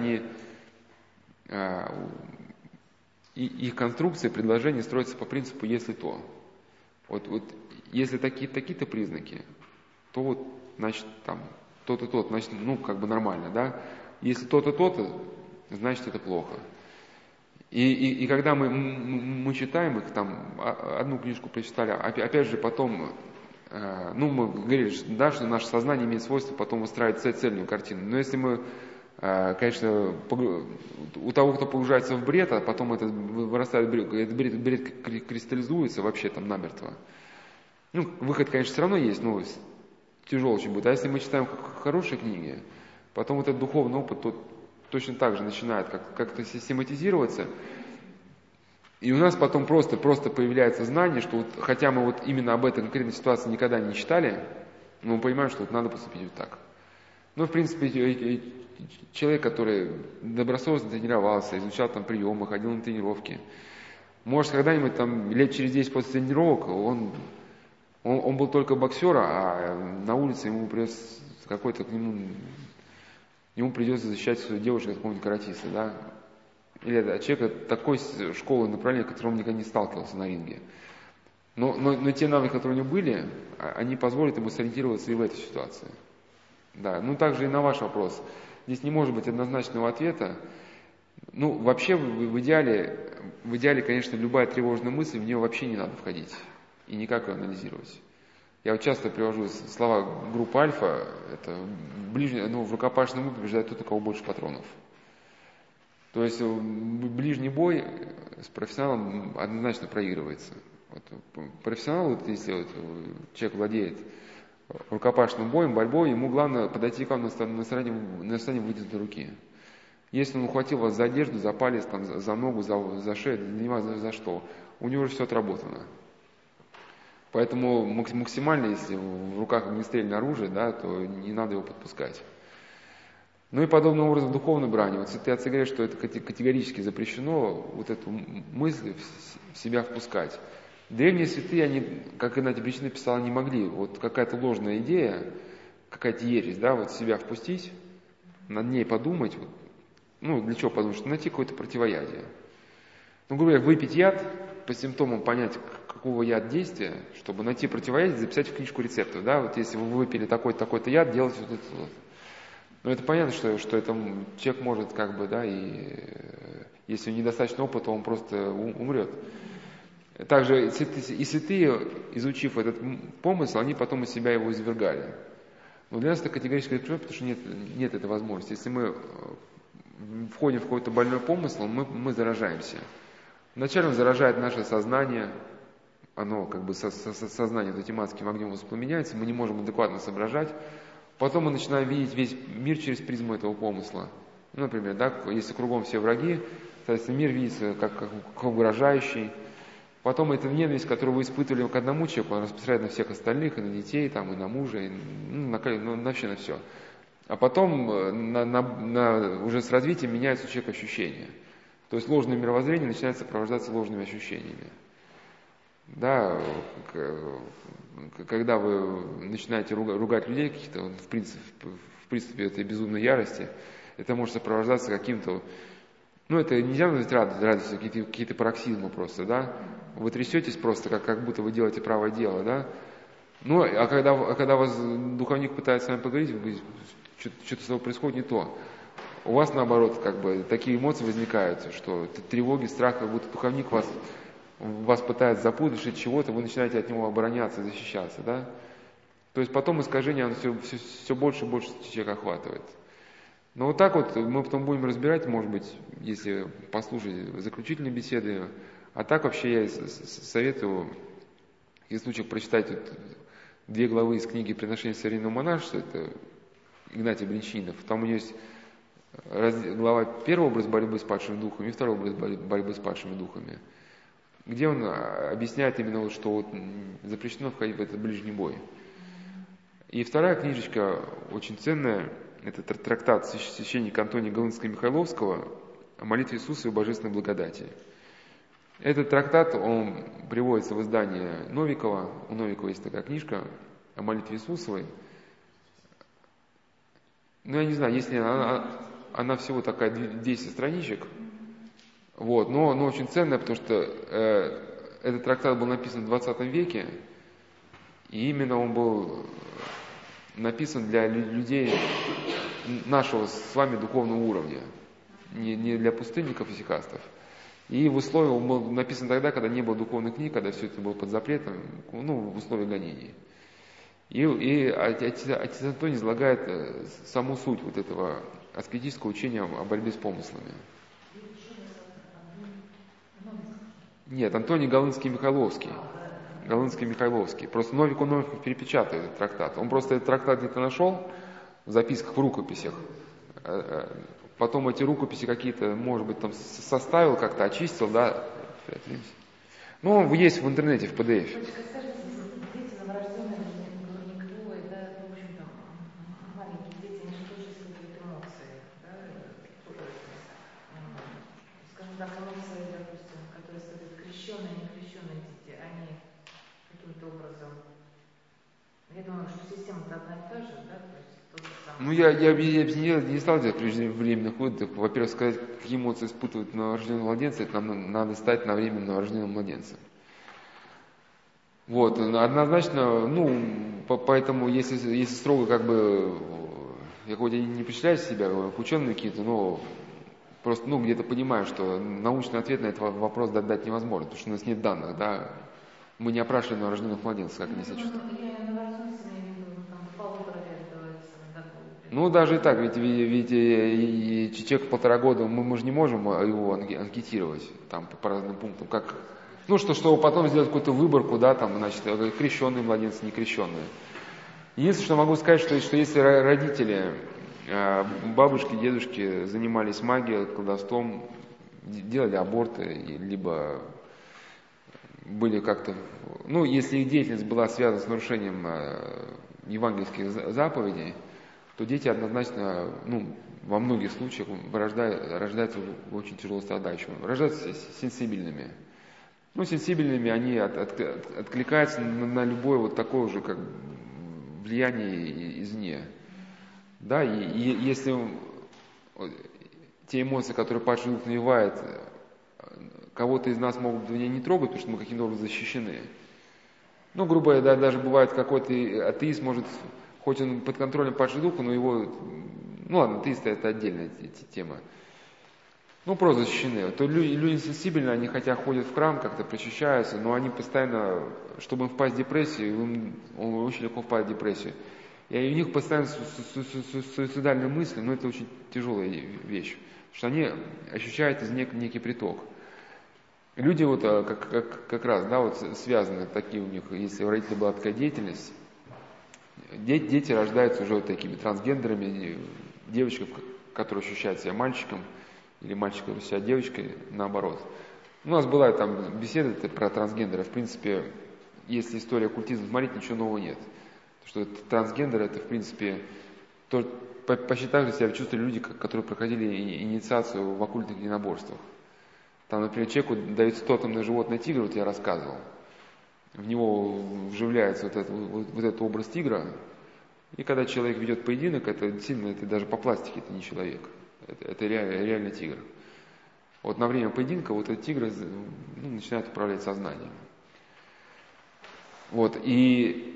их конструкция, предложения строятся по принципу «если то». Вот если такие-то признаки, то вот, значит, там, то-то, значит, ну, как бы нормально, да? Если то-то, значит, это плохо. И когда мы читаем их, там, одну книжку прочитали, опять же, потом, ну, мы говорили, да, что наше сознание имеет свойство потом выстраивать цельную картину. Но если мы, конечно, у того, кто погружается в бред, а потом это вырастает этот бред кристаллизуется вообще там намертво. Ну, выход, конечно, все равно есть, но тяжело очень будет. А если мы читаем хорошие книги, потом вот этот духовный опыт точно так же начинает как-то систематизироваться. И у нас потом просто появляется знание, что вот, хотя мы вот именно об этой конкретной ситуации никогда не читали, но мы понимаем, что вот надо поступить вот так. Ну, в принципе, человек, который добросовестно тренировался, изучал там приемы, ходил на тренировки, может, когда-нибудь там лет через 10 после тренировок он был только боксер, а на улице ему придется какой-то к нему придется защищать свою девушку от какого-нибудь каратиста, да, или от человека такой школы направления, с которым никогда не сталкивался на ринге. Но те навыки, которые у него были, они позволят ему сориентироваться и в этой ситуации. Да, также и на ваш вопрос. Здесь не может быть однозначного ответа. Вообще, в идеале, конечно, любая тревожная мысль, в нее вообще не надо входить и никак ее анализировать. Я часто привожу слова группы Альфа, это в рукопашном бою побеждает тот, у кого больше патронов. То есть ближний бой с профессионалом однозначно проигрывается. Профессионал, если человек владеет рукопашным боем, борьбой, ему главное подойти к вам на расстоянии вытянутой руки. Если он ухватил вас за одежду, за палец, за ногу, за шею, не важно за что, у него уже все отработано. Поэтому максимально, если в руках огнестрельное оружие, да, то не надо его подпускать. И подобным образом в духовной брани. Вот святые отцы говорят, что это категорически запрещено, вот эту мысль в себя впускать. Древние святые, они, как Игнатий Бричный писал, не могли. Вот какая-то ложная идея, какая-то ересь, да, вот в себя впустить, над ней подумать. Для чего подумать? Что найти какое-то противоядие. Грубо говоря, выпить яд, по симптомам понять, какого яд действия, чтобы найти противоядие, записать в книжку рецептов. Да? Вот если вы выпили такой-то яд, делайте вот это вот. Это понятно, что это человек может и если у него недостаточно опыта, он просто умрет. Также и святые, изучив этот помысл, они потом из себя его извергали. Но для нас это категорически запрещено, потому что нет этой возможности. Если мы входим в какой-то больной помысл, мы заражаемся. Вначале он заражает наше сознание, оно сознание этим огнем воспламеняется, мы не можем адекватно соображать. Потом мы начинаем видеть весь мир через призму этого помысла. Например, если кругом все враги, соответственно, мир видится как угрожающий. Потом эта ненависть, которую вы испытывали к одному человеку, она распространяется на всех остальных, и на детей, и на мужа, и вообще на все. А потом уже с развитием меняется у человека ощущения. То есть ложное мировоззрение начинает сопровождаться ложными ощущениями. Да, когда вы начинаете ругать людей каких-то, в принципе этой безумной ярости, это может сопровождаться каким-то, это нельзя назвать радостью, какие-то пароксизмы просто, да. Вы трясетесь просто, как будто вы делаете правое дело, да. А когда вас духовник пытается с вами поговорить, вы говорите, что-то с тобой происходит не то. У вас, наоборот, такие эмоции возникают, что тревоги, страх, как будто духовник вас пытается запутать, решить чего-то, вы начинаете от него обороняться, защищаться, да? То есть потом искажение, оно все больше и больше человека охватывает. Но вот так вот мы потом будем разбирать, может быть, если послушать заключительные беседы. А так вообще я советую, в таких случаях, прочитать 2 главы из книги «Приношение современного монашества», это Игнатий Бринчанинов. Там у него есть глава 1 образ борьбы с падшими духами и 2 образ борьбы с падшими духами, где он объясняет именно, что запрещено входить в этот ближний бой. И вторая книжечка очень ценная, это трактат священника Антония Голынского-Михайловского о молитве Иисуса и божественной благодати. Этот трактат, он приводится в издании Новикова. У Новикова есть такая книжка о молитве Иисусовой. Я не знаю, если она всего такая 10 страничек, но очень ценная, потому что этот трактат был написан в 20 веке, и именно он был написан для людей нашего с вами духовного уровня, не для пустынников и сикастов. И в условиях он был написан тогда, когда не было духовных книг, когда все это было под запретом, в условиях гонений. И отец Антоний излагает саму суть вот этого аскетического учения о борьбе с помыслами. Нет, Антоний Голынский-Михайловский. Голынский-Михайловский. Просто Новиков перепечатает этот трактат. Он просто этот трактат где-то нашел в записках, в рукописях. Потом эти рукописи какие-то, может быть, там составил как-то, очистил, да. Есть в интернете, в PDF. Дети новорожденные, никакого, да, в общем-то, маленькие дети, они же тоже испытывают эмоции, да, скажем так, эмоции, допустим, которые испытывают крещенные, некрещенные дети, они каким-то образом, я думаю, что система-то одна и та же, да, то есть тот Ну, я не стал делать преждевременных выводов. Во-первых, сказать, какие эмоции испытывают новорожденного младенца, это нам надо стать на время новорожденным младенцем. Вот, однозначно, поэтому, если строго, как бы, я хоть и не причисляю себя к ученым какие-то, но просто, где-то понимаю, что научный ответ на этот вопрос дать невозможно, потому что у нас нет данных, да. Мы не опрашиваем новорожденных младенцев, как они себя чувствуют. Даже и так, ведь и человек 1,5 года, мы же не можем его анкетировать там по разным пунктам, как, чтобы потом сделать какую-то выборку, да, там, значит, крещенные младенцы, не крещенные. Единственное, что могу сказать, что если родители, бабушки, дедушки занимались магией, колдовством, делали аборты, либо были как-то, если их деятельность была связана с нарушением евангельских заповедей, то дети однозначно, во многих случаях рождаются очень тяжело страдающими, рождаются сенсибельными. Сенсибельными они откликаются на любое вот такое же как влияние извне. Да, и если те эмоции, которые падший дух навевает, кого-то из нас могут не трогать, потому что мы каким-то образом защищены. Грубо говоря, даже бывает какой-то атеист может, хоть он под контролем падшего духа, но его, ладно, атеисты это отдельная тема. Просто защищены. То люди сенсибельные, они хотя ходят в храм, как-то причащаются, но они постоянно, чтобы им впасть в депрессию, он очень легко впадет в депрессию. И у них постоянно суицидальные мысли, но это очень тяжелая вещь, потому что они ощущают из некий приток. Люди вот как раз, да, вот связаны такие у них, если у родителей была такая деятельность, дети рождаются уже вот такими трансгендерами, девочка, которая ощущает себя мальчиком, или мальчик, который себя девочкой, наоборот. У нас была там беседа про трансгендеры. В принципе, если история оккультизма смотреть, ничего нового нет. Потому что трансгендер это, в принципе, почти так же себя чувствовали люди, которые проходили инициацию в оккультных единоборствах. Там, например, человеку дается тотемное животное тигр, вот я рассказывал. В него вживляется вот этот образ тигра. И когда человек ведет поединок, это сильно, это даже по пластике это не человек. Это реально тигр. Вот на время поединка вот этот тигр начинает управлять сознанием. Вот, и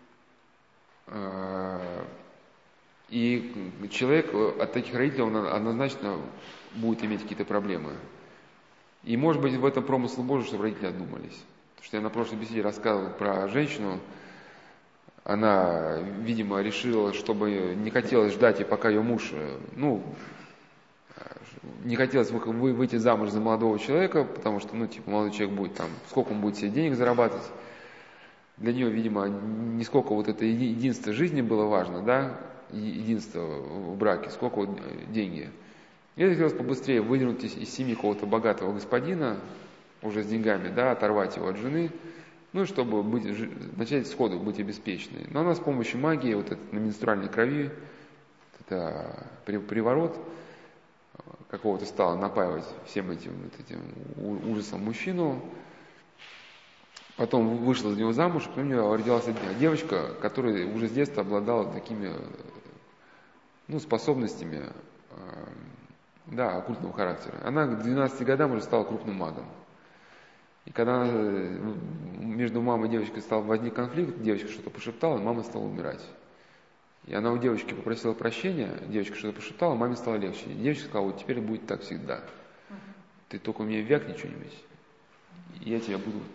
человек от таких родителей, он однозначно будет иметь какие-то проблемы. И может быть в этом промысл Божий, чтобы родители одумались. Потому что я на прошлой беседе рассказывал про женщину, она, видимо, решила, чтобы не хотелось ждать, и пока ее муж, не хотелось выйти замуж за молодого человека, потому что, молодой человек будет там, сколько он будет себе денег зарабатывать. Для нее, видимо, не сколько вот это единство жизни было важно, да, единство в браке, сколько вот деньги. Ей хотелось побыстрее выдернуть из семьи какого-то богатого господина, уже с деньгами, да, оторвать его от жены, чтобы начать сходу быть обеспеченной. Но она с помощью магии, вот это на менструальной крови, это приворот какого-то стала напаивать всем этим ужасом мужчину. Потом вышла за него замуж, потом у нее родилась девочка, которая уже с детства обладала такими способностями, оккультного характера. Она к 12 годам уже стала крупным магом. И когда между мамой и девочкой возник конфликт, девочка что-то пошептала, мама стала умирать. И она у девочки попросила прощения, девочка что-то пошептала, маме стало легче. И девочка сказала, вот теперь будет так всегда. Ты только у меня вякни что-нибудь, и я тебя буду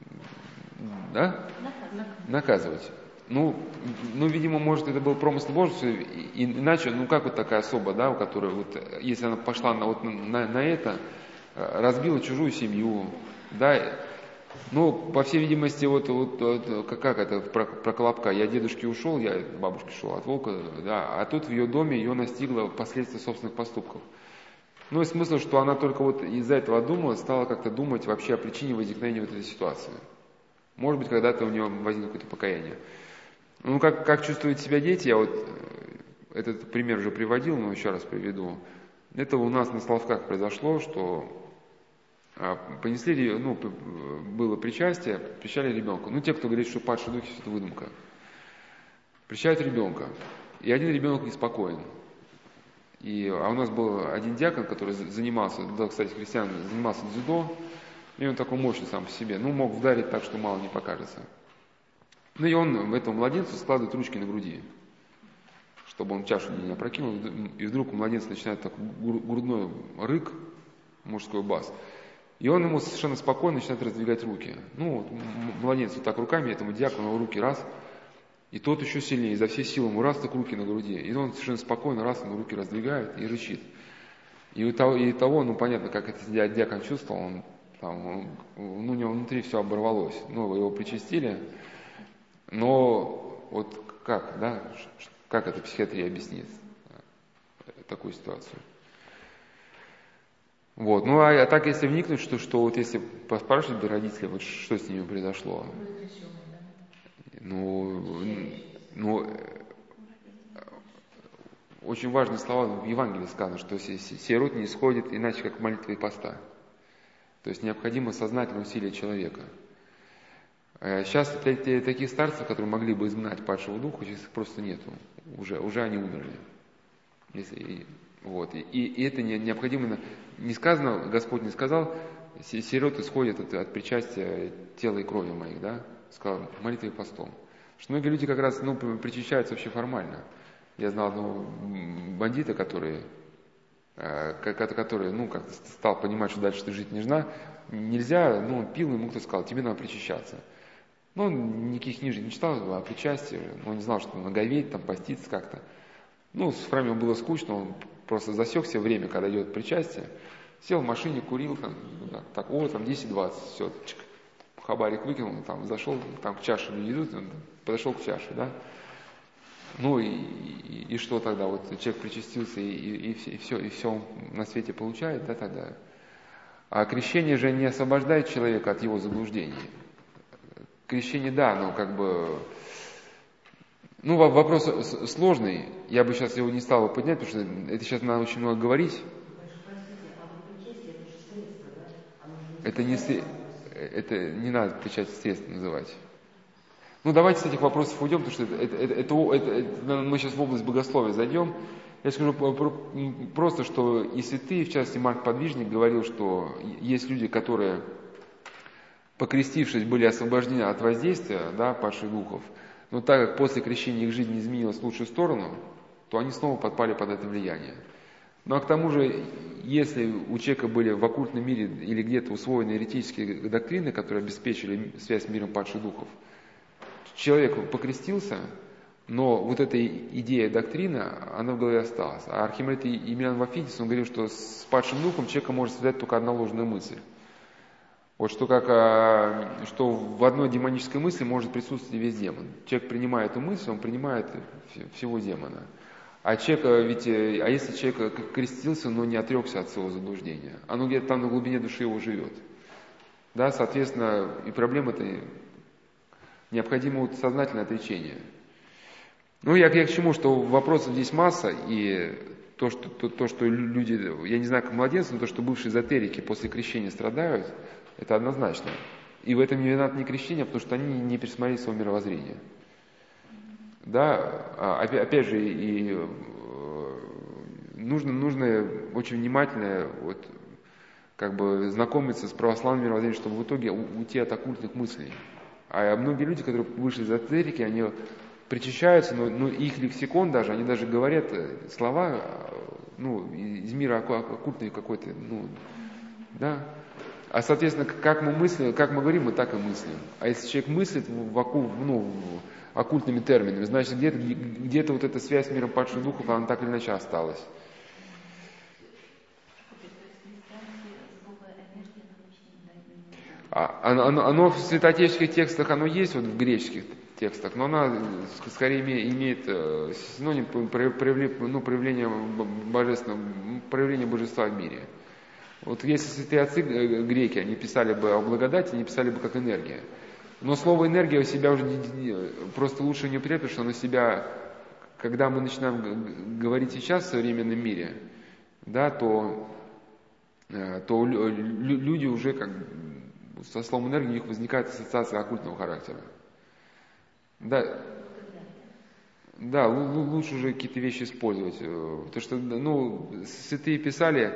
наказывать. Видимо, может, это был промысел Божий, иначе, как вот такая особа, да, у которой, вот, если она пошла на это, разбила чужую семью, да, по всей видимости, как это про Колобка, я дедушке ушел, я от бабушки ушел, от волка, да, а тут в ее доме ее настигло последствия собственных поступков. И смысл, что она только вот из-за этого думала, стала как-то думать вообще о причине возникновения вот этой ситуации. Может быть, когда-то у нее возникло какое-то покаяние. Как чувствуют себя дети, я вот этот пример уже приводил, но еще раз приведу. Это у нас на Соловках произошло, что понесли, было причастие, причащали ребенка. Те, кто говорит, что падшие духи, это выдумка. Причащают ребенка. и один ребенок неспокоен. А у нас был один диакон, который занимался, да, кстати, христиан, занимался дзюдо, и он такой мощный сам по себе, мог вдарить так, что мало не покажется. И он этому младенцу складывает ручки на груди, чтобы он чашу не опрокинул, и вдруг у младенца начинает такой грудной рык, мужской бас, и он ему совершенно спокойно начинает раздвигать руки. Младенец вот так руками, этому диакону руки раз, и тот еще сильнее, изо всей силы ему раз так руки на груди, и он совершенно спокойно раз ему руки раздвигает и рычит. И у того, понятно, как этот диакон чувствовал, у него внутри все оборвалось, его причастили, но вот как, да, как это психиатрия объяснит такую ситуацию? А так, если вникнуть, что вот если поспрашивать бы родителей, вот что с ними произошло, очень важные слова в Евангелии сказано, что сирот не исходит иначе, как молитвы и поста. То есть необходимо сознательное усилие человека. Сейчас таких старцев, которые могли бы изгнать падшего духа, сейчас их просто нету. Уже они умерли. И это необходимо. Не сказано, Господь не сказал, сирот исходит от причастия тела и крови моих, да? Сказал, молитвой и постом. Потому что многие люди как раз, причащаются вообще формально. Я знал одного бандита, который как-то стал понимать, что дальше жить нельзя, он пил, ему кто-то сказал, тебе надо причащаться. Он никаких книжек не читал о причастии, он не знал, что наговеть, поститься как-то. С храмом ему было скучно, он просто засекся время, когда идет причастие, сел в машине, курил, 10-20, все, хабарик выкинул, зашел, к чаше люди идут, он подошел к чаше, да. И что тогда? Вот человек причастился, и все он на свете получает, да, тогда. А крещение же не освобождает человека от его заблуждений. Крещение, да, вопрос сложный, я бы сейчас его не стал поднять, потому что это сейчас надо очень много говорить. Это не надо причастие средств называть. Давайте с этих вопросов уйдем, потому что мы сейчас в область богословия зайдем. Я скажу просто, что и святые, в частности Марк Подвижник, говорил, что есть люди, которые, покрестившись, были освобождены от воздействия, да, падших духов, но так как после крещения их жизнь изменилась в лучшую сторону, то они снова подпали под это влияние. А к тому же, если у человека были в оккультном мире или где-то усвоены еретические доктрины, которые обеспечили связь с миром падших духов, человек покрестился, но вот эта идея, доктрина, она в голове осталась. А архимандрит Емельян Вафитис, он говорил, что с падшим духом человека может связать только одна ложная мысль. Что в одной демонической мысли может присутствовать весь демон. Человек принимает эту мысль, он принимает всего демона. А если человек крестился, но не отрекся от своего заблуждения, оно где-то там на глубине души его живет. Да, соответственно, и проблема-то необходимо сознательное отречение. Я к чему, что вопросов здесь масса, и то, что люди, я не знаю, как младенцы, но то, что бывшие эзотерики после крещения страдают, это однозначно. И в этом не виноват не крещение, потому что они не пересмотрели свое мировоззрение. Да, опять же, и нужно очень внимательно знакомиться с православным мировоззрением, чтобы в итоге уйти от оккультных мыслей. А многие люди, которые вышли из эзотерики, они причащаются, но их лексикон даже, они даже говорят слова, из мира оккультной какой-то, да. А, соответственно, как мы мыслим, как мы говорим, мы так и мыслим. А если человек мыслит оккультными терминами, значит, где-то вот эта связь с миром падших духов, она так или иначе осталась. Оно в святоотеческих текстах, оно есть, в греческих текстах, но оно скорее имеет синоним проявления божества в мире. Вот если святые отцы греки, они писали бы о благодати, они писали бы как энергия. Но слово энергия у себя уже просто лучше не употреблять, потому что оно себя, когда мы начинаем говорить сейчас в современном мире, да, то люди уже со словом энергия у них возникает ассоциация оккультного характера. Да. Да, лучше уже какие-то вещи использовать. Потому что, ну, святые писали,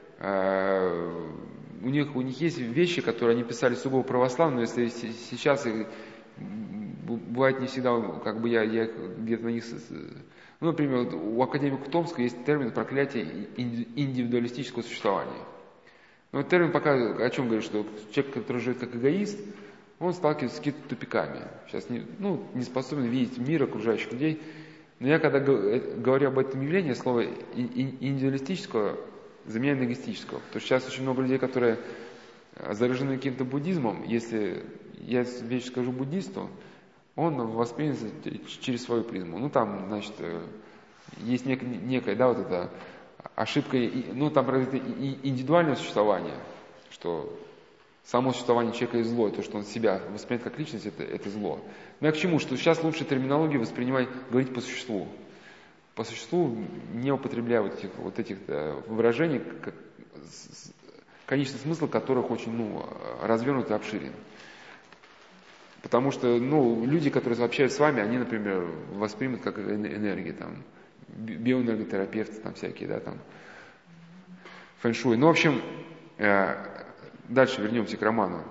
у них есть вещи, которые они писали сугубо православно, но если сейчас бывает не всегда, как бы я где-то на них... Ну, например, вот у академика Томского есть термин проклятие индивидуалистического существования. Но этот термин пока о чем говорит, что человек, который живет как эгоист, он сталкивается с какими-то тупиками. Сейчас не способен видеть мир окружающих людей. Но я когда говорю об этом явлении, слово индивидуалистического заменяю на эгоистического. Потому что сейчас очень много людей, которые заражены каким-то буддизмом. Если я вещь скажу буддисту, он воспримет через свою призму. Ну, там, значит, есть некая, да, вот эта ошибка, ну, там это индивидуальное существование, что само существование человека есть зло, то, что он себя воспринимает как личность, это зло. Но я к чему? Что сейчас лучше терминологию воспринимать, говорить по существу. По существу, не употребляя вот этих выражений, конечный смысл которых очень развернут и обширен. Потому что люди, которые общаются с вами, они, например, воспримут как энергии, там, биоэнерготерапевты там всякие, да, там, фэн-шуй. Ну, в общем, дальше вернемся к роману.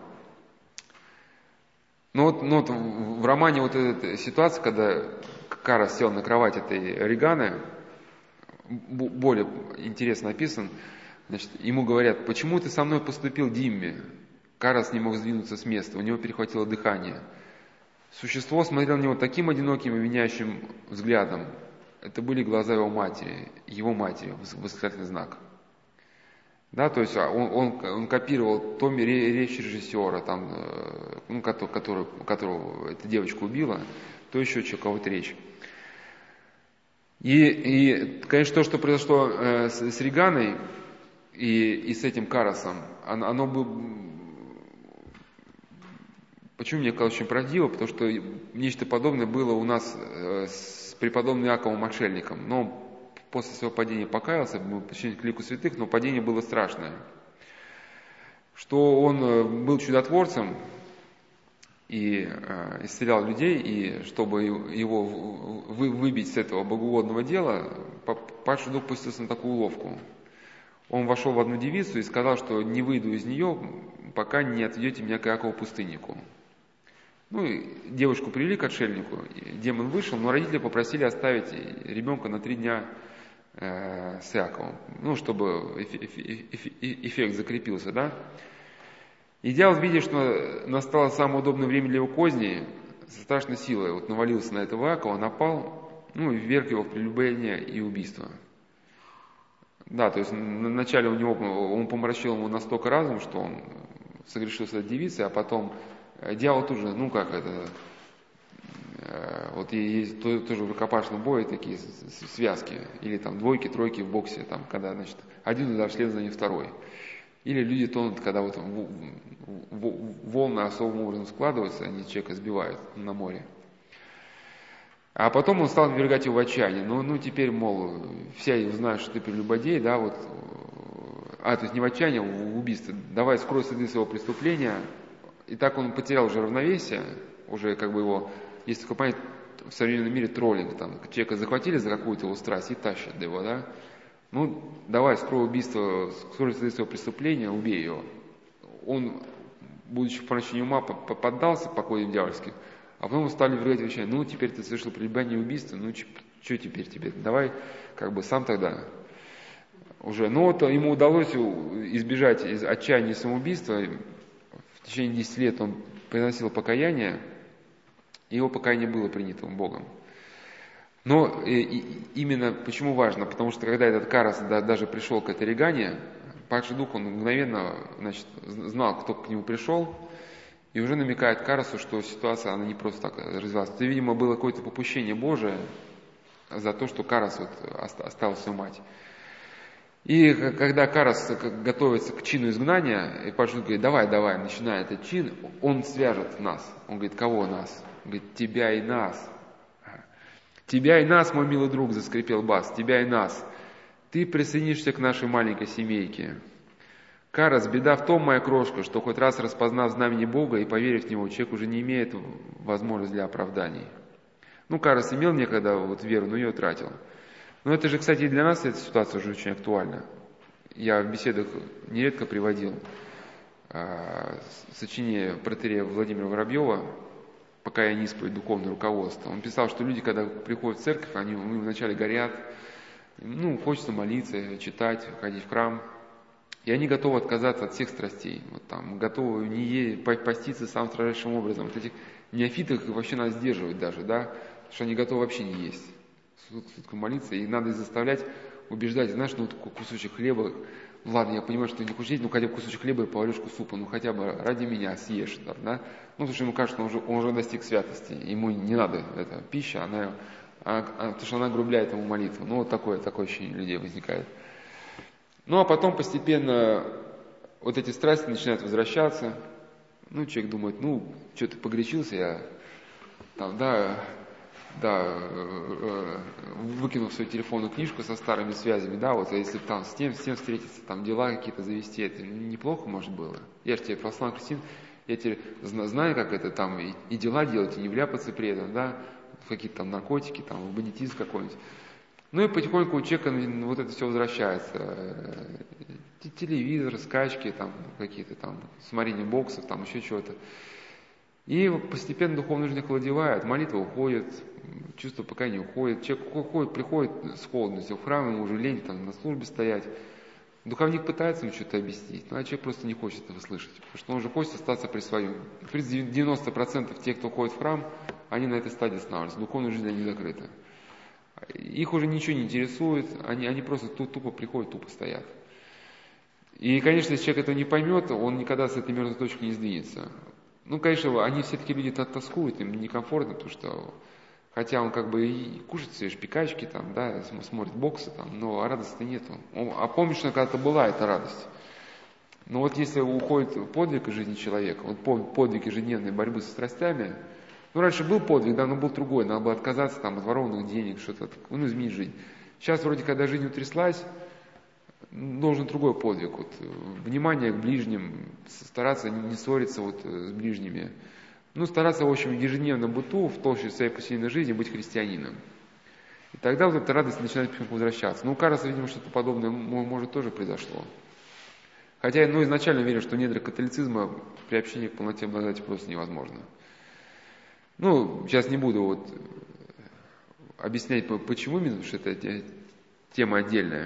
Ну вот в романе вот эта ситуация, когда Карас сел на кровать этой Реганы, более интересно описан. Значит, ему говорят: почему ты со мной поступил, Димми? Карас не мог сдвинуться с места, у него перехватило дыхание. Существо смотрело на него таким одиноким и виняющим взглядом. Это были глаза его матери, восклицательный знак. Да, то есть он копировал то речь режиссера, там, которого эта девочка убила, то еще кого-то речь. И, конечно, то, что произошло с Реганой и с этим Карасом, оно было... Почему мне казалось очень правдиво? Потому что нечто подобное было у нас с преподобным Иаковом Отшельником. Но он после своего падения покаялся, был посвящен к лику святых, но падение было страшное. Что он был чудотворцем и исцелял людей, и чтобы его выбить с этого богоугодного дела, Падший Дух пустился на такую уловку. Он вошел в одну девицу и сказал, что не выйду из нее, пока не отведете меня к Иакову пустыннику. Ну и девушку привели к отшельнику, демон вышел, но родители попросили оставить ребенка на 3 дня с Иаковом, чтобы эффект закрепился, да. И дьявол, видя, что настало самое удобное время для его козни, со страшной силой навалился на этого Иакова, напал, и вверг его в прелюбодеяние и убийство. Да, то есть вначале он помрачил ему настолько разум, что он согрешил с этой девицей, а потом дьявол тут же, вот есть тоже в рукопашном бое такие связки, или там двойки, тройки в боксе, там, когда, значит, один удар вслед за ним второй. Или люди тонут, когда волны особым образом складываются, они человека сбивают на море. А потом он стал ввергать его в отчаяние. Теперь, мол, все узнают, что ты прелюбодей, да, то есть не в отчаяние, а в убийство. Давай скрой следы своего преступления. И так он потерял уже равновесие, уже его, есть такое понятие в современном мире троллинг, там, человека захватили за какую-то его страсть и тащат его, да. Давай, скрой убийство, скрой следы своего преступления, убей его. Он, будучи в помрачении ума, поддался покоям дьявольским, а потом стали ввергать в отчаяние. Теперь ты совершил прелюбодеяние и убийство, что теперь тебе? Давай, сам тогда уже. Ему удалось избежать отчаяния и самоубийства. В течение 10 лет он приносил покаяние, и его покаяние было принято Богом. Но именно почему важно? Потому что когда этот Карас даже пришел к этой Регане, Падший Дух, он мгновенно, знал, кто к нему пришел, и уже намекает Карасу, что ситуация, она не просто так развивалась. Это, видимо, было какое-то попущение Божие за то, что Карас оставил свою мать. И когда Карас готовится к чину изгнания, и Падший Дух говорит: давай, начинай этот чин, он свяжет нас. Он говорит: кого нас? Он говорит: тебя и нас. Тебя и нас, мой милый друг, заскрипел бас, тебя и нас. Ты присоединишься к нашей маленькой семейке. Карас, беда в том, моя крошка, что хоть раз распознав знамение Бога и поверив в него, человек уже не имеет возможности для оправданий. Ну, Карас имел некогда вот веру, но ее тратил. Но это же, кстати, и для нас эта ситуация уже очень актуальна. Я в беседах нередко приводил сочинение протоиерея Владимира Воробьева «Покаяние, исповедь, духовное руководство». Он писал, что люди, когда приходят в церковь, они вначале горят, хочется молиться, читать, ходить в храм. И они готовы отказаться от всех страстей. Вот там, готовы поститься самым строжайшим образом. Вот этих неофитов вообще надо сдерживать даже, да, потому что они готовы вообще не есть. Сутку молиться, и надо их заставлять, убеждать, знаешь, такой кусочек хлеба, ладно, я понимаю, что ты не хочешь есть, хотя бы кусочек хлеба и половинку супа, хотя бы ради меня съешь, да. Потому что ему кажется, он уже достиг святости, ему не надо эта пища, потому что она огрубляет ему молитву. Вот такое ощущение у людей возникает. А потом постепенно вот эти страсти начинают возвращаться. Человек думает, что-то погорячился я, выкинув свою телефонную книжку со старыми связями, если там с тем встретиться, там дела какие-то завести, это неплохо, может, было. Я же тебе православный христианин, я теперь знаю, как это там и дела делать, и не вляпаться при этом, в какие-то там наркотики, в бандитизм какой-нибудь. И потихоньку у человека вот это все возвращается. Телевизор, скачки, какие-то смотрение боксов, еще чего-то. И постепенно духовная жизнь охладевает, молитва уходит, чувство покаяния уходит. Человек приходит с холодностью в храм, ему уже лень на службе стоять. Духовник пытается ему что-то объяснить, а человек просто не хочет этого слышать, потому что он уже хочет остаться при своем. В принципе, 90% тех, кто ходит в храм, они на этой стадии останавливаются, духовная жизнь не закрыта. Их уже ничего не интересует, они просто тупо приходят, тупо стоят. И, конечно, если человек этого не поймет, он никогда с этой мертвой точки не сдвинется. Конечно, они все-таки люди тоскуют, им некомфортно, потому что, хотя он и кушает свои шпикачки, смотрит боксы, но радости нету. А помнишь, что когда-то была эта радость. Но вот если уходит подвиг из жизни человека, подвиг ежедневной борьбы со страстями, раньше был подвиг, но был другой, надо было отказаться от ворованных денег, что-то, изменить жизнь. Сейчас вроде, когда жизнь утряслась, должен другой подвиг, внимание к ближним, стараться не ссориться с ближними, стараться, в общем, в ежедневном быту, в толще своей повседневной жизни быть христианином. И тогда вот эта радость начинает потихоньку возвращаться. У Караса, видимо, что-то подобное, может, тоже произошло. Хотя я изначально верю, что недра католицизма приобщение к полноте благодати просто невозможно. Сейчас не буду объяснять, почему именно, потому что это тема отдельная.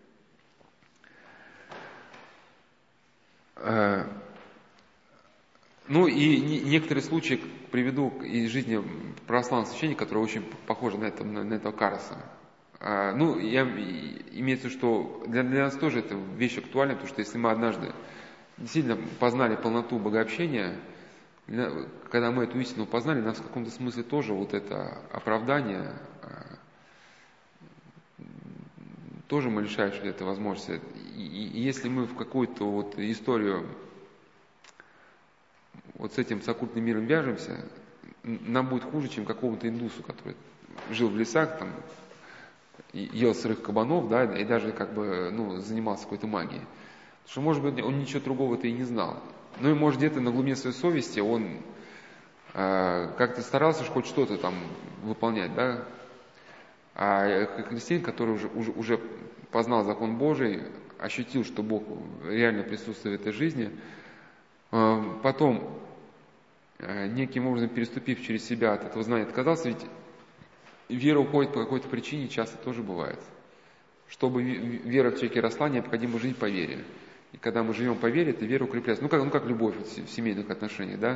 И некоторые случаи приведу из жизни православного священника, который очень похож на этого Караса. Имеется в виду, что для нас тоже эта вещь актуальна, потому что если мы однажды действительно познали полноту богообщения, когда мы эту истину познали, нас в каком-то смысле тоже это оправдание, тоже мы лишаемся этой возможности. И если мы в какую-то историю с этим с оккультным миром вяжемся, нам будет хуже, чем какому-то индусу, который жил в лесах, ел сырых кабанов, и даже занимался какой-то магией. Потому что, может быть, он ничего другого-то и не знал. И, может, где-то на глубине своей совести он как-то старался хоть что-то выполнять, А христианин, который уже познал закон Божий, ощутил, что Бог реально присутствует в этой жизни, потом, неким образом переступив через себя от этого знания, отказался, ведь вера уходит по какой-то причине, часто тоже бывает. Чтобы вера в человеке росла, необходимо жить по вере. И когда мы живем по вере, эта вера укрепляется. Как любовь в семейных отношениях,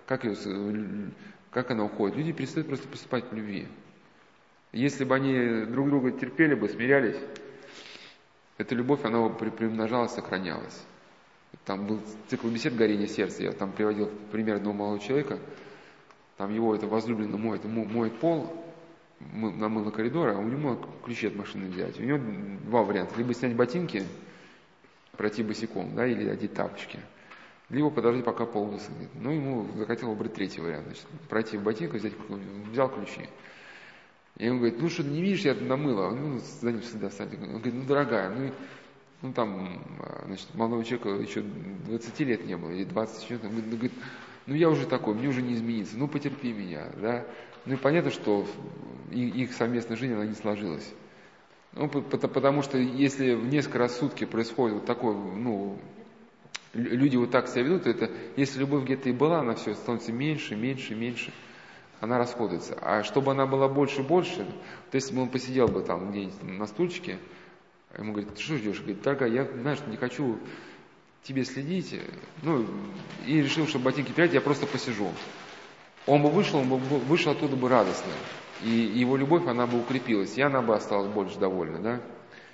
как она уходит? Люди перестают просто поступать по любви. Если бы они друг друга терпели бы, смирялись, эта любовь, она приумножалась, сохранялась. Там был цикл бесед «Горение сердца». Я приводил пример одного молодого человека. Его возлюбленный моет пол, намыло коридора, а у него ключи от машины взять. У него два варианта. Либо снять ботинки, пройти босиком, или одеть тапочки. Либо подождать, пока пол высохнет. Ему захотел выбрать третий вариант. Пройти в ботинку, взял ключи. И он говорит, что ты не видишь, я намыла. За ним всегда встать. Он говорит, дорогая, молодого человека еще 20 лет не было, или 20 лет. Он говорит, я уже такой, мне уже не измениться, потерпи меня, Ну и понятно, что их совместная жизнь, она не сложилась. Ну, потому что если несколько раз в сутки происходит вот такое, люди вот так себя ведут, это если любовь где-то и была, она все становится меньше, меньше, меньше, она расходуется. А чтобы она была больше и больше, то если бы он посидел бы там где-нибудь на стульчике, ему говорит, ты что ждешь? Говорит, дорогая, я, знаешь, не хочу тебе следить, и решил, что ботинки прятать, я просто посижу. Он бы вышел оттуда бы радостно, и его любовь, она бы укрепилась, и она бы осталась больше довольна, да?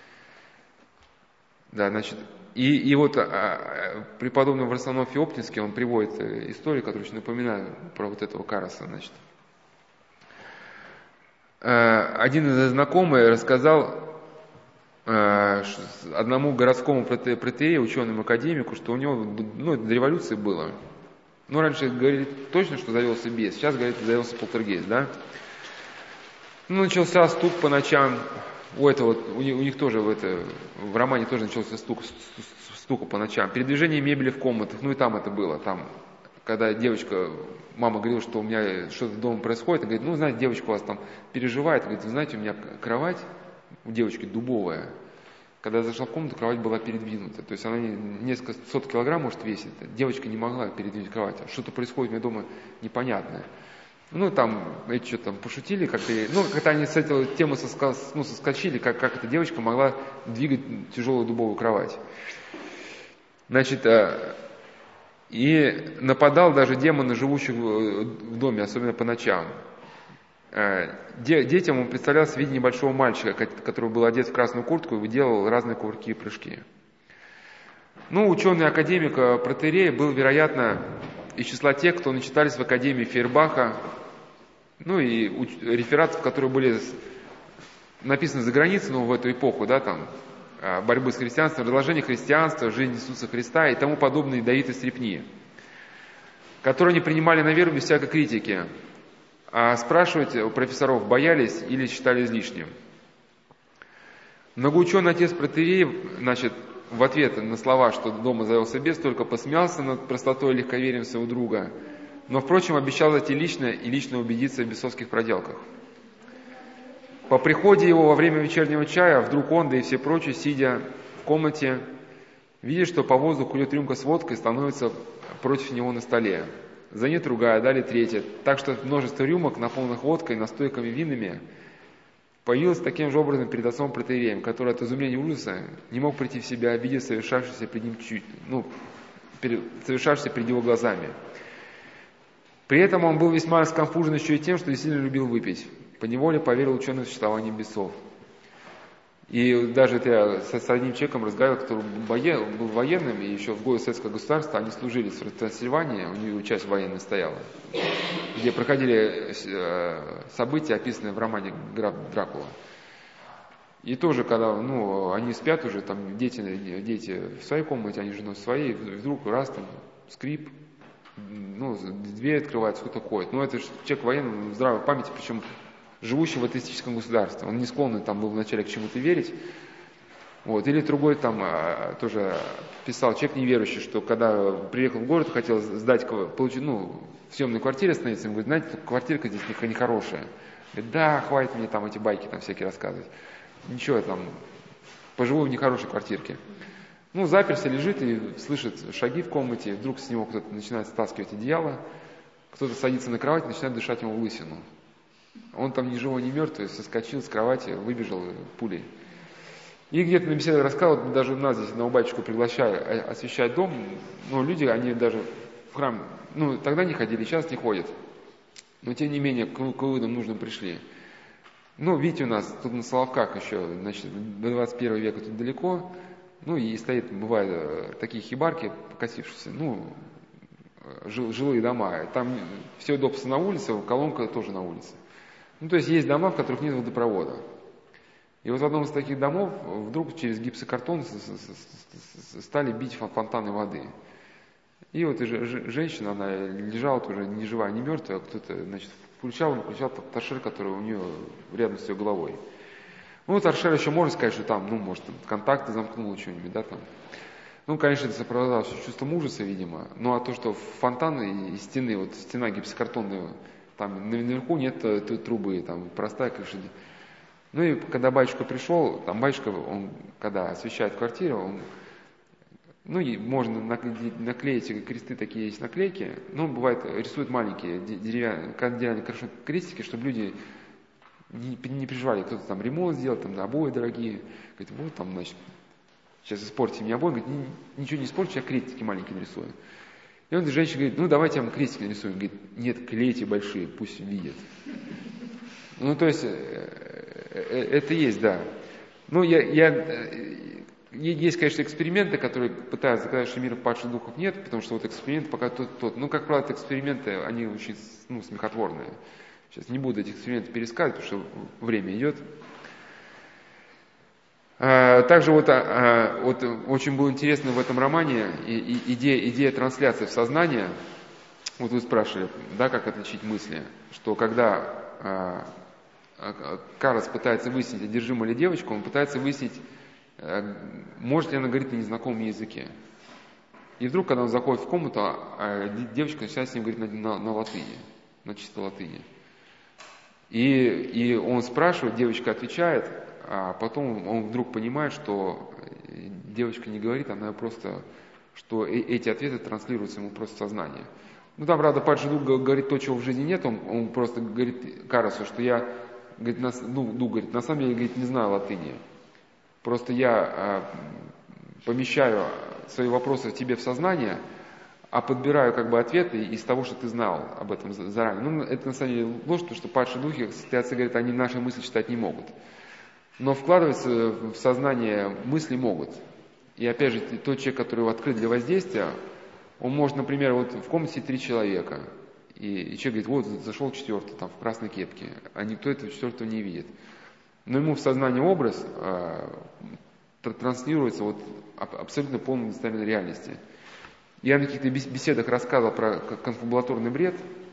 Да, значит, и вот преподобный Варсонофий Феоптинский, он приводит историю, которую очень напоминаю про вот этого Караса, значит. Один из знакомых рассказал одному городскому протеерею, ученому академику, что у него, до революции было. Раньше говорили точно, что завелся бес, сейчас говорят, завелся полтергейст, да? Начался стук по ночам. У них тоже в романе тоже начался стука по ночам. Передвижение мебели в комнатах, и там это было. Там, когда мама говорила, что у меня что-то дома происходит, она говорит, знаете, девочка у вас там переживает. Говорит, вы знаете, у меня кровать у девочки дубовая. Когда я зашла в комнату, кровать была передвинута. То есть она несколько сот килограмм может весить. Девочка не могла передвинуть кровать. Что-то происходит у меня дома непонятное. Там эти что-то там пошутили, как-то они с этой темы соскочили, как эта девочка могла двигать тяжелую дубовую кровать. Значит, и нападал даже демон на живущих в доме, особенно по ночам. Детям он представлялся в виде небольшого мальчика, который был одет в красную куртку и делал разные кувырки и прыжки. Ученый академик протоиерей был, вероятно, из числа тех, кто начитались в Академии Фейербаха, и рефератов, которые были написаны за границей, в эту эпоху, да, там, борьбы с христианством, разложение христианства, жизнь Иисуса Христа и тому подобные ядовитые стряпни, которые они принимали на веру без всякой критики, а спрашивать у профессоров боялись или считали излишним. Многоученый отец протоиерей, значит, в ответ на слова, что дома завелся бес, только посмеялся над простотой и легковерием своего друга, но, впрочем, обещал зайти лично убедиться в бесовских проделках. По приходе его во время вечернего чая, вдруг он, да и все прочие, сидя в комнате, видит, что по воздуху идет рюмка с водкой, становится против него на столе. За ней другая, далее третья. Так что множество рюмок, наполненных водкой, настойками, винами, появилось таким же образом перед отцом протоиереем, который от изумления и ужаса не мог прийти в себя, видя совершавшееся перед ним совершавшееся перед его глазами. При этом он был весьма сконфужен еще и тем, что сильно любил выпить. Поневоле поверил ученым в существование бесов. И даже я с одним человеком разговаривал, который был военным, и еще в годы советского государства они служили в Трансильвании, у него часть военная стояла, где проходили события, описанные в романе «Граф Дракула». И тоже, когда они спят уже, там дети в своей комнате, они женой в своей, вдруг раз там скрип, дверь открывается, кто-то ходит. Это же человек военный, здравой памяти, причем живущий в атеистическом государстве. Он не склонный там был вначале к чему-то верить. Или другой там тоже писал, человек неверующий, что когда приехал в город, хотел сдать, получить, в съемной квартире остановиться, ему говорит, знаете, квартирка здесь нехорошая. Говорит, да, хватит мне там эти байки там всякие рассказывать. Ничего, там, поживу в нехорошей квартирке. Заперся, лежит и слышит шаги в комнате, вдруг с него кто-то начинает стаскивать одеяло, кто-то садится на кровать и начинает дышать ему в лысину. Он там ни живой, ни мертвый, соскочил с кровати, выбежал пулей. И где-то на беседе рассказывал, даже нас здесь на батюшку приглашали освещать дом, люди, они даже в храм, тогда не ходили, сейчас не ходят. Но тем не менее, к выводам нужным пришли. Видите, у нас тут на Соловках еще, значит, до 21 века тут далеко, и стоит, бывают такие хибарки, покосившиеся, жилые дома. Там все удобство на улице, колонка тоже на улице. То есть есть дома, в которых нет водопровода. И в одном из таких домов вдруг через гипсокартон стали бить фонтаны воды. И женщина, она лежала тоже ни живая, ни мертвая, а кто-то, значит, включал торшер, который у нее рядом с ее головой. Торшер еще можно сказать, что там, может, контакты замкнуло что-нибудь, да, там. Конечно, это сопровождалось чувством ужаса, видимо. А то, что фонтаны и стены, стена гипсокартонная там наверху нет трубы, там простая крыша. Ну и когда батюшка пришел, там батюшка, он, когда освещает квартиру, он, ну и можно наклеить кресты, такие есть наклейки, но он бывает рисует маленькие деревянные крестики, чтобы люди не переживали, кто-то там ремонт сделал, там обои дорогие, говорит, вот там, значит, сейчас испортите мне обои, говорит, ничего не испортите, я крестики маленькие нарисую. И он женщине говорит, ну давайте я вам крестики нарисуем. Говорит, нет, клейте большие, пусть видят. Ну то есть, это есть, да. Ну есть, конечно, эксперименты, которые пытаются доказать, что мира падших духов нет, потому что вот эксперимент пока тот. Ну, как правило, эксперименты, они очень смехотворные. Сейчас не буду этих экспериментов пересказывать, потому что время идет. Также вот очень было интересно в этом романе идея трансляции в сознание. Вот вы спрашивали, да, как отличить мысли, что когда Карлос пытается выяснить, одержима ли девочка, он пытается выяснить, может ли она говорить на незнакомом языке. И вдруг, когда он заходит в комнату, девочка начинает с ним говорить на латыни, на чисто латыни. И он спрашивает, девочка отвечает, а потом он вдруг понимает, что девочка не говорит, она просто, что эти ответы транслируются ему просто в сознание. Ну там, правда, падший дух говорит то, чего в жизни нет, он просто говорит Карлосу, что я, говорит, дух говорит, на самом деле, говорит, не знаю латыни. Просто я помещаю свои вопросы тебе в сознание, а подбираю как бы ответы из того, что ты знал об этом заранее. Ну, это на самом деле ложь, потому что падшие духи, состоятся, говорят, они наши мысли читать не могут. Но вкладываться в сознание мысли могут. И опять же, тот человек, который открыт для воздействия, он может, например, вот в комнате 3 человека, и человек говорит, вот зашел 4-й, там, в красной кепке, а никто этого 4-го не видит. Но ему в сознании образ транслируется вот абсолютно полной достоверной реальности. Я на каких-то беседах рассказывал про конфабулаторный бред,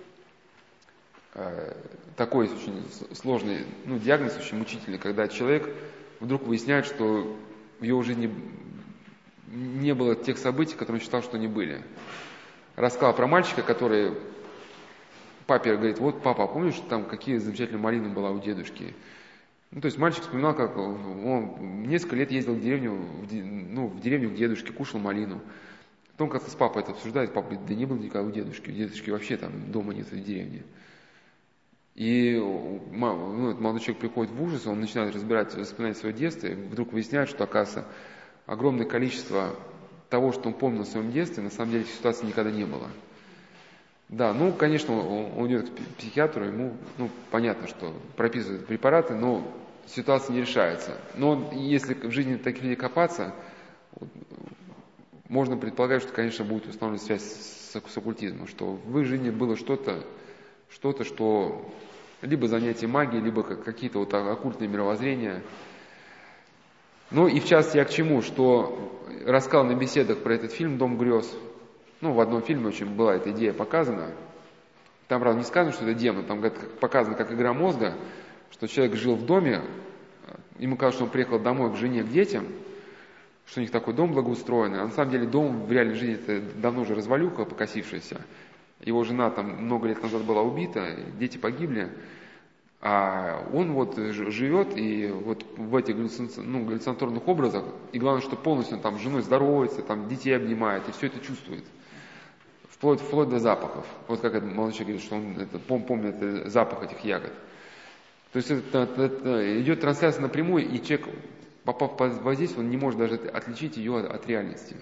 такой очень сложный, диагноз очень мучительный, когда человек вдруг выясняет, что в его жизни не было тех событий, которые он считал, что они были. Рассказал про мальчика, который папе говорит, вот папа, помнишь, там какие замечательные малины была у дедушки? Ну, то есть мальчик вспоминал, как он несколько лет ездил в деревню к дедушке, кушал малину. Потом как-то с папой это обсуждает, папа говорит, да не было никогда у дедушки вообще там дома нет в деревне. И молодой человек приходит в ужас, он начинает разбирать воспоминания своего детства, и вдруг выясняет, что, оказывается, огромное количество того, что он помнил в своем детстве, на самом деле ситуации никогда не было. Да, конечно, он идет к психиатру, ему, понятно, что прописывают препараты, но ситуация не решается. Но если в жизни таких людей копаться, можно предполагать, что, конечно, будет установлена связь с оккультизмом, что в их жизни было что-то, что либо занятие магией, либо какие-то вот оккультные мировоззрения. Ну и в частности я к чему, что рассказал на беседах про этот фильм «Дом грез». В одном фильме очень была эта идея показана. Там, правда, не сказано, что это демон, там показано как игра мозга, что человек жил в доме, ему кажется, что он приехал домой к жене, к детям, что у них такой дом благоустроенный, а на самом деле дом в реальной жизни это давно уже развалюха покосившаяся. Его жена там много лет назад была убита, дети погибли, а он вот живет и вот в этих галлюцинаторных образах, и главное, что полностью там с женой здоровается, там детей обнимает, и все это чувствует. Вплоть до запахов. Вот как этот молодой человек говорит, что он помнит запах этих ягод. То есть это идет трансляция напрямую, и человек, попав под воздействие, он не может даже отличить ее от реальности.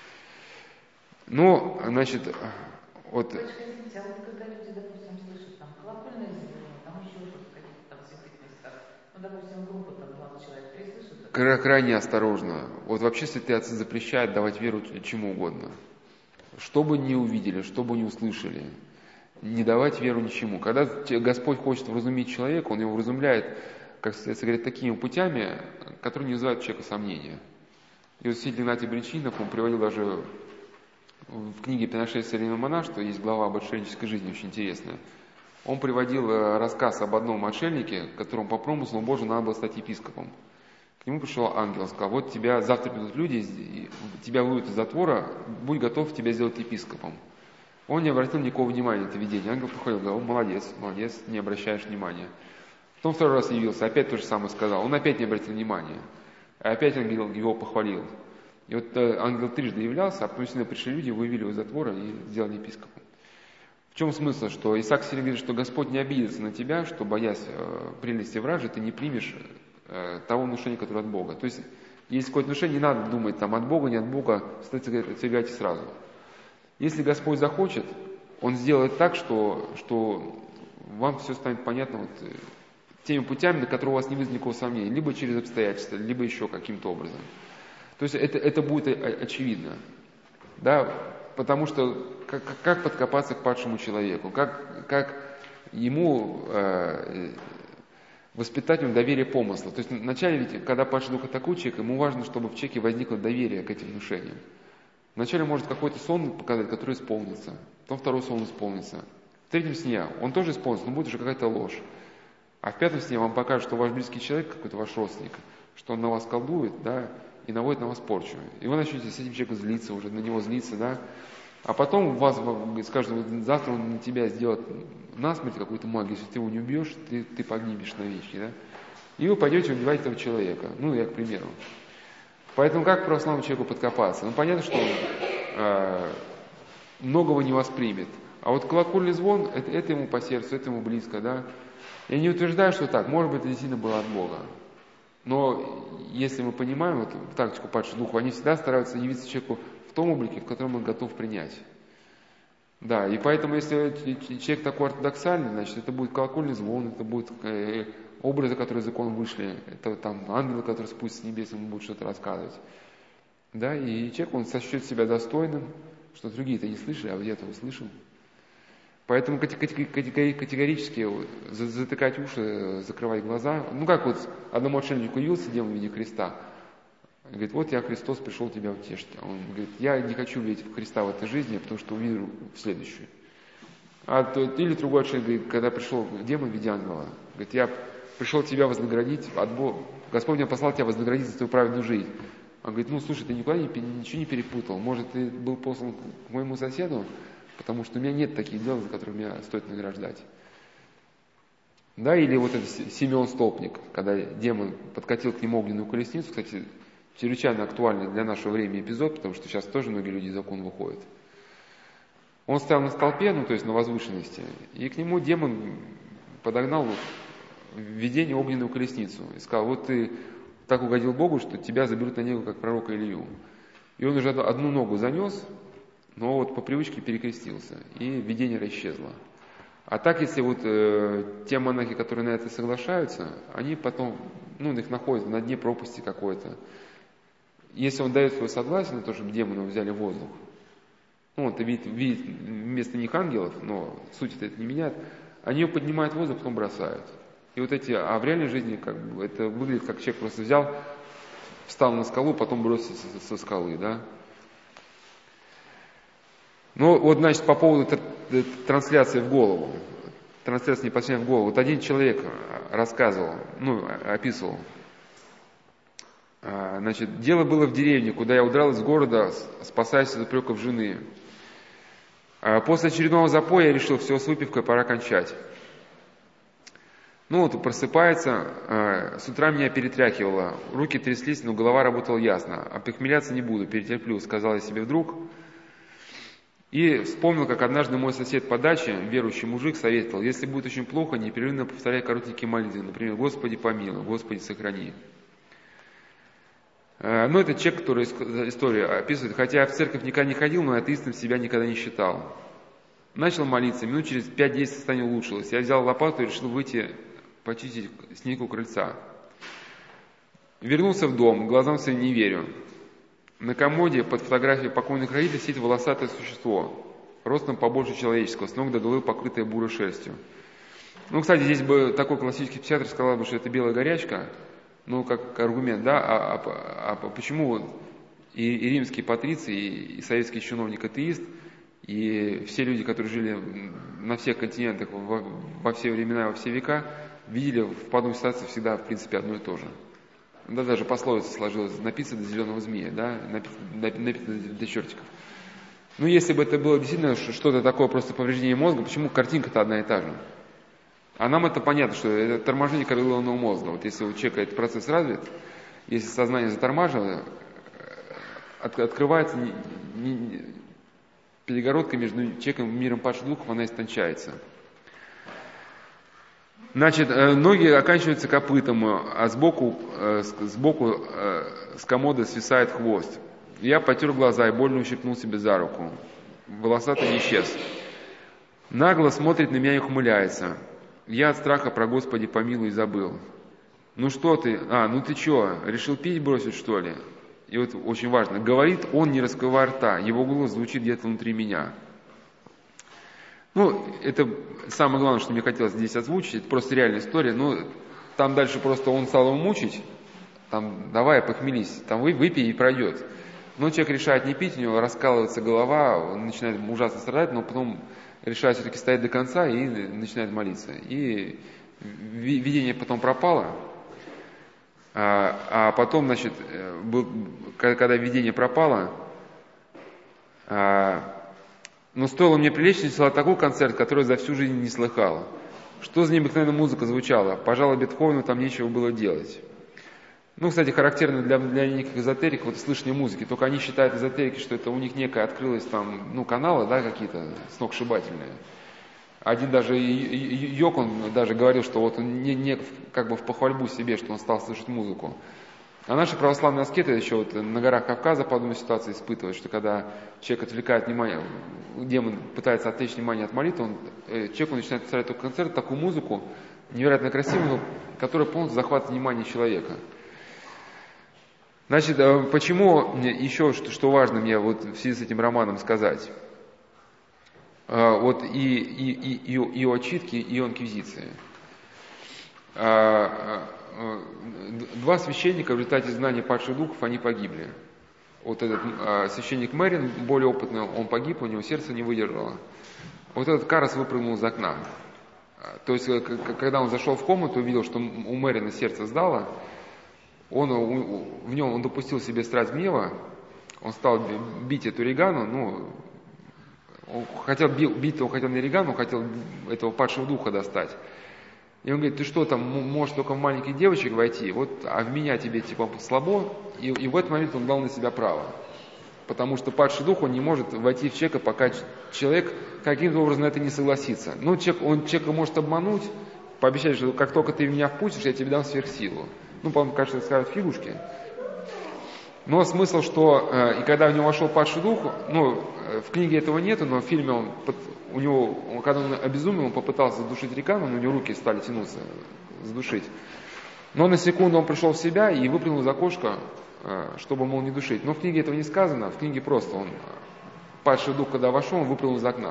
Но, значит, вот... Извините, а вот когда люди, допустим, слышат там колокольные звоны, там еще что-то в каких-то там святых местах, допустим, группа там 20 человек, 3 слышат? Крайне осторожно. Вот вообще святые отцы запрещают давать веру чему угодно. Что бы ни увидели, что бы ни услышали, не давать веру ничему. Когда Господь хочет вразумить человека, Он его вразумляет, как говорят, такими путями, которые не вызывают у человека сомнения. И вот святитель Игнатий Бринчанинов, он приводил даже в книге «Пенашей Селина Монашества», есть глава об отшельнической жизни, очень интересная. Он приводил рассказ об одном отшельнике, которому по промыслу Божию надо было стать епископом. К нему пришел ангел, сказал, вот завтра придут люди, тебя выведут из затвора, будь готов тебя сделать епископом. Он не обратил никакого внимания на это видение. Ангел походил, говорил: молодец, молодец, не обращаешь внимания. Потом второй раз явился, опять то же самое сказал. Он опять не обратил внимания. А опять ангел его похвалил. И вот ангел трижды являлся, а потом сюда пришли люди, вывели его из затвора и сделали епископом. В чем смысл? Что Исаак сильно говорит, что Господь не обидится на тебя, что, боясь прелести вражи, ты не примешь того внушения, которое от Бога. То есть, если какое-то внушение, не надо думать, там, от Бога, не от Бога, отвергайте сразу. Если Господь захочет, Он сделает так, что вам все станет понятно вот, теми путями, на которые у вас не возникло сомнений, либо через обстоятельства, либо еще каким-то образом. То есть это будет очевидно. Да? Потому что как подкопаться к падшему человеку, как ему воспитать ему доверие помысла. То есть вначале, ведь, когда падший дух атакует человека, ему важно, чтобы в человеке возникло доверие к этим внушениям. Вначале может какой-то сон показать, который исполнится, потом второй сон исполнится. В третьем сне он тоже исполнится, но будет уже какая-то ложь. А в пятом сне вам покажут, что ваш близкий человек, какой-то ваш родственник, что он на вас колдует, да, и наводит на вас порчу. И вы начнете с этим человеком злиться, уже на него злиться, да. А потом вас скажут: вот завтра он на тебя сделает насмерть какую-то магию, если ты его не убьешь, ты погибнешь навечно, да. И вы пойдете убивать этого человека. Ну, я к примеру. Поэтому как православному человеку подкопаться? Ну, понятно, что он многого не воспримет. А вот колокольный звон, это ему по сердцу, это ему близко, да. Я не утверждаю, что так, может быть, это действительно было от Бога. Но если мы понимаем вот, тактику падшего духа, они всегда стараются явиться человеку в том облике, в котором он готов принять. Да, и поэтому, если человек такой ортодоксальный, значит, это будет колокольный звон, это будут образы, которые из икон вышли, это там ангелы, которые спустятся с небес, ему будут что-то рассказывать. Да, и человек, он сочтет себя достойным, что другие-то не слышали, а вот я-то услышал. Поэтому категорически затыкать уши, закрывать глаза. Ну, как вот одному отшельнику явился демон в виде Христа. Говорит: вот я, Христос, пришел тебя утешить. Он говорит: я не хочу видеть Христа в этой жизни, потому что увижу в следующую. Или другой отшельник говорит, когда пришел демон в виде ангела, говорит: я пришел тебя вознаградить, от Бога. Господь меня послал тебя вознаградить за твою праведную жизнь. Он говорит: ну, слушай, ты никуда ничего не перепутал. Может, ты был послан к моему соседу? Потому что у меня нет таких дел, за которые меня стоит награждать. Да, или вот этот Симеон Столпник, когда демон подкатил к нему огненную колесницу, кстати, чрезвычайно актуальный для нашего времени эпизод, потому что сейчас тоже многие люди из закона выходят. Он стоял на столпе, ну, то есть на возвышенности, и к нему демон подогнал в видение огненную колесницу и сказал: вот ты так угодил Богу, что тебя заберут на небо, как пророка Илью. И он уже одну ногу занес, но вот по привычке перекрестился, и видение исчезло. А так, если вот те монахи, которые на это соглашаются, они потом, ну, их находят на дне пропасти какой-то. Если он дает свое согласие на то, чтобы демоны взяли воздух, ну, он видит вместо них ангелов, но суть это не меняет, они ее поднимают в воздух, потом бросают. И вот эти, а в реальной жизни как бы это выглядит, как человек просто взял, встал на скалу, потом бросился со скалы, да. Ну, вот, значит, по поводу трансляции в голову. Трансляция непосредственно в голову. Вот один человек рассказывал, ну, описывал. Значит, дело было в деревне, куда я удрал из города, спасаясь от упреков жены. После очередного запоя я решил: все, с выпивкой пора кончать. Ну, вот просыпается, с утра меня перетряхивало, руки тряслись, но голова работала ясно. Опохмеляться не буду, перетерплю, сказал я себе вдруг. И вспомнил, как однажды мой сосед по даче, верующий мужик, советовал: если будет очень плохо, непрерывно повторяй коротенькие молитвы, например: Господи помилуй, Господи сохрани. Ну, это человек, который историю описывает, хотя в церковь никогда не ходил, но атеистом себя никогда не считал. Начал молиться, минут через 5-10 состояние улучшилось. Я взял лопату и решил выйти почистить снег у крыльца. Вернулся в дом, глазам своим не верю. На комоде под фотографией покойных родителей сидит волосатое существо, ростом побольше человеческого, с ног до головы покрытое бурой шерстью. Ну, кстати, здесь бы такой классический психиатр сказал бы, что это белая горячка, ну, как аргумент, да, а почему и римские патриции, и советский чиновник-атеист, и все люди, которые жили на всех континентах во все времена, во все века, видели в подобной ситуации всегда, в принципе, одно и то же. Да, даже пословица сложилась: напиться до зеленого змея, да, напиться до чертиков. Ну, если бы это было действительно что-то такое, просто повреждение мозга, почему картинка-то одна и та же? А нам это понятно, что это торможение коры головного мозга. Вот если у человека этот процесс развит, если сознание затормажено, открывается перегородка между человеком и миром падших духов, она истончается. Значит, ноги оканчиваются копытом, а сбоку с комода свисает хвост. Я потер глаза и больно ущипнул себе за руку. Волосатый не исчез. Нагло смотрит на меня и ухмыляется. Я от страха про Господи помилуй забыл. Ну что ты? Ну ты что, решил пить бросить, что ли? И вот очень важно, говорит он, не раскрывая рта, его голос звучит где-то внутри меня. Ну, это самое главное, что мне хотелось здесь озвучить, это просто реальная история. Ну, там дальше просто он стал его мучить, там, давай, похмелись, там, выпей и пройдет. Но человек решает не пить, у него раскалывается голова, он начинает ужасно страдать, но потом решает все-таки стоять до конца и начинает молиться. И видение потом пропало. А потом, значит, когда видение пропало, но стоило мне прилечь, начала такой концерт, который за всю жизнь не слыхал. Что за необыкновенная музыка звучала? Пожалуй, Бетховену там нечего было делать. Ну, кстати, характерно для неких эзотериков вот слышание музыки. Только они считают эзотерики, что это у них некое открылось там, ну, каналы, да, какие-то сногсшибательные. Один даже йог, он даже говорил, что вот он не как бы в похвальбу себе, что он стал слышать музыку. А наши православные аскеты еще вот на горах Кавказа подобную ситуацию испытывают, что когда человек отвлекает внимание, демон пытается отвлечь внимание от молитвы, человеку начинает устраивать такой концерт, такую музыку, невероятно красивую, которая полностью захватывает внимание человека. Значит, почему еще, что важно мне вот в связи с этим романом сказать? Вот и о читке, и о инквизиции. Два священника в результате знания падших духов, они погибли. Вот этот священник Мэрин, более опытный, он погиб, у него сердце не выдержало. Вот этот Карас выпрыгнул из окна. То есть, когда он зашел в комнату, увидел, что у Мэрина сердце сдало, он допустил себе страсть гнева, он стал бить эту Регану, ну, он хотел бить его, хотел не Регану, хотел этого падшего духа достать. И он говорит, ты что там, можешь только в маленьких девочек войти, вот, а в меня тебе типа слабо, и в этот момент он дал на себя право. Потому что падший дух, он не может войти в человека, пока человек каким-то образом на это не согласится. Ну, человека может обмануть, пообещать, что как только ты в меня впустишь, я тебе дам сверхсилу. Ну, по-моему, кажется, скажут фигушки. Но смысл, что и когда в него вошел падший дух, ну, в книге этого нету, но в фильме когда он обезумел, он попытался задушить Регану, но у него руки стали тянуться, задушить. Но на секунду он пришел в себя и выпрыгнул из окошка, чтобы, мол, не душить. Но в книге этого не сказано, в книге просто падший дух, когда вошел, он выпрыгнул из окна.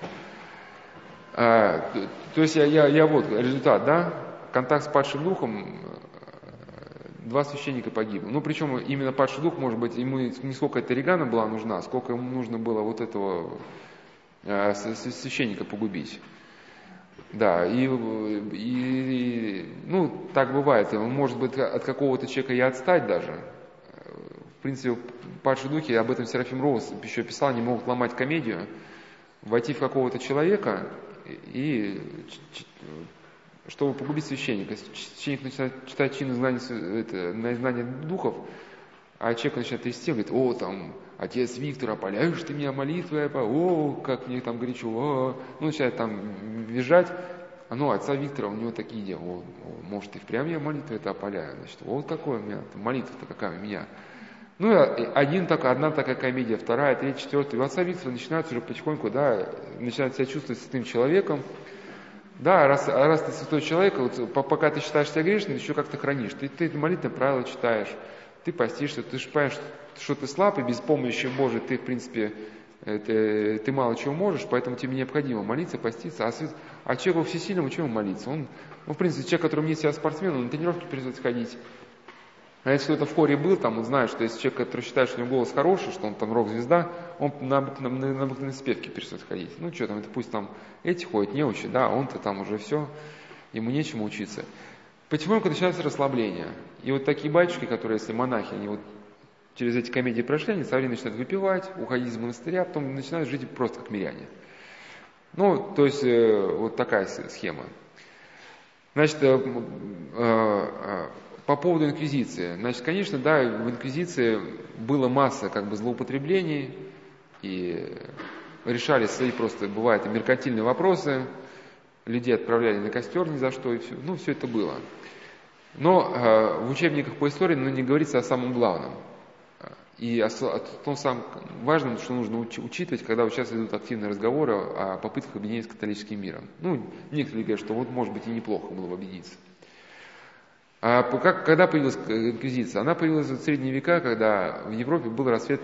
То есть я вот результат, да, контакт с падшим духом, два священника погибли. Ну, причем именно падший дух, может быть, ему не сколько эта Регана была нужна, сколько ему нужно было вот этого священника погубить. Да, ну, так бывает. Он может быть от какого-то человека и отстать даже. В принципе, падшие духи, об этом Серафим Роуз еще писал, они могут ломать комедию, войти в какого-то человека и чтобы погубить священника. Священник начинает читать чины знания духов, а человек начинает трясти, говорит, о, там, отец Виктор, опаляешь ты меня молитвой, о, как мне там горячо, о. Ну, начинает там визжать, отца Виктора, у него такие идеи, может, и впрямь я молитвой это опаляю, значит, вот какой у меня, молитва-то какая у меня. Ну, одна такая комедия, вторая, третья, четвертая, и у отца Виктора начинается уже потихоньку, да, начинает себя чувствовать святым человеком. Да, раз ты святой человек, вот, пока ты считаешь себя грешным, ты еще как-то хранишь. Ты молитвенные правила читаешь, ты постишься, ты же понимаешь, что ты слаб, и без помощи Божией ты, в принципе, ты мало чего можешь, поэтому тебе необходимо молиться, поститься. А человеку всесильному чему молиться? Он, в принципе, человек, который мнит себя спортсменом, он на тренировки перестает ходить. А если кто-то в хоре был, там, он знает, что если человек, который считает, что у него голос хороший, что он там рок-звезда, он на обыкновенной спевке перестает ходить. Ну, что там, это пусть там эти ходят, неучи, да, он-то там уже все, ему нечему учиться. Потихоньку начинается расслабление. И вот такие батюшки, которые, если монахи, они вот через эти комедии прошли, они со временем начинают выпивать, уходить из монастыря, потом начинают жить просто как миряне. Ну, то есть, вот такая схема. Значит, по поводу инквизиции. Значит, конечно, да, в инквизиции была масса как бы злоупотреблений, и решались свои просто, бывает, меркантильные вопросы, людей отправляли на костер ни за что, и все, ну, все это было. Но в учебниках по истории не говорится о самом главном. И о том самом важном, что нужно учитывать, когда вот сейчас идут активные разговоры о попытках объединения с католическим миром. Ну, некоторые говорят, что вот, может быть, и неплохо было бы объединиться. Когда появилась инквизиция? Она появилась в средние века, когда в Европе был расцвет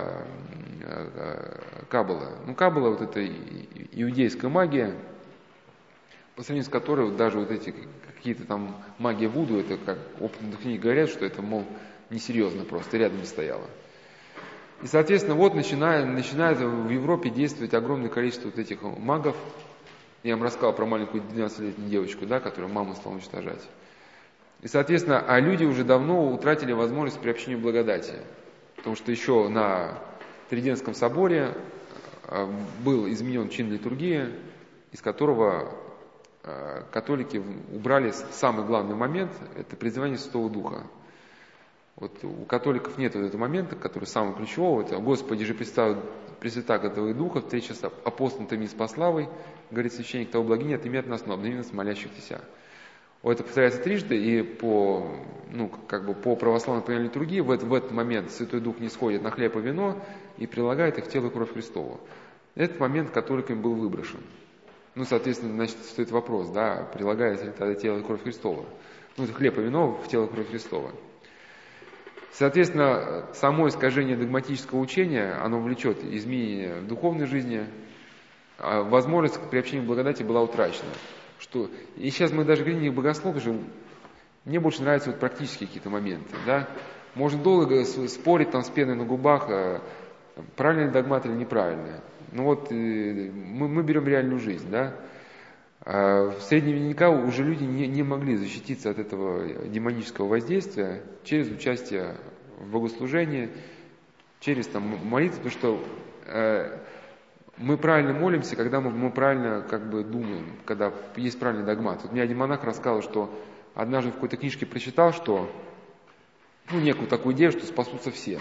Каббалы. Ну, Каббала, вот эта иудейская магия, по сравнению с которой даже вот эти какие-то там магия Вуду, это как опытные духовники говорят, что это, мол, несерьезно просто, рядом не стояло. И, соответственно, вот начинает в Европе действовать огромное количество вот этих магов. Я вам рассказал про маленькую 12-летнюю девочку, да, которую мама стала уничтожать. И, соответственно, люди уже давно утратили возможность приобщения благодати. Потому что еще на Триденском соборе был изменен чин литургии, из которого католики убрали самый главный момент – это призывание Святого Духа. Вот у католиков нет этого момента, который самый ключевой. Это «Господи же Пресвята Готовый Духа, встреча с апостолом Томис по славой, говорит священник того благиня, отыми от нас, но обнови нас, молящихся». Вот это повторяется трижды, и по православной понятию литургии в этот момент Святой Дух не сходит на хлеб и вино и прилагает их в тело и кровь Христову. Этот момент католиками был выброшен. Ну, соответственно, значит, стоит вопрос, да, прилагается ли тогда тело и кровь Христова? Ну, это хлеб и вино в тело и кровь Христова. Соответственно, само искажение догматического учения, оно влечет изменения в духовной жизни, а возможность к приобщению к благодати была утрачена. И сейчас мы даже говорим не богослов, потому что мне больше нравятся вот практические какие-то моменты. Да? Можно долго спорить там с пеной на губах, правильный догмат или неправильный. Ну вот мы берем реальную жизнь. Да? В средние века уже люди не могли защититься от этого демонического воздействия через участие в богослужении, через там, молитву, потому что мы правильно молимся, когда мы правильно как бы думаем, когда есть правильный догмат. Вот мне один монах рассказал, что однажды в какой-то книжке прочитал, что некую такую идею, что спасутся все.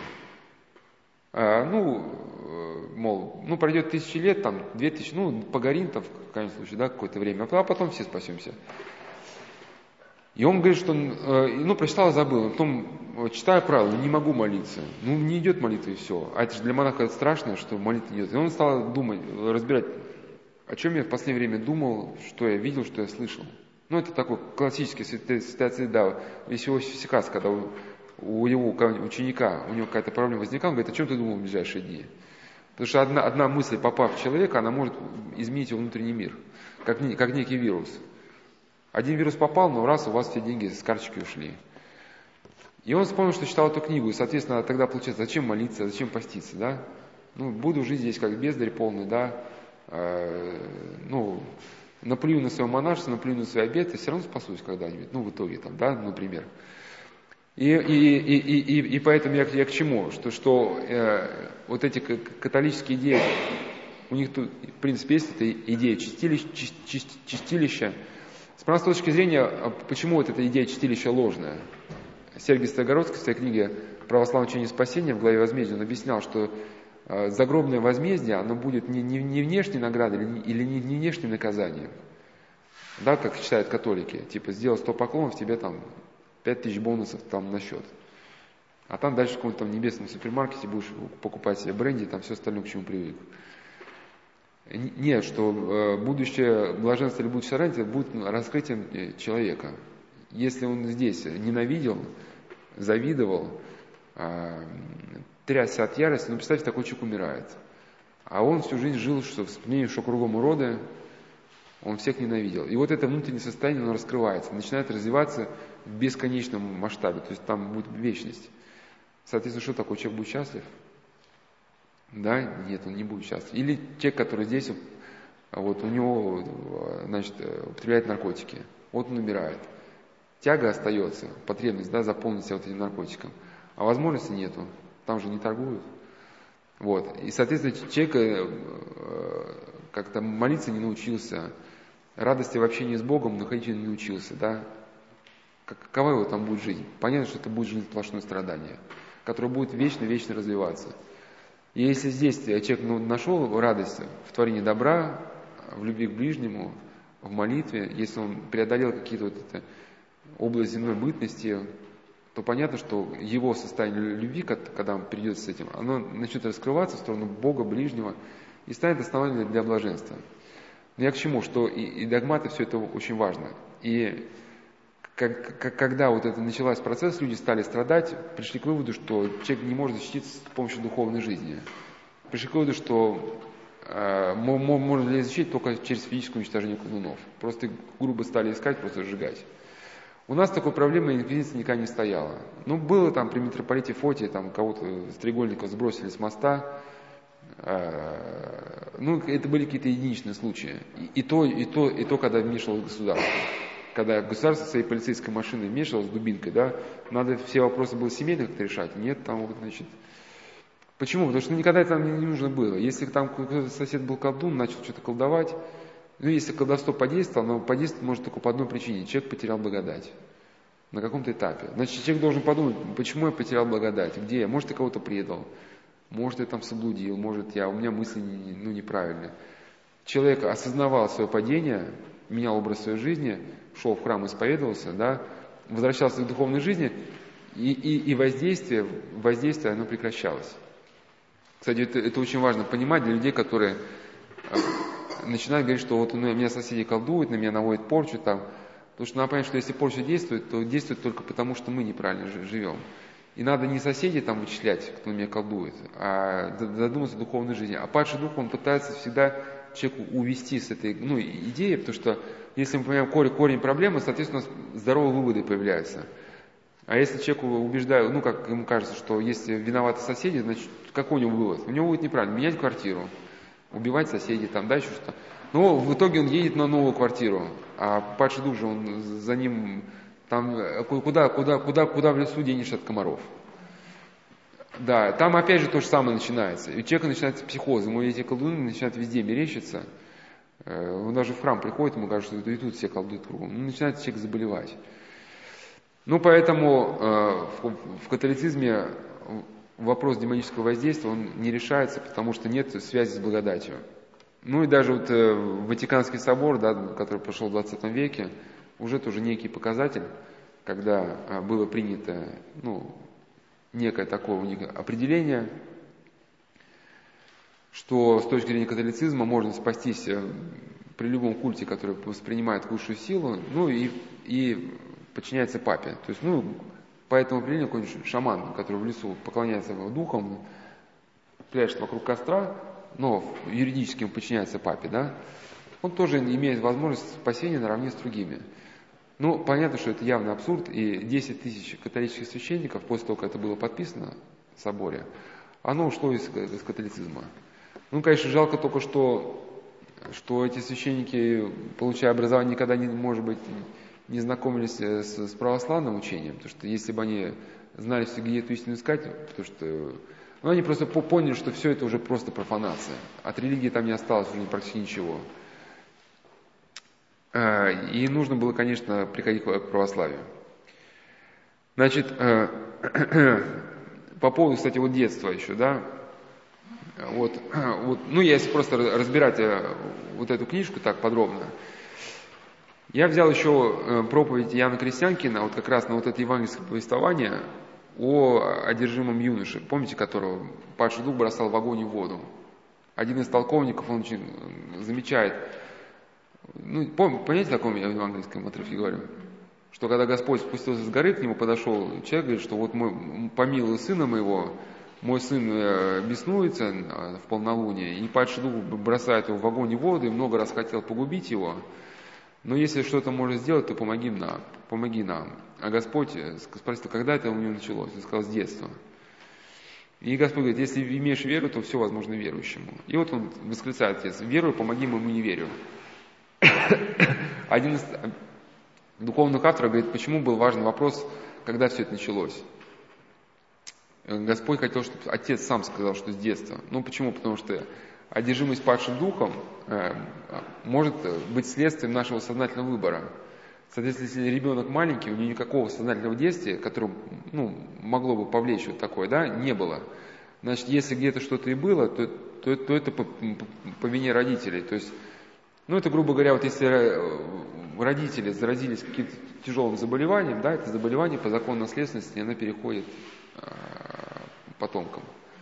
Пройдет 1000 лет, там, 2000, погорим там, в крайнем случае, да, какое-то время, а потом все спасемся. И он говорит, что, прочитал и забыл, потом читаю правила, не могу молиться. Не идет молитва и все. А это же для монаха страшно, что молитва не идет. И он стал думать, разбирать, о чем я в последнее время думал, что я видел, что я слышал. Это такой классический ситуация, да, если Иосиф Сикас, когда у его ученика, у него какая-то проблема возникала, он говорит, о чем ты думал в ближайшие дни? Потому что одна мысль, попав в человека, она может изменить его внутренний мир, как некий вирус. Один вирус попал, но раз, у вас все деньги с карточки ушли. И он вспомнил, что читал эту книгу, и, соответственно, тогда получается, зачем молиться, зачем поститься, да? Буду жить здесь как бездарь полный, да? Наплюю на свое монашество, наплюю на свои обеты, все равно спасусь когда-нибудь, в итоге там, да, например. И поэтому я к чему? Что вот эти католические идеи, у них тут, в принципе, есть эта идея чистилища. С православной точки зрения, почему вот эта идея чистилища ложная? Сергий Строгородский в своей книге «Православное учение спасения» в главе возмездия он объяснял, что загробное возмездие, оно будет не внешней наградой или не внешним наказанием. Да, как считают католики. Типа, сделал 100 поклонов, тебе там 5000 бонусов там на счет. А там дальше в каком-то там небесном супермаркете будешь покупать себе бренди, там все остальное, к чему привык. Нет, что будущее блаженство или будущее радость будет раскрытием человека. Если он здесь ненавидел, завидовал, трясся от ярости, представьте, такой человек умирает. А он всю жизнь жил, что кругом уроды, он всех ненавидел. И вот это внутреннее состояние, оно раскрывается, начинает развиваться в бесконечном масштабе, то есть там будет вечность. Соответственно, что такое человек будет счастлив? Да, нет, он не будет счастлив. Или человек, который здесь, вот у него, употребляет наркотики, вот он умирает. Тяга остается, потребность, да, заполнить себя вот этим наркотиком, а возможности нету. там же не торгуют. Вот. И, соответственно, человек как-то молиться не научился, радости в общении с Богом находить не научился, да? Какова его там будет жизнь? Понятно, что это будет жизнь сплошное страдание, которое будет вечно развиваться. И если здесь человек нашел радость в творении добра, в любви к ближнему, в молитве, если он преодолел какие-то вот это область земной бытности, то понятно, что его состояние любви, когда он придет с этим, оно начнет раскрываться в сторону Бога, ближнего, и станет основанием для блаженства. Но я к чему? Что и догматы, все это очень важно. И когда вот это начался процесс, люди стали страдать, пришли к выводу, что человек не может защититься с помощью духовной жизни. Пришли к выводу, что можно ли защитить только через физическое уничтожение колдунов. Просто их грубо стали искать, просто сжигать. У нас такой проблемы инквизиции никогда не стояло. Ну, было там при митрополите Фотии, там кого-то с треугольников сбросили с моста. Ну, это были какие-то единичные случаи. И то, когда вмешивалось государство. Когда государство своей полицейской машиной вмешивалось с дубинкой, да, надо все вопросы было семейных как-то решать. Нет, там, значит... Почему? Потому что никогда это нам не нужно было. Если там какой-то сосед был колдун, начал что-то колдовать, ну, если колдовство подействовало, но подействовать может только по одной причине. Человек потерял благодать. На каком-то этапе. Значит, человек должен подумать, почему я потерял благодать, где я? Может, я кого-то предал, может, я там соблудил, может, у меня мысли неправильные. Человек осознавал свое падение, менял образ своей жизни, шел в храм, исповедовался, да, возвращался к духовной жизни, и воздействие, оно прекращалось. Кстати, это очень важно понимать для людей, которые начинают говорить, что вот у меня соседи колдуют, на меня наводят порчу там. Потому что надо понять, что если порча действует, то действует только потому, что мы неправильно живем. И надо не соседей там вычислять, кто на меня колдует, а задуматься о духовной жизни. А падший дух, он пытается всегда человеку увести с этой идеи, потому что если мы понимаем корень проблемы, соответственно, здоровые выводы появляются. А если человеку убеждаю, как ему кажется, что если виноваты соседи, значит, какой у него вывод? У него будет неправильно, менять квартиру, убивать соседей, там, да, еще что-то. Но в итоге он едет на новую квартиру, а падший дух же, он за ним, там, куда в лесу денешься от комаров. Да, там опять же то же самое начинается. И у человека начинается психоз, ему эти колдуны начинают везде мерещиться. Он даже в храм приходит, ему кажется, что и тут все колдуют кругом. Начинает человек заболевать. Поэтому в католицизме вопрос демонического воздействия, он не решается, потому что нет связи с благодатью. И даже вот Ватиканский собор, да, который прошел в 20 веке, уже тоже некий показатель, когда было принято, некое такое у них определение, что с точки зрения католицизма можно спастись при любом культе, который воспринимает высшую силу, и подчиняется папе. То есть, по этому определению какой-нибудь шаман, который в лесу поклоняется духам, пляшет вокруг костра, но юридически он подчиняется папе, да, он тоже имеет возможность спасения наравне с другими. Понятно, что это явный абсурд, и 10 тысяч католических священников, после того, как это было подписано в соборе, оно ушло из католицизма. Конечно, жалко только, что эти священники, получая образование, никогда, может быть, не знакомились с православным учением, потому что если бы они знали, где эту истину искать, потому что они просто поняли, что все это уже просто профанация. От религии там не осталось уже практически ничего. И нужно было, конечно, приходить к православию. Значит, по поводу, кстати, детства еще, да, если просто разбирать вот эту книжку так подробно, я взял еще проповедь Иоанна Крестьянкина, как раз на это евангельское повествование о одержимом юноше, помните, которого падший дух бросал в огонь и в воду. Один из толковников, он очень замечает, понимаете, о каком я в евангельском отрывке говорю? Что когда Господь спустился с горы, к нему подошел человек, говорит, что вот помилуй сына моего, мой сын беснуется в полнолуние, и падший дух бросает его в огонь и в воду, и много раз хотел погубить его. Но если что-то можешь сделать, то помоги нам. А Господь спросил, когда это у него началось? Он сказал, с детства. И Господь говорит, если имеешь веру, то все возможно верующему. И вот он восклицает, отец, верую, помоги моему неверию. Один из духовных авторов говорит, почему был важен вопрос, когда все это началось. Господь хотел, чтобы отец сам сказал, что с детства. Ну, почему? Потому что одержимость падшим духом может быть следствием нашего сознательного выбора. Соответственно, если ребенок маленький, у него никакого сознательного действия, которое могло бы повлечь вот такое, да, не было. Значит, если где-то что-то и было, то это по вине родителей. То есть, это, грубо говоря, вот если родители заразились каким-то тяжелым заболеванием, да, это заболевание по закону наследственности, оно переходит потомкам.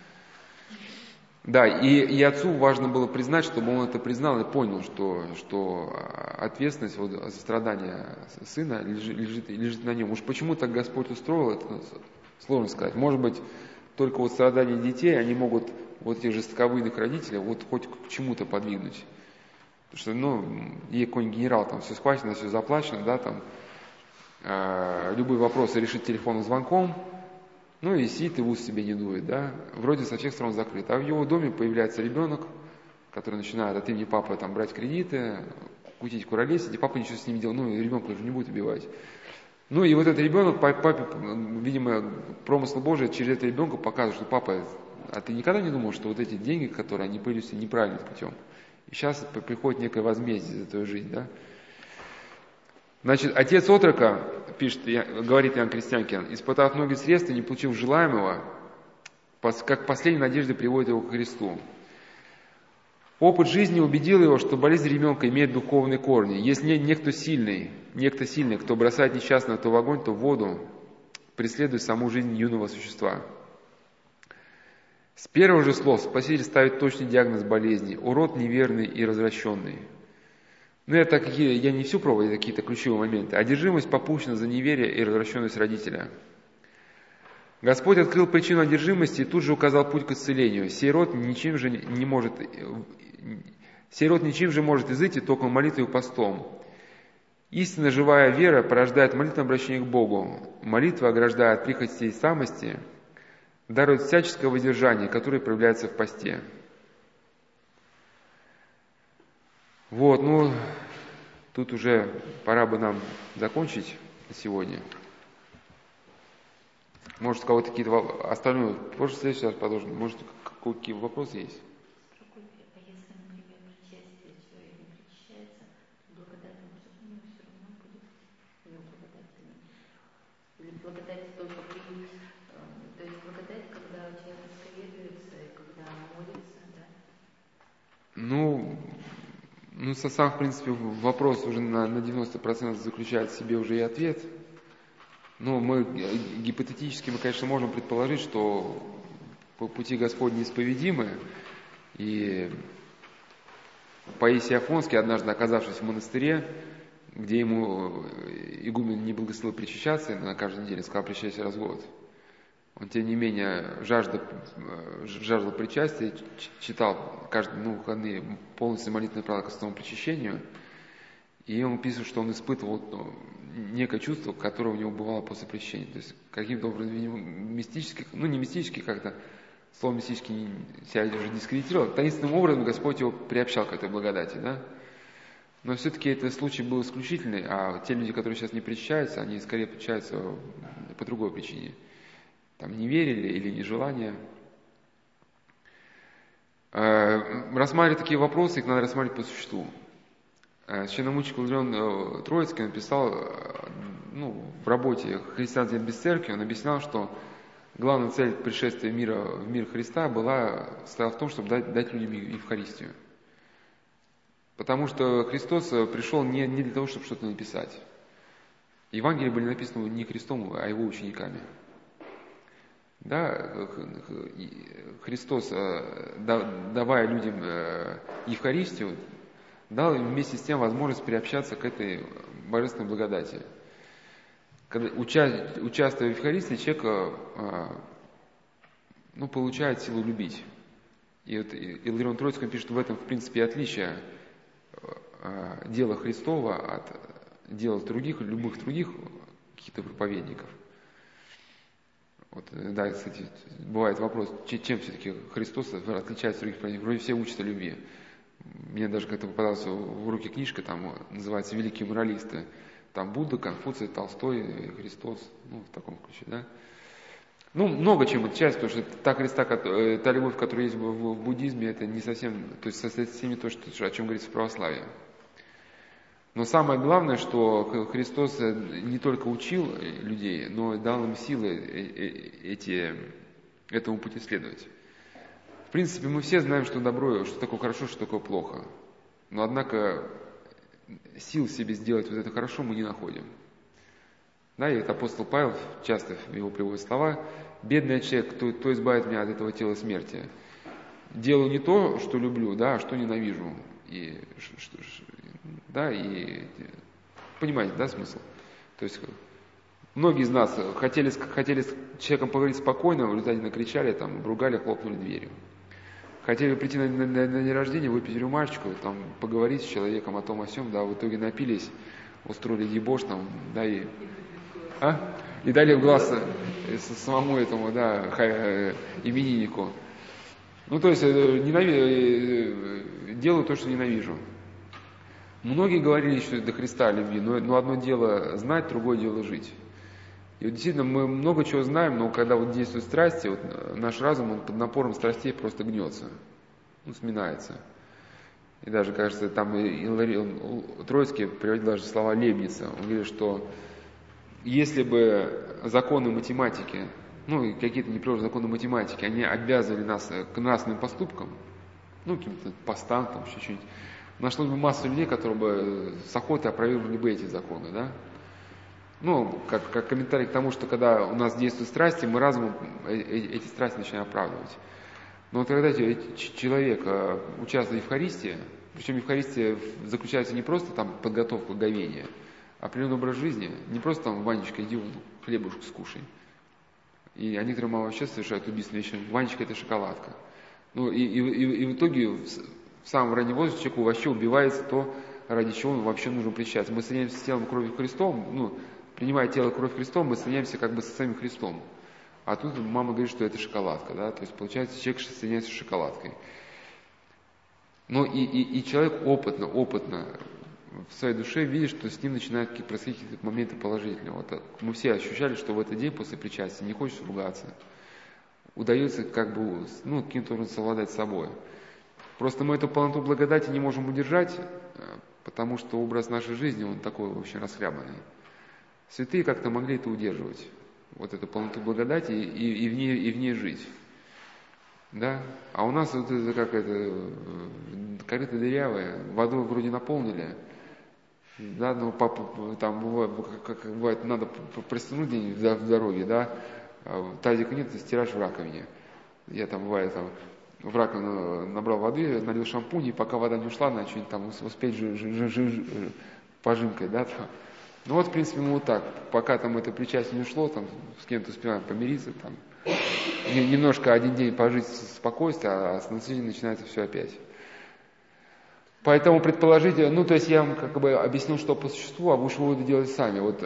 Да, и отцу важно было признать, чтобы он это признал и понял, что ответственность за страдания сына лежит на нем. Уж почему так Господь устроил это, сложно сказать. Может быть, только вот страдания детей, они могут вот этих жестоковыйных родителей вот хоть к чему-то подвигнуть. Потому что, ей какой-нибудь генерал, там все схвачено, все заплачено, да, там любые вопросы решить телефонным звонком, и сидит и в ус себе не дует, да, вроде со всех сторон закрыт. А в его доме появляется ребенок, который начинает от имени папы там брать кредиты, кутить, куролесить, и папа ничего с ним не делал, и ребенка уже не будет убивать. И вот этот ребенок, папе, видимо, промысл Божий через этого ребенка показывает, что папа, а ты никогда не думал, что вот эти деньги, которые они появились неправильным путем? И сейчас приходит некое возмездие за твою жизнь, да? Значит, отец отрока, говорит Иоанн Крестьянкин, испытав многие средства, не получив желаемого, как последней надежды приводит его к Христу. Опыт жизни убедил его, что болезнь ребенка имеет духовные корни. Если некто сильный, кто бросает несчастного то в огонь, то в воду, преследуя саму жизнь юного существа. С первых же слов Спаситель ставит точный диагноз болезни – урод неверный и развращенный. Я не всю пробую, это какие-то ключевые моменты. Одержимость попущена за неверие и развращенность родителя. Господь открыл причину одержимости и тут же указал путь к исцелению. Сей род ничем же может изыти только молитвой и постом. Истинно живая вера порождает молитвенное обращение к Богу. Молитва, ограждая от прихотей и самости, дарует всяческое воздержание, которое проявляется в посте. Тут уже пора бы нам закончить на сегодня. Может, у кого-то какие-то остальные, может, в следующий раз продолжим. Может, какие вопросы есть? А если, например, причастие человек не причащается, благодать, может, у него все равно будет благодательной? Или благодать только то есть благодать, когда человек исповедуется и когда молится, да? Сам, в принципе, вопрос уже на 90% заключает в себе уже и ответ. Мы гипотетически, конечно, можем предположить, что по пути Господни исповедимы, и Паисий Афонский, однажды оказавшись в монастыре, где ему игумен не благословил причащаться, на каждой неделе сказал: причащайся раз в год. Он, тем не менее, жаждал причастия, читал каждые выходные полностью молитвенное правило к основному причащению, и он пишет, что он испытывал некое чувство, которое у него бывало после причащения. То есть каким-то образом мистически, не мистически, как-то слово мистически себя уже дискредитировал, таинственным образом Господь его приобщал к этой благодати, да? Но все-таки этот случай был исключительный, а те люди, которые сейчас не причащаются, они скорее причащаются по другой причине. Там не верили или нежелание. Рассматривая такие вопросы, их надо рассматривать по существу. Священномученик Илларион Троицкий написал, в работе «Христианство без церкви», он объяснял, что главная цель пришествия в мир Христа состояла в том, чтобы дать людям Евхаристию. Потому что Христос пришел не для того, чтобы что-то написать. Евангелия были написаны не Христом, а его учениками. Да, Христос, давая людям Евхаристию, дал им вместе с тем возможность приобщаться к этой божественной благодати. Когда, участвуя в Евхаристии, человек получает силу любить. И вот Илларион Троицкий пишет, в этом, в принципе, отличие дела Христова от дела любых других каких-то проповедников. Да, кстати, бывает вопрос, чем все-таки Христос отличается от других проповедников. Вроде все учат о любви. Мне даже как-то попадалась в руки книжка, там называется «Великие моралисты». Там Будда, Конфуций, Толстой, Христос, в таком ключе, да. Ну, много чем отличается, потому что та любовь, которая есть в буддизме, это не совсем, то есть совсем не то, о чем говорится в православии. Но самое главное, что Христос не только учил людей, но и дал им силы этому пути следовать. В принципе, мы все знаем, что добро, что такое хорошо, что такое плохо. Но, однако, сил себе сделать вот это хорошо мы не находим. Да, и вот апостол Павел часто его приводит слова: «Бедный человек, кто избавит меня от этого тела смерти? Делаю не то, что люблю, да, а что ненавижу». И понимаете, да, смысл? То есть многие из нас хотели с человеком поговорить спокойно, в результате накричали, там, ругали, хлопнули дверью. Хотели прийти на день рождения, выпить рюмашечку, там, поговорить с человеком о том, о сём, да, в итоге напились, устроили дебош, там, да, и дали в глаз самому этому, да, имениннику. Ну, то есть, делаю то, что ненавижу. Многие говорили еще до Христа о любви, но одно дело знать, другое дело жить. И вот действительно, мы много чего знаем, но когда вот действуют страсти, вот наш разум, он под напором страстей просто гнется, сминается. И даже, кажется, там Троицкий приводил даже слова Лейбница. Он говорит, что если бы законы математики, и какие-то непрерывные законы математики, они обязывали нас к нравственным поступкам, каким-то постам, там, еще что-нибудь, нашлось бы масса людей, которые бы с охотой опровергли бы эти законы, да? Как комментарий к тому, что когда у нас действуют страсти, мы разумом эти страсти начинаем оправдывать. Но вот когда человек участвует в Евхаристии, причем Евхаристия заключается не просто там подготовка говения, а определенный образ жизни, не просто там: Ванечка, иди хлебушку скушай. И некоторые мамы вообще совершают убийственные вещи: Ванечка, это шоколадка. И в итоге в самом раннем возрасте человеку вообще убивается то, ради чего он вообще нужно причащаться. Мы соединяемся с телом и кровью Христом, принимая тело и кровь Христом, мы соединяемся как бы со самим Христом. А тут мама говорит, что это шоколадка, да, то есть получается, человек соединяется с шоколадкой. И человек опытно в своей душе видит, что с ним начинают происходить какие-то моменты положительные. Вот мы все ощущали, что в этот день после причастия не хочется ругаться. Удается каким-то образом совладать с собой. Просто мы эту полноту благодати не можем удержать, потому что образ нашей жизни, он такой вообще расхлябанный. Святые как-то могли это удерживать, вот эту полноту благодати и в ней жить. Да? А у нас вот это корыто дырявое, водой вроде наполнили, да, но там бывает, надо пристегнуть где-нибудь в дороге, да, тазика нет, ты стираешь в раковине. Я там, бывает, в раковину набрал воды, налил шампунь, и пока вода не ушла, надо что-нибудь там успеть пожимкой, да, там. В принципе, мы вот так, пока там это причастие не ушло, там с кем-то успеваем помириться, там, немножко один день пожить в спокойствии, а с следующим начинается все опять. Поэтому предположить, то есть я вам как бы объяснил, что по существу, а вы уж выводы делать сами. Вот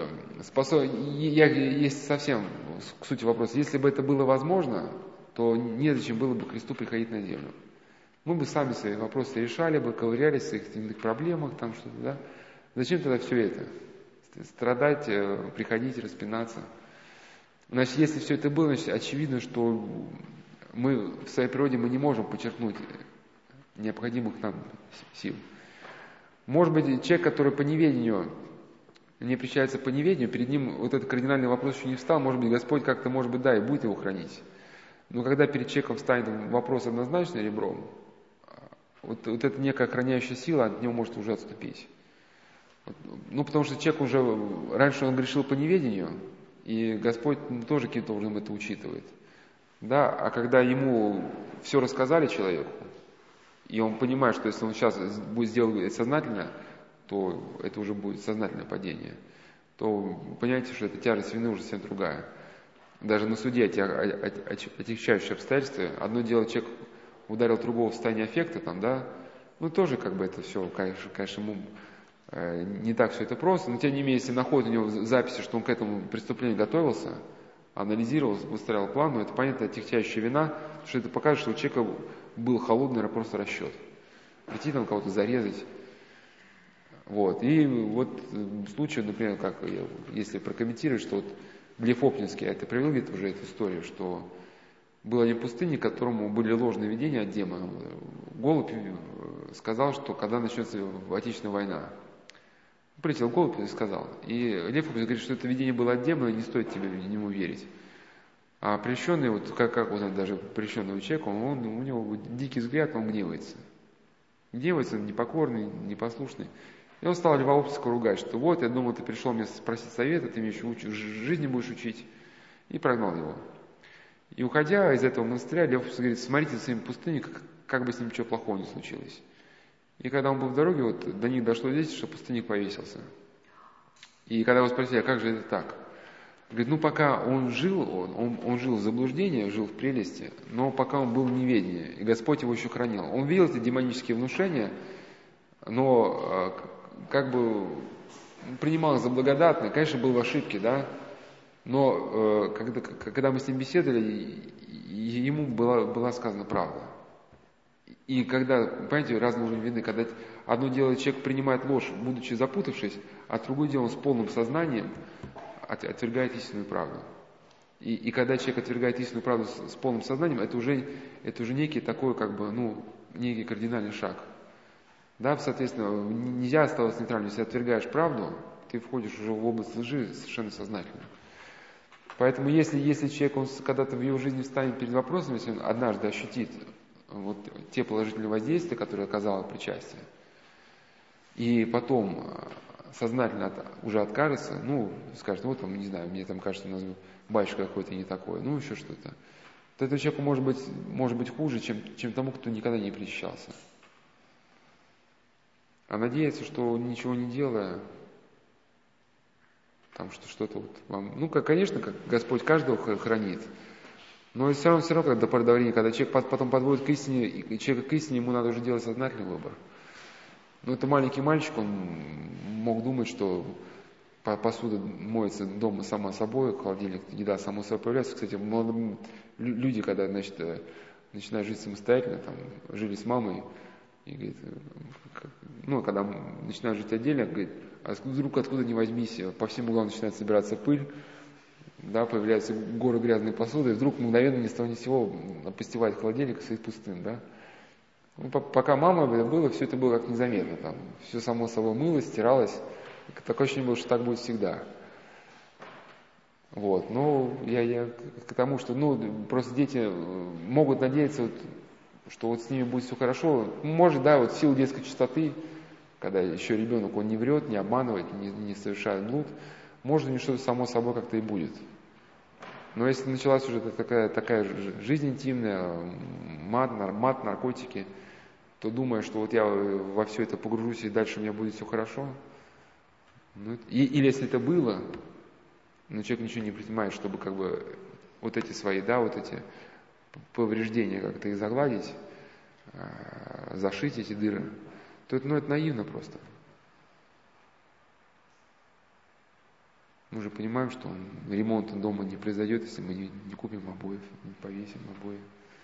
есть совсем к сути вопрос. Если бы это было возможно, то незачем было бы Христу приходить на землю. Мы бы сами свои вопросы решали бы, ковырялись в своих проблемах, там что-то, да. Зачем тогда все это? Страдать, приходить, распинаться. Значит, если все это было, значит, очевидно, что мы в своей природе мы не можем подчеркнуть необходимых нам сил. Может быть, человек, который по неведению, не причащается по неведению, перед ним вот этот кардинальный вопрос еще не встал, может быть, Господь как-то, может быть, да, и будет его хранить. Но когда перед человеком встанет вопрос однозначно ребром, вот эта некая охраняющая сила от него может уже отступить. Потому что человек уже, раньше он грешил по неведению, и Господь тоже каким-то образом это учитывает. Да? А когда ему все рассказали человеку, и он понимает, что если он сейчас будет сделать сознательно, то это уже будет сознательное падение, то понимаете, что эта тяжесть вины уже совсем другая. Даже на суде отягчающие обстоятельства, одно дело, человек ударил другого в состоянии аффекта, там, да, тоже как бы это все, конечно, ему не так все это просто, но тем не менее, если находят у него записи, что он к этому преступлению готовился, анализировал, выстраивал план, это понятно, отягчающая вина, что это покажет, что у человека был холодный просто расчет. Прийти там кого-то зарезать. И вот случай, например, как если прокомментировать, что Лев Оптинский, это привел где-то уже эту историю, что был один пустынник, которому были ложные видения от демона. Голубь сказал, что когда начнется Отечественная война. Прилетел голубь и сказал. И Лев Оптинский говорит, что это видение было от демона, не стоит тебе ему верить. А прельщенный, вот как вот даже прельщенного человека, у него дикий взгляд, он гневается. Гневается, он непокорный, непослушный. И он стал Льва Оптинского ругать, что вот, я думал, ты пришел мне спросить совета, ты меня еще жизни будешь учить. И прогнал его. И уходя из этого монастыря, Лев Оптинский говорит, смотрите за своим пустынником, как бы с ним ничего плохого не случилось. И когда он был в дороге, вот до них дошло здесь, что пустынник повесился. И когда его спросили, а как же это так? Говорит, ну пока он жил, он жил в заблуждении, жил в прелести, но пока он был в неведении, и Господь его еще хранил. Он видел эти демонические внушения, но как бы принимал их за благодатные, конечно, был в ошибке, да, но когда мы с ним беседовали, ему была сказана правда. И когда, понимаете, разные уровни вины, когда одно дело человек принимает ложь, будучи запутавшись, а другое дело он с полным сознанием отвергает истинную правду. И когда человек отвергает истинную правду с полным сознанием, это уже некий такой, как бы, некий кардинальный шаг. Да, соответственно, нельзя оставаться нейтральным. Если отвергаешь правду, ты входишь уже в область лжи совершенно сознательно. Поэтому если человек, он когда-то в его жизни встанет перед вопросом, если он однажды ощутит вот те положительные воздействия, которые оказало причастие, и потом сознательно уже откажется, скажет, вот там, не знаю, мне там кажется, у нас батюшка какой-то не такой, еще что-то, то этому человеку может быть хуже, чем тому, кто никогда не причащался. А надеяться, что ничего не делая, там что-то вот вам... конечно, как Господь каждого хранит, но все равно, когда до поры до времени, когда человек потом подводит к истине, и человека к истине, ему надо уже делать сознательный выбор. Это маленький мальчик, он мог думать, что посуда моется дома сама собой, холодильник, еда сама собой появляется. Кстати, люди, когда, начинают жить самостоятельно, там, жили с мамой, и говорит, когда начинают жить отдельно, говорит, а вдруг откуда ни возьмись, по всем углам начинает собираться пыль, да, появляются горы грязной посуды, и вдруг мгновенно ни с того ни с сего опустевает холодильник и стоит пустым, да. Пока мама была, все это было как незаметно, там, все само собой мылось, стиралось, такое ощущение было, что так будет всегда. Вот, я к тому, что, просто дети могут надеяться, что с ними будет все хорошо, может, да, в силу детской чистоты, когда еще ребенок, он не врет, не обманывает, не совершает блуд, может, у него что-то само собой как-то и будет. Но если началась уже такая жизнь интимная, мат, наркотики, то думая, что вот я во все это погружусь и дальше у меня будет все хорошо. Или если это было, но человек ничего не предпринимает, чтобы как бы вот эти свои, да, вот эти повреждения как-то их загладить, зашить эти дыры, то это наивно просто. Мы же понимаем, что ремонт дома не произойдет, если мы не купим обоев, не повесим обои.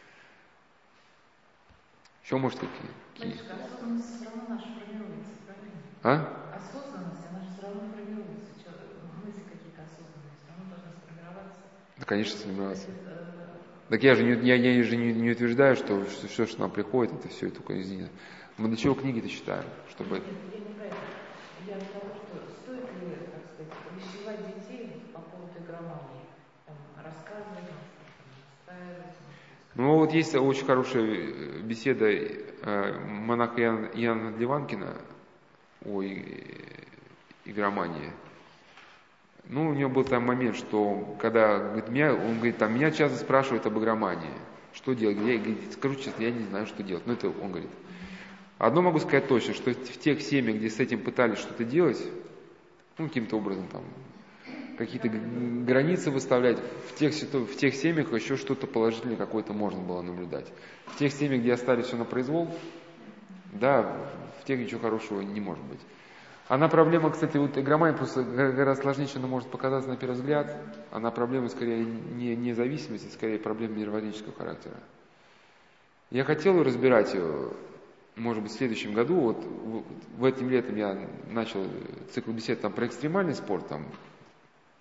Еще, может, какие? Осознанность все равно наша формируется, правильно? А? Осознанность, она же все равно формируется. Мысли какие-то осознанности, она должна сформироваться. Да, конечно, сформироваться. Так я же не утверждаю, что все, что нам приходит, это все только из них. Мы для чего книги-то читаем? Чтобы... Нет, я не про это. Я для того, что стоит ли, так сказать, увещевать детей по поводу игромании, рассказывать, настраивать. Есть очень хорошая беседа монаха Иоанна Ливанкина о игромании. У него был там момент, что когда он говорит, меня часто спрашивают об игромании, что делать? Я говорит, скажу честно, я не знаю, что делать. Это он говорит. Одно могу сказать точно, что в тех семьях, где с этим пытались что-то делать, каким-то образом там какие-то границы выставлять, в тех семьях еще что-то положительное какое-то можно было наблюдать. В тех семьях, где оставили все на произвол, да, в тех ничего хорошего не может быть. Она проблема, кстати, игромания просто гораздо сложнее, чем она может показаться на первый взгляд. Она проблема скорее не зависимости, скорее проблема нейрологического характера. Я хотел разбирать ее, может быть, в следующем году. В этим летом я начал цикл бесед про экстремальный спорт,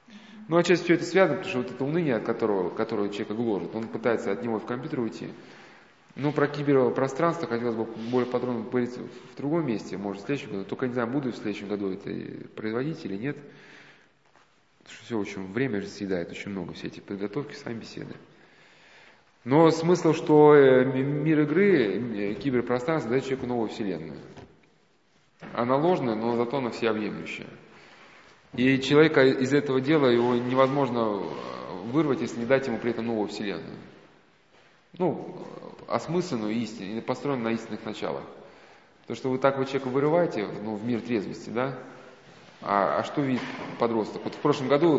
Ну, отчасти все это связано, потому что вот это уныние, от которое человека гложет, он пытается от него в компьютер уйти. Но про киберпространство хотелось бы более подробно поговорить в другом месте, может, в следующем году. Только не знаю, буду в следующем году это производить или нет. Потому что все очень, время же съедает очень много, все эти подготовки, сами беседы. Но смысл, что мир игры, киберпространство дает человеку новую вселенную. Она ложная, но зато она всеобъемлющая. И человека из этого дела его невозможно вырвать, если не дать ему при этом новую вселенную. Ну, осмысленную истину, построенную на истинных началах. То, что вы так вот человека вырываете, ну, в мир трезвости, да? А что видит подросток? Вот в прошлом году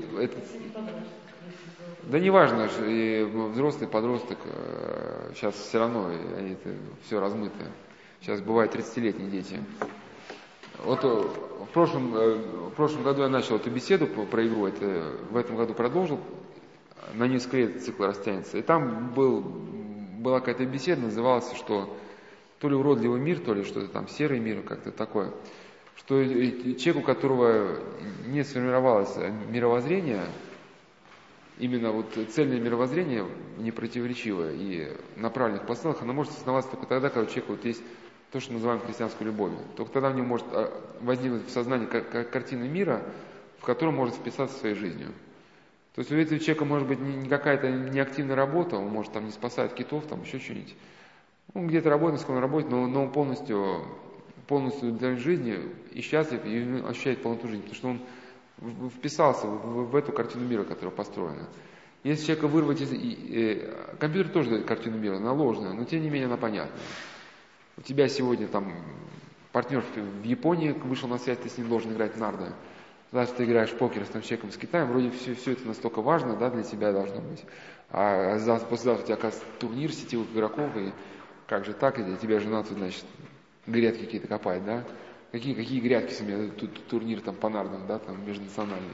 да неважно, и взрослый, подросток, сейчас все равно они это все размыто. Сейчас бывают 30-летние дети. Вот в прошлом году я начал эту беседу про игру, в этом году продолжил, на несколько лет цикл растянется. И там была какая-то беседа, называлась, что то ли уродливый мир, то ли что-то там серый мир, как-то такое. Что человек, у которого не сформировалось мировоззрение, именно вот цельное мировоззрение, непротиворечивое и на правильных посылах, оно может основаться только тогда, когда у человека вот есть то, что называем христианской любовью. Только тогда в нем может возникнуть в сознании картина мира, в котором может вписаться своей жизнью. То есть у этого человека может быть не какая-то неактивная работа, он может там не спасать китов, там еще что-нибудь. Он где-то работает, сколько он работает, но он полностью для жизни и счастлив, и ощущает полноту жизни, потому что он вписался в эту картину мира, которая построена. Если человека вырвать компьютер тоже дает картину мира, она ложная, но тем не менее она понятная. У тебя сегодня там партнер в Японии вышел на связь, ты с ним должен играть в нарды. Даже ты играешь в покер с там человеком с Китаем, вроде все это настолько важно, да, для тебя должно быть. А послезавтра у тебя, оказывается, турнир сетевых игроков, и как же так, и тебя жена тут, значит, грядки какие-то копает, да? Какие грядки с меня, турнир там по нардам, да, там межнациональный.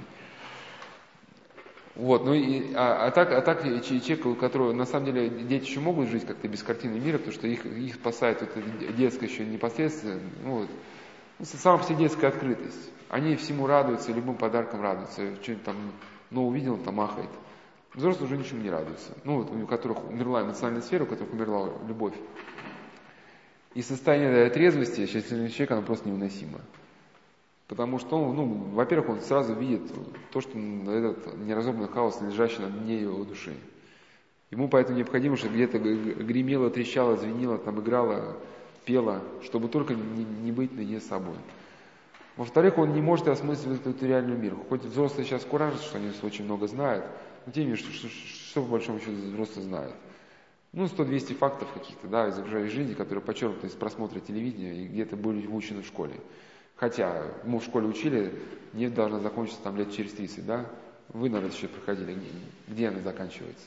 Вот, ну и, так человек, у которого на самом деле дети еще могут жить как-то без картины мира, потому что их спасает вот эта детская еще непосредственно, ну, вот, сама по себе детская открытость. Они всему радуются, любым подарком радуются, что-нибудь там, ну, увидел, там ахает. Взрослые уже ничему не радуются. Ну, вот, у которых умерла эмоциональная сфера, у которых умерла любовь. И состояние трезвости счастливого человека, оно просто невыносимо. Потому что он, ну, во-первых, он сразу видит то, что этот неразобранный хаос, лежащий на дне его души. Ему поэтому необходимо, чтобы где-то гремело, трещало, звенело, там играло, пело, чтобы только не быть наедине с собой. Во-вторых, он не может осмысливать этот реальный мир. Хоть взрослые сейчас куражатся, что они очень много знают, но тем не менее, что по большому счету взрослые знают. Ну, 100-200 фактов каких-то, да, из окружающей жизни, которые подчеркнуты из просмотра телевидения и где-то были выучены в школе. Хотя мы в школе учили, нефть должна закончиться там лет через 30, да? Вы, наверное, еще проходили. Где она заканчивается?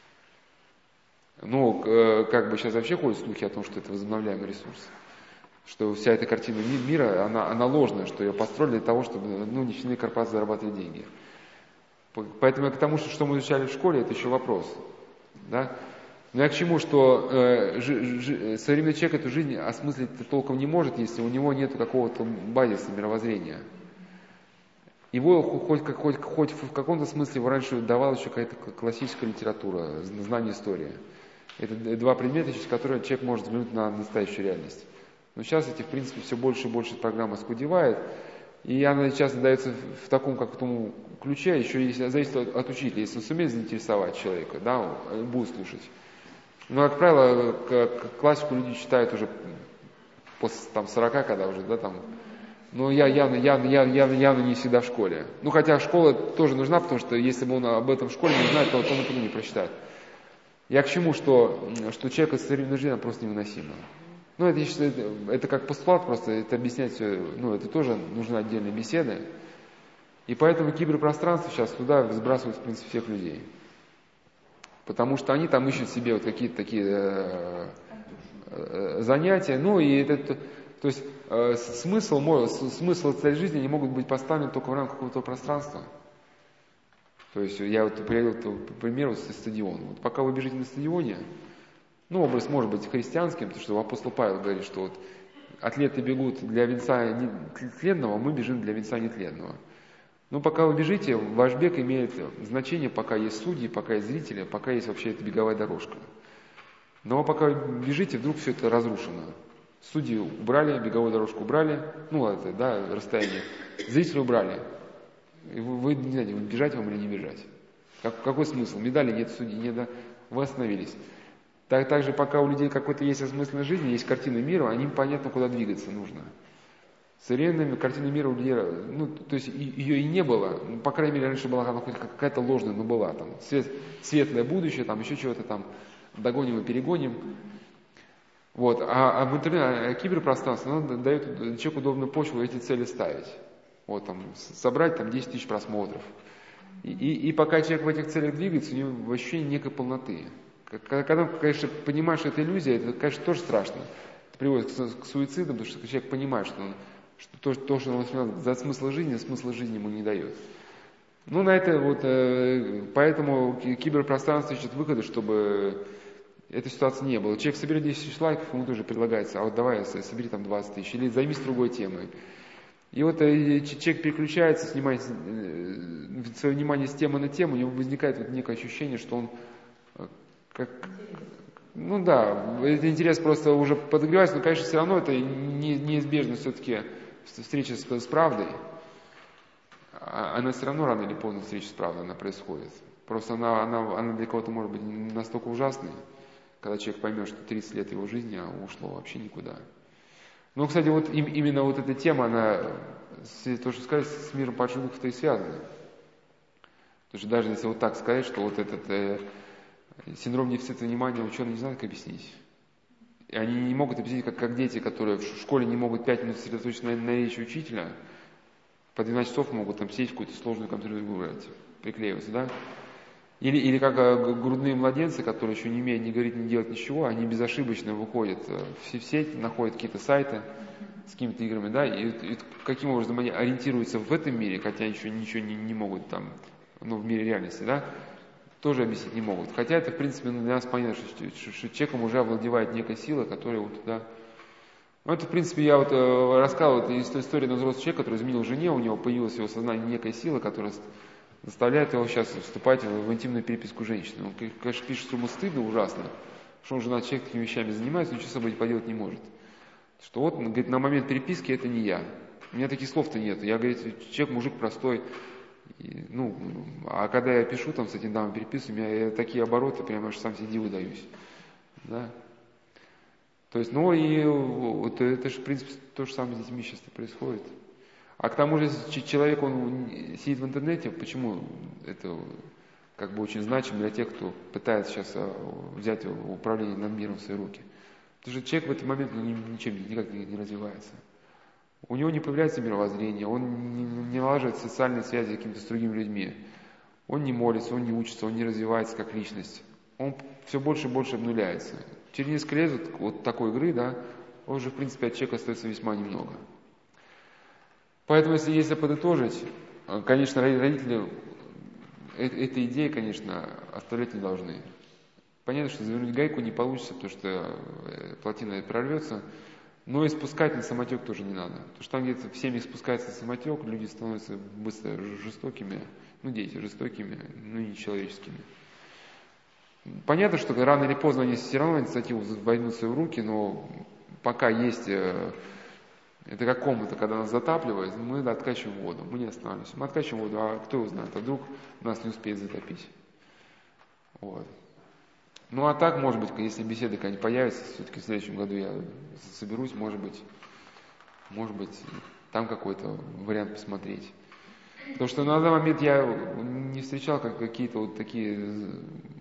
Ну, как бы сейчас вообще ходят слухи о том, что это возобновляемый ресурс. Что вся эта картина мира, она ложная, что ее построили для того, чтобы, ну, нефтяные корпорации зарабатывали деньги. Поэтому я к тому, что мы изучали в школе, это еще вопрос, да? Но я к чему, что современный человек эту жизнь осмыслить толком не может, если у него нет какого-то базиса мировоззрения. Его хоть в каком-то смысле раньше давала еще какая-то классическая литература, знание истории. Это два предмета, через которые человек может взглянуть на настоящую реальность. Но сейчас в принципе, все больше и больше программа скудевает, и она часто дается в таком каком-то ключе, еще зависит от учителя. Если он сумеет заинтересовать человека, да, будет слушать. Но, как правило, классику люди читают уже после там, 40, когда уже, да, там. Но явно не всегда в школе. Ну, хотя школа тоже нужна, потому что если бы он об этом в школе не знает, то он никогда не прочитает. Я к чему, что человека с современной жизнью просто невыносимо. Ну, это как постулат просто, это объяснять все, ну, это тоже нужны отдельные беседы. И поэтому киберпространство сейчас туда сбрасывают, в принципе, всех людей. Потому что они там ищут себе вот какие-то такие занятия. Ну, и это, то есть смысл цель жизни не могут быть поставлены только в рамках какого-то пространства. То есть я вот привел пример вот со стадиона. Вот пока вы бежите на стадионе, ну, образ может быть христианским, потому что апостол Павел говорит, что вот атлеты бегут для венца тленного, мы бежим для венца нетленного. Но пока вы бежите, ваш бег имеет значение, пока есть судьи, пока есть зрители, пока есть вообще эта беговая дорожка. Но пока вы бежите, вдруг все это разрушено. Судьи убрали, беговую дорожку убрали, расстояние. Зрители убрали. И вы не знаете, бежать вам или не бежать. Какой смысл? Медали нет, судьи нет, да? Вы остановились. Также пока у людей какой-то есть осмысленная жизнь, есть картина мира, им понятно, куда двигаться нужно. Современная картина мира у людей, то есть ее и не было, по крайней мере, раньше была хоть какая-то ложная, но была там светлое будущее, там еще чего-то там, догоним и перегоним. Вот. А в интернете, киберпространство, оно дает человеку удобную почву эти цели ставить. Вот, там, собрать там 10 тысяч просмотров. И пока человек в этих целях двигается, у него ощущение некой полноты. Когда, конечно, понимаешь, что это иллюзия, это, конечно, тоже страшно. Это приводит к суицидам, потому что человек понимает, что то, что он воспринимает за смысл жизни ему не дает. На это поэтому киберпространство ищет выходы, чтобы этой ситуации не было. Человек соберет 10 тысяч лайков, ему тоже предлагается, а вот давай собери там 20 тысяч, или займись другой темой. И вот человек переключается, снимает свое внимание с темы на тему, у него возникает некое ощущение, что он это интерес просто уже подогревается, но, конечно, все равно это неизбежно все-таки встреча с правдой. Она все равно рано или поздно встреча с правдой, она происходит. Просто она для кого-то может быть настолько ужасной, когда человек поймет, что 30 лет его жизни ушло вообще никуда. Но, кстати, именно эта тема, она, то, что сказать, с миром падших духов-то и связана. Потому что даже если так сказать, что этот синдром дефицита внимания ученые не знают, как объяснить. И они не могут объяснить, как дети, которые в школе не могут 5 минут сосредоточиться на речи учителя, по 12 часов могут там сидеть в какую-то сложную компьютерную игру, приклеиваться, да? Или как грудные младенцы, которые еще не умеют ни говорить, ни делать ничего, они безошибочно выходят в сеть, находят какие-то сайты с какими-то играми, да, и каким образом они ориентируются в этом мире, хотя еще ничего не могут там, в мире реальности, да, тоже объяснить не могут. Хотя это, в принципе, для нас понятно, что человеком уже овладевает некая сила, которая это, в принципе, я рассказывал историю взрослого человека, который изменил жене, у него появилась в его сознании некая сила, которая заставляет его сейчас вступать в интимную переписку с женщиной. Он, конечно, пишет, что ему стыдно, ужасно, что он женатый человек такими вещами занимается, но ничего с собой поделать не может. Что говорит, на момент переписки это не я. У меня таких слов-то нет. Я, говорит, человек, мужик простой. А когда я пишу там с этим дамой переписываю, у меня такие обороты, прямо аж сам себе диву даюсь. Да? То есть, это же, в принципе, то же самое с детьми сейчас происходит. А к тому же, если человек, он сидит в интернете, почему это очень значимо для тех, кто пытается сейчас взять управление над миром в свои руки? Потому что человек в этот момент ничем никак не развивается. У него не появляется мировоззрение, он не налаживает социальные связи какими-то с другими людьми. Он не молится, он не учится, он не развивается как личность. Он все больше и больше обнуляется. Через несколько лет такой игры, да, он уже, в принципе, от человека остается весьма немного. Поэтому, если подытожить, конечно, родители этой идеи, конечно, оставлять не должны. Понятно, что завернуть гайку не получится, потому что плотина прорвется, но и спускать на самотек тоже не надо. Потому что там где-то в семьях спускается на самотек, люди становятся быстро жестокими, дети жестокими, нечеловеческими. Понятно, что рано или поздно они все равно инициативу возьмут в свои руки, но пока есть... Это как комната, когда нас затапливает, мы откачиваем воду, мы не останавливаемся. Мы откачиваем воду, а кто его знает, а вдруг нас не успеет затопить. Вот. А так, может быть, если беседы какая-нибудь появится, все-таки в следующем году я соберусь, может быть, там какой-то вариант посмотреть. Потому что на данный момент я не встречал какие-то такие,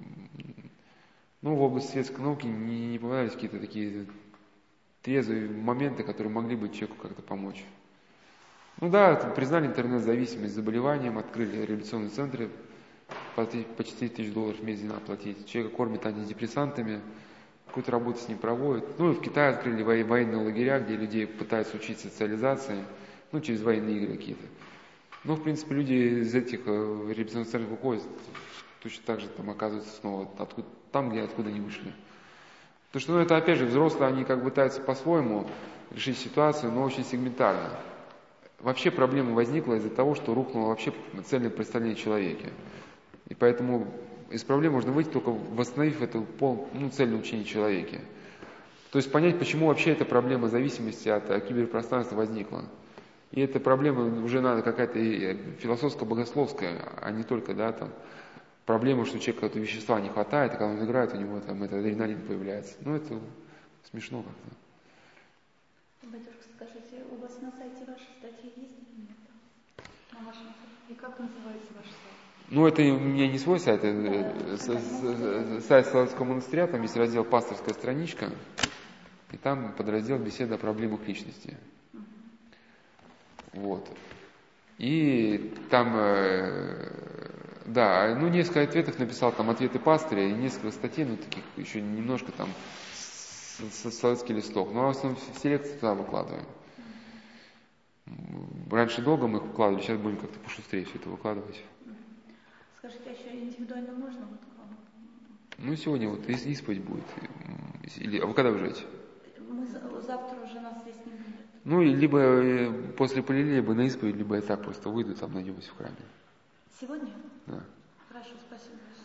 в области светской науки не появлялись какие-то такие трезвые моменты, которые могли бы человеку как-то помочь. Признали интернет-зависимость заболеванием, открыли реабилитационные центры, по $4 000 в месяц надо платить. Человека кормят антидепрессантами, какую-то работу с ним проводят. В Китае открыли военные лагеря, где людей пытаются учить социализации, через военные игры какие-то. В принципе, люди из этих реабилитационных центров выходят, точно так же там оказываются снова откуда они вышли. Потому что, это опять же, взрослые, они пытаются по-своему решить ситуацию, но очень сегментально. Вообще проблема возникла из-за того, что рухнуло вообще цельное представление о человеке. И поэтому из проблем можно выйти, только восстановив это цельное учение о человеке. То есть понять, почему вообще эта проблема зависимости от киберпространства возникла. И эта проблема уже надо какая-то философско-богословская, а не только, проблема, что человеку этого вещества не хватает, и когда он играет, у него этот адреналин появляется. Это смешно как-то. Батюшка, скажите, у вас на сайте ваши статьи есть или нет? На вашем сайте. И как называется ваш сайт? Это у меня не свой сайт, это сайт Славянского монастыря, там есть раздел «Пасторская страничка», и там подраздел «Беседа о проблемах личности». И там, несколько ответов написал, там ответы пастыря и несколько статей, таких еще немножко там славянский листок. А в основном все лекции туда выкладываем. Раньше долго мы их выкладывали, сейчас будем как-то пошустрее все это выкладывать. Скажите, а еще индивидуально можно к вам? Сегодня исповедь будет. А вы когда уезжаете? Завтра уже нас здесь не будет. Либо после полили, либо на исповедь, либо я так просто выйду, там найдемся в храме. Сегодня? Да. Хорошо, спасибо.